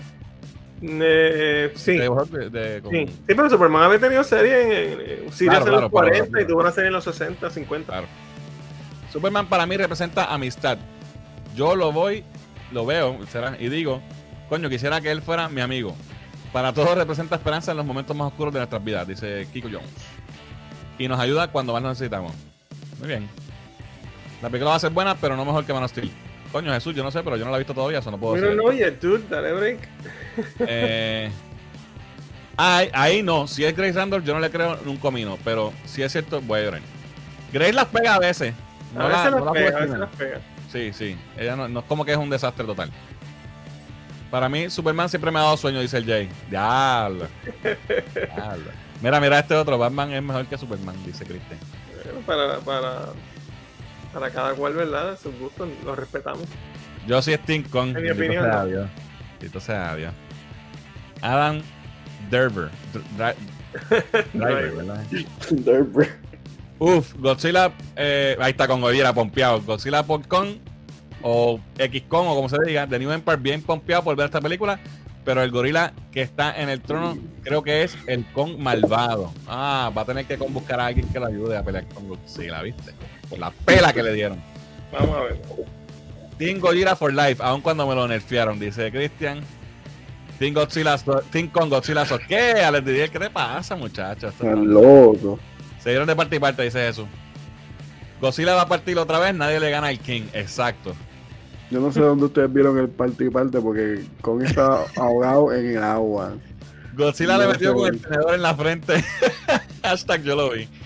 Eh, sí. De Hulk de- de- con- Sí. Sí, pero Superman había tenido serie en, en, en series Claro, en claro, los pero- cuarenta pero- y tuvo una serie en los sesenta, cincuenta. Claro. Superman para mí representa amistad. Yo lo voy, lo veo, será, y digo, coño, quisiera que él fuera mi amigo. Para todos representa esperanza en los momentos más oscuros de nuestras vidas, dice Kiko Jones. Y nos ayuda cuando más lo necesitamos. Muy bien. La película va a ser buena, pero no mejor que Man of Steel. Coño, Jesús, yo no sé, pero yo no la he visto todavía, eso no puedo We don't decir. know yet, dude. Dale break. Eh, ahí, ahí no, si es Grace Randall, yo no le creo en un comino, pero si es cierto, voy a llorar. Grace las pega a veces. No a la- veces no las la pega, a subestimen. veces las pega. Sí, sí. Ella no, no es como que es un desastre total. Para mí, Superman siempre me ha dado sueño, dice el Jay. Diablo. Diablo. Mira, mira este otro. Batman es mejor que Superman, dice Cristian. Bueno, para, para, para cada cual, ¿verdad? Sus gustos, los respetamos. Yo sí es Team Kong. En mi Bendito opinión, sea no. Dios. Bendito sea Dios. Adam Derber. Dr- Dri- Driver, ¿verdad? Derber. Uf, Godzilla. Eh, ahí está con Godzilla pompeado. Godzilla por Kong o X-Con o como se diga. The New Empire bien pompeado por ver esta película. Pero el gorila que está en el trono creo que es el Kong malvado. Ah, va a tener que buscar a alguien que lo ayude a pelear con Godzilla, ¿viste? Por la pela que le dieron. Vamos a ver. Team Godzilla for life, aun cuando me lo nerfearon, dice Christian. Team Godzilla, so- Team Kong Godzilla, so- ¿qué? Alex Didier, ¿qué te pasa, muchachos? Esto Están no- loco. Se dieron de parte y parte, dice Jesús. Godzilla va a partir otra vez, nadie le gana al King. Exacto. Yo no sé dónde ustedes vieron el parte y parte porque Kong está ahogado en el agua. Godzilla no le metió con el tenedor en la frente. Hashtag yo lo vi.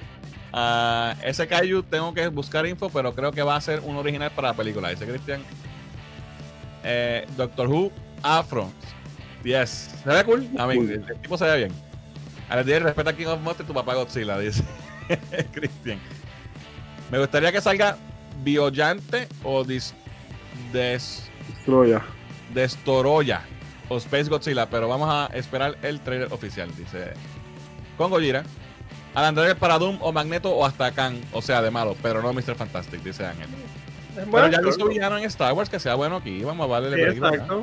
Uh, ese Kaiju tengo que buscar info, pero creo que va a ser un original para la película. Dice Cristian. Eh, Doctor Who Afro. Yes. Se ve cool. A mí, el, el tipo se ve bien. A les dije, respeta a King of Monsters, tu papá Godzilla, dice Cristian. Me gustaría que salga Biollante o Dis, Des, Destroya. Destoroya o Space Godzilla, pero vamos a esperar el trailer oficial, dice con Gojira. Alan Driver para Doom o Magneto o hasta Kang, o sea, de malo, pero no mister Fantastic, dice Ángel. Pero ya lo hizo villano en Star Wars, que sea bueno aquí, vamos a darle sí, exacto.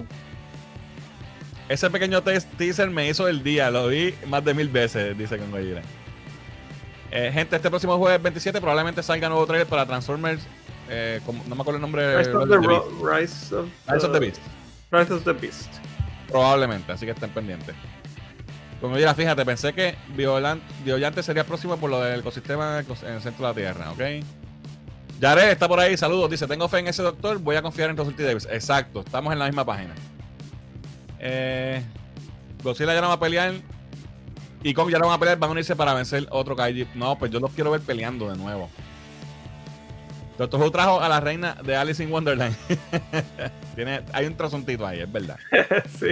Ese pequeño teaser me hizo el día, lo vi más de mil veces, dice con Gojira. Eh, gente, este próximo jueves veintisiete probablemente salga nuevo trailer para Transformers. Eh, como, no me acuerdo el nombre. Rise of the, the Rise of, Rise of the Beast. Rise of the Beast. Probablemente, así que estén pendientes. Como dirá, fíjate, pensé que Biollante sería próximo por lo del ecosistema en el centro de la Tierra, ¿ok? Jared está por ahí, saludos. Dice, tengo fe en ese doctor, voy a confiar en Russell T. Davis. Exacto, estamos en la misma página. Eh, Godzilla ya no va a pelear. Y Kong ya no van a pelear, van a unirse para vencer otro Kaiju. No, pues yo los quiero ver peleando de nuevo. Doctor Who trajo a la reina de Alice in Wonderland. Tiene, hay un trazontito ahí, es verdad. Sí.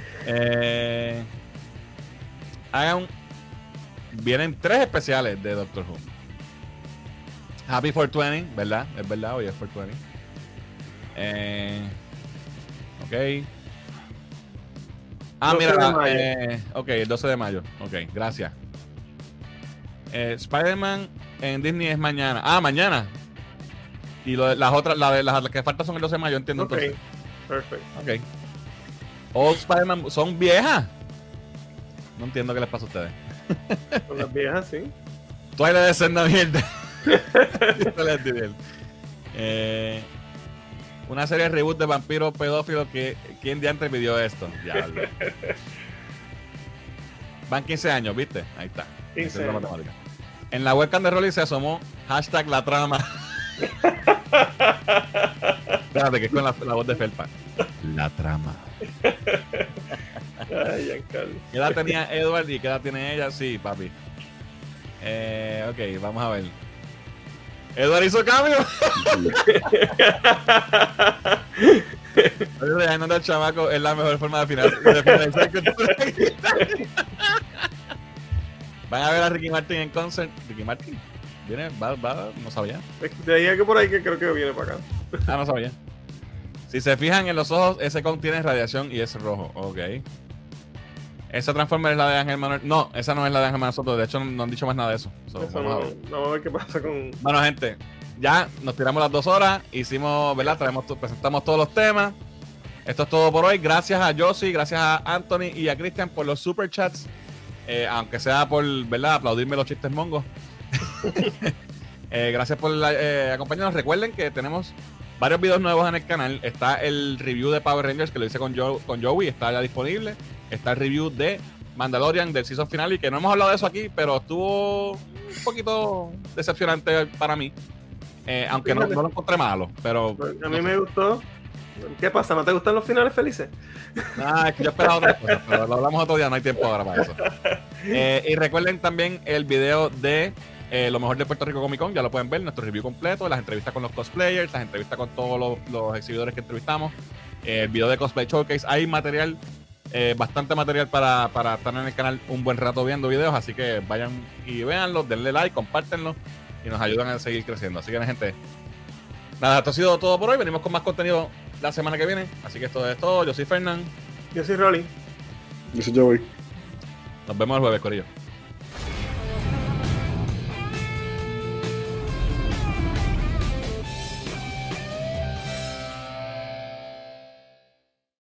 Eh, hagan. Vienen tres especiales de Doctor Who. Happy four twenty, ¿verdad? Es verdad, hoy es four twenty. Eh, ok. Ah, mira, eh, ok, el doce de mayo. Ok, gracias. Eh, Spider-Man en Disney es mañana. Ah, mañana. Y lo de, las otras, la de, las, las que faltan son el doce de mayo, entiendo. Ok, entonces. perfecto. Ok. Old Spider-Man son viejas. No entiendo qué les pasa a ustedes. Con las viejas, sí. Twilight de senda mierda. eh, una serie reboot de vampiros pedófilos que ¿quién de antes pidió esto? Diablo. Van quince años, ¿viste? Ahí está. quince años. En la webcam de Rolly se asomó hashtag la trama. Espérate, que es con la, la voz de Felpa. La trama. Ay, Giancarlo. ¿Qué edad tenía Edward y qué edad tiene ella? Sí, papi. Eh, ok, vamos a ver. Edward hizo cambio. Rellenando al chamaco es la mejor forma de finalizar. Van a ver a Ricky Martin en concert. Ricky Martin viene, va, va, no sabía. De ahí que por ahí que creo que viene para acá. Ah, no sabía. Si se fijan en los ojos, ese con tiene radiación y es rojo. Ok. Esa Transformer es la de Ángel Manuel. No, esa no es la de Ángel Manuel Soto. De hecho, no, no han dicho más nada de eso. So, eso vamos, no, a ver. vamos a ver qué pasa con. Bueno, gente, ya nos tiramos las dos horas. Hicimos, ¿verdad? Traemos, presentamos todos los temas. Esto es todo por hoy. Gracias a Josie, gracias a Anthony y a Cristian por los super chats. Eh, aunque sea por, ¿verdad? Aplaudirme los chistes mongos. eh, gracias por eh, acompañarnos. Recuerden que tenemos varios videos nuevos en el canal. Está el review de Power Rangers que lo hice con, Joe, con Joey. Está ya disponible. Está el review de Mandalorian del season final. Y que no hemos hablado de eso aquí, pero estuvo un poquito decepcionante para mí. Eh, aunque no, no lo encontré malo. Pero a mí me gustó. ¿Qué pasa? ¿No te gustan los finales felices? Ah, es que yo esperaba otra cosa, pero lo hablamos otro día, no hay tiempo ahora para eso. Eh, y recuerden también el video de eh, lo mejor de Puerto Rico Comic Con, ya lo pueden ver, nuestro review completo, las entrevistas con los cosplayers, las entrevistas con todos los, los exhibidores que entrevistamos, eh, el video de Cosplay Showcase, hay material, eh, bastante material para, para estar en el canal un buen rato viendo videos, así que vayan y véanlo, denle like, compártenlo y nos ayudan a seguir creciendo. Así que, gente, nada, esto ha sido todo por hoy, venimos con más contenido la semana que viene, así que esto es todo. Yo soy Fernán. Yo soy Rolly. Yo soy Joey. Nos vemos el jueves, corillo.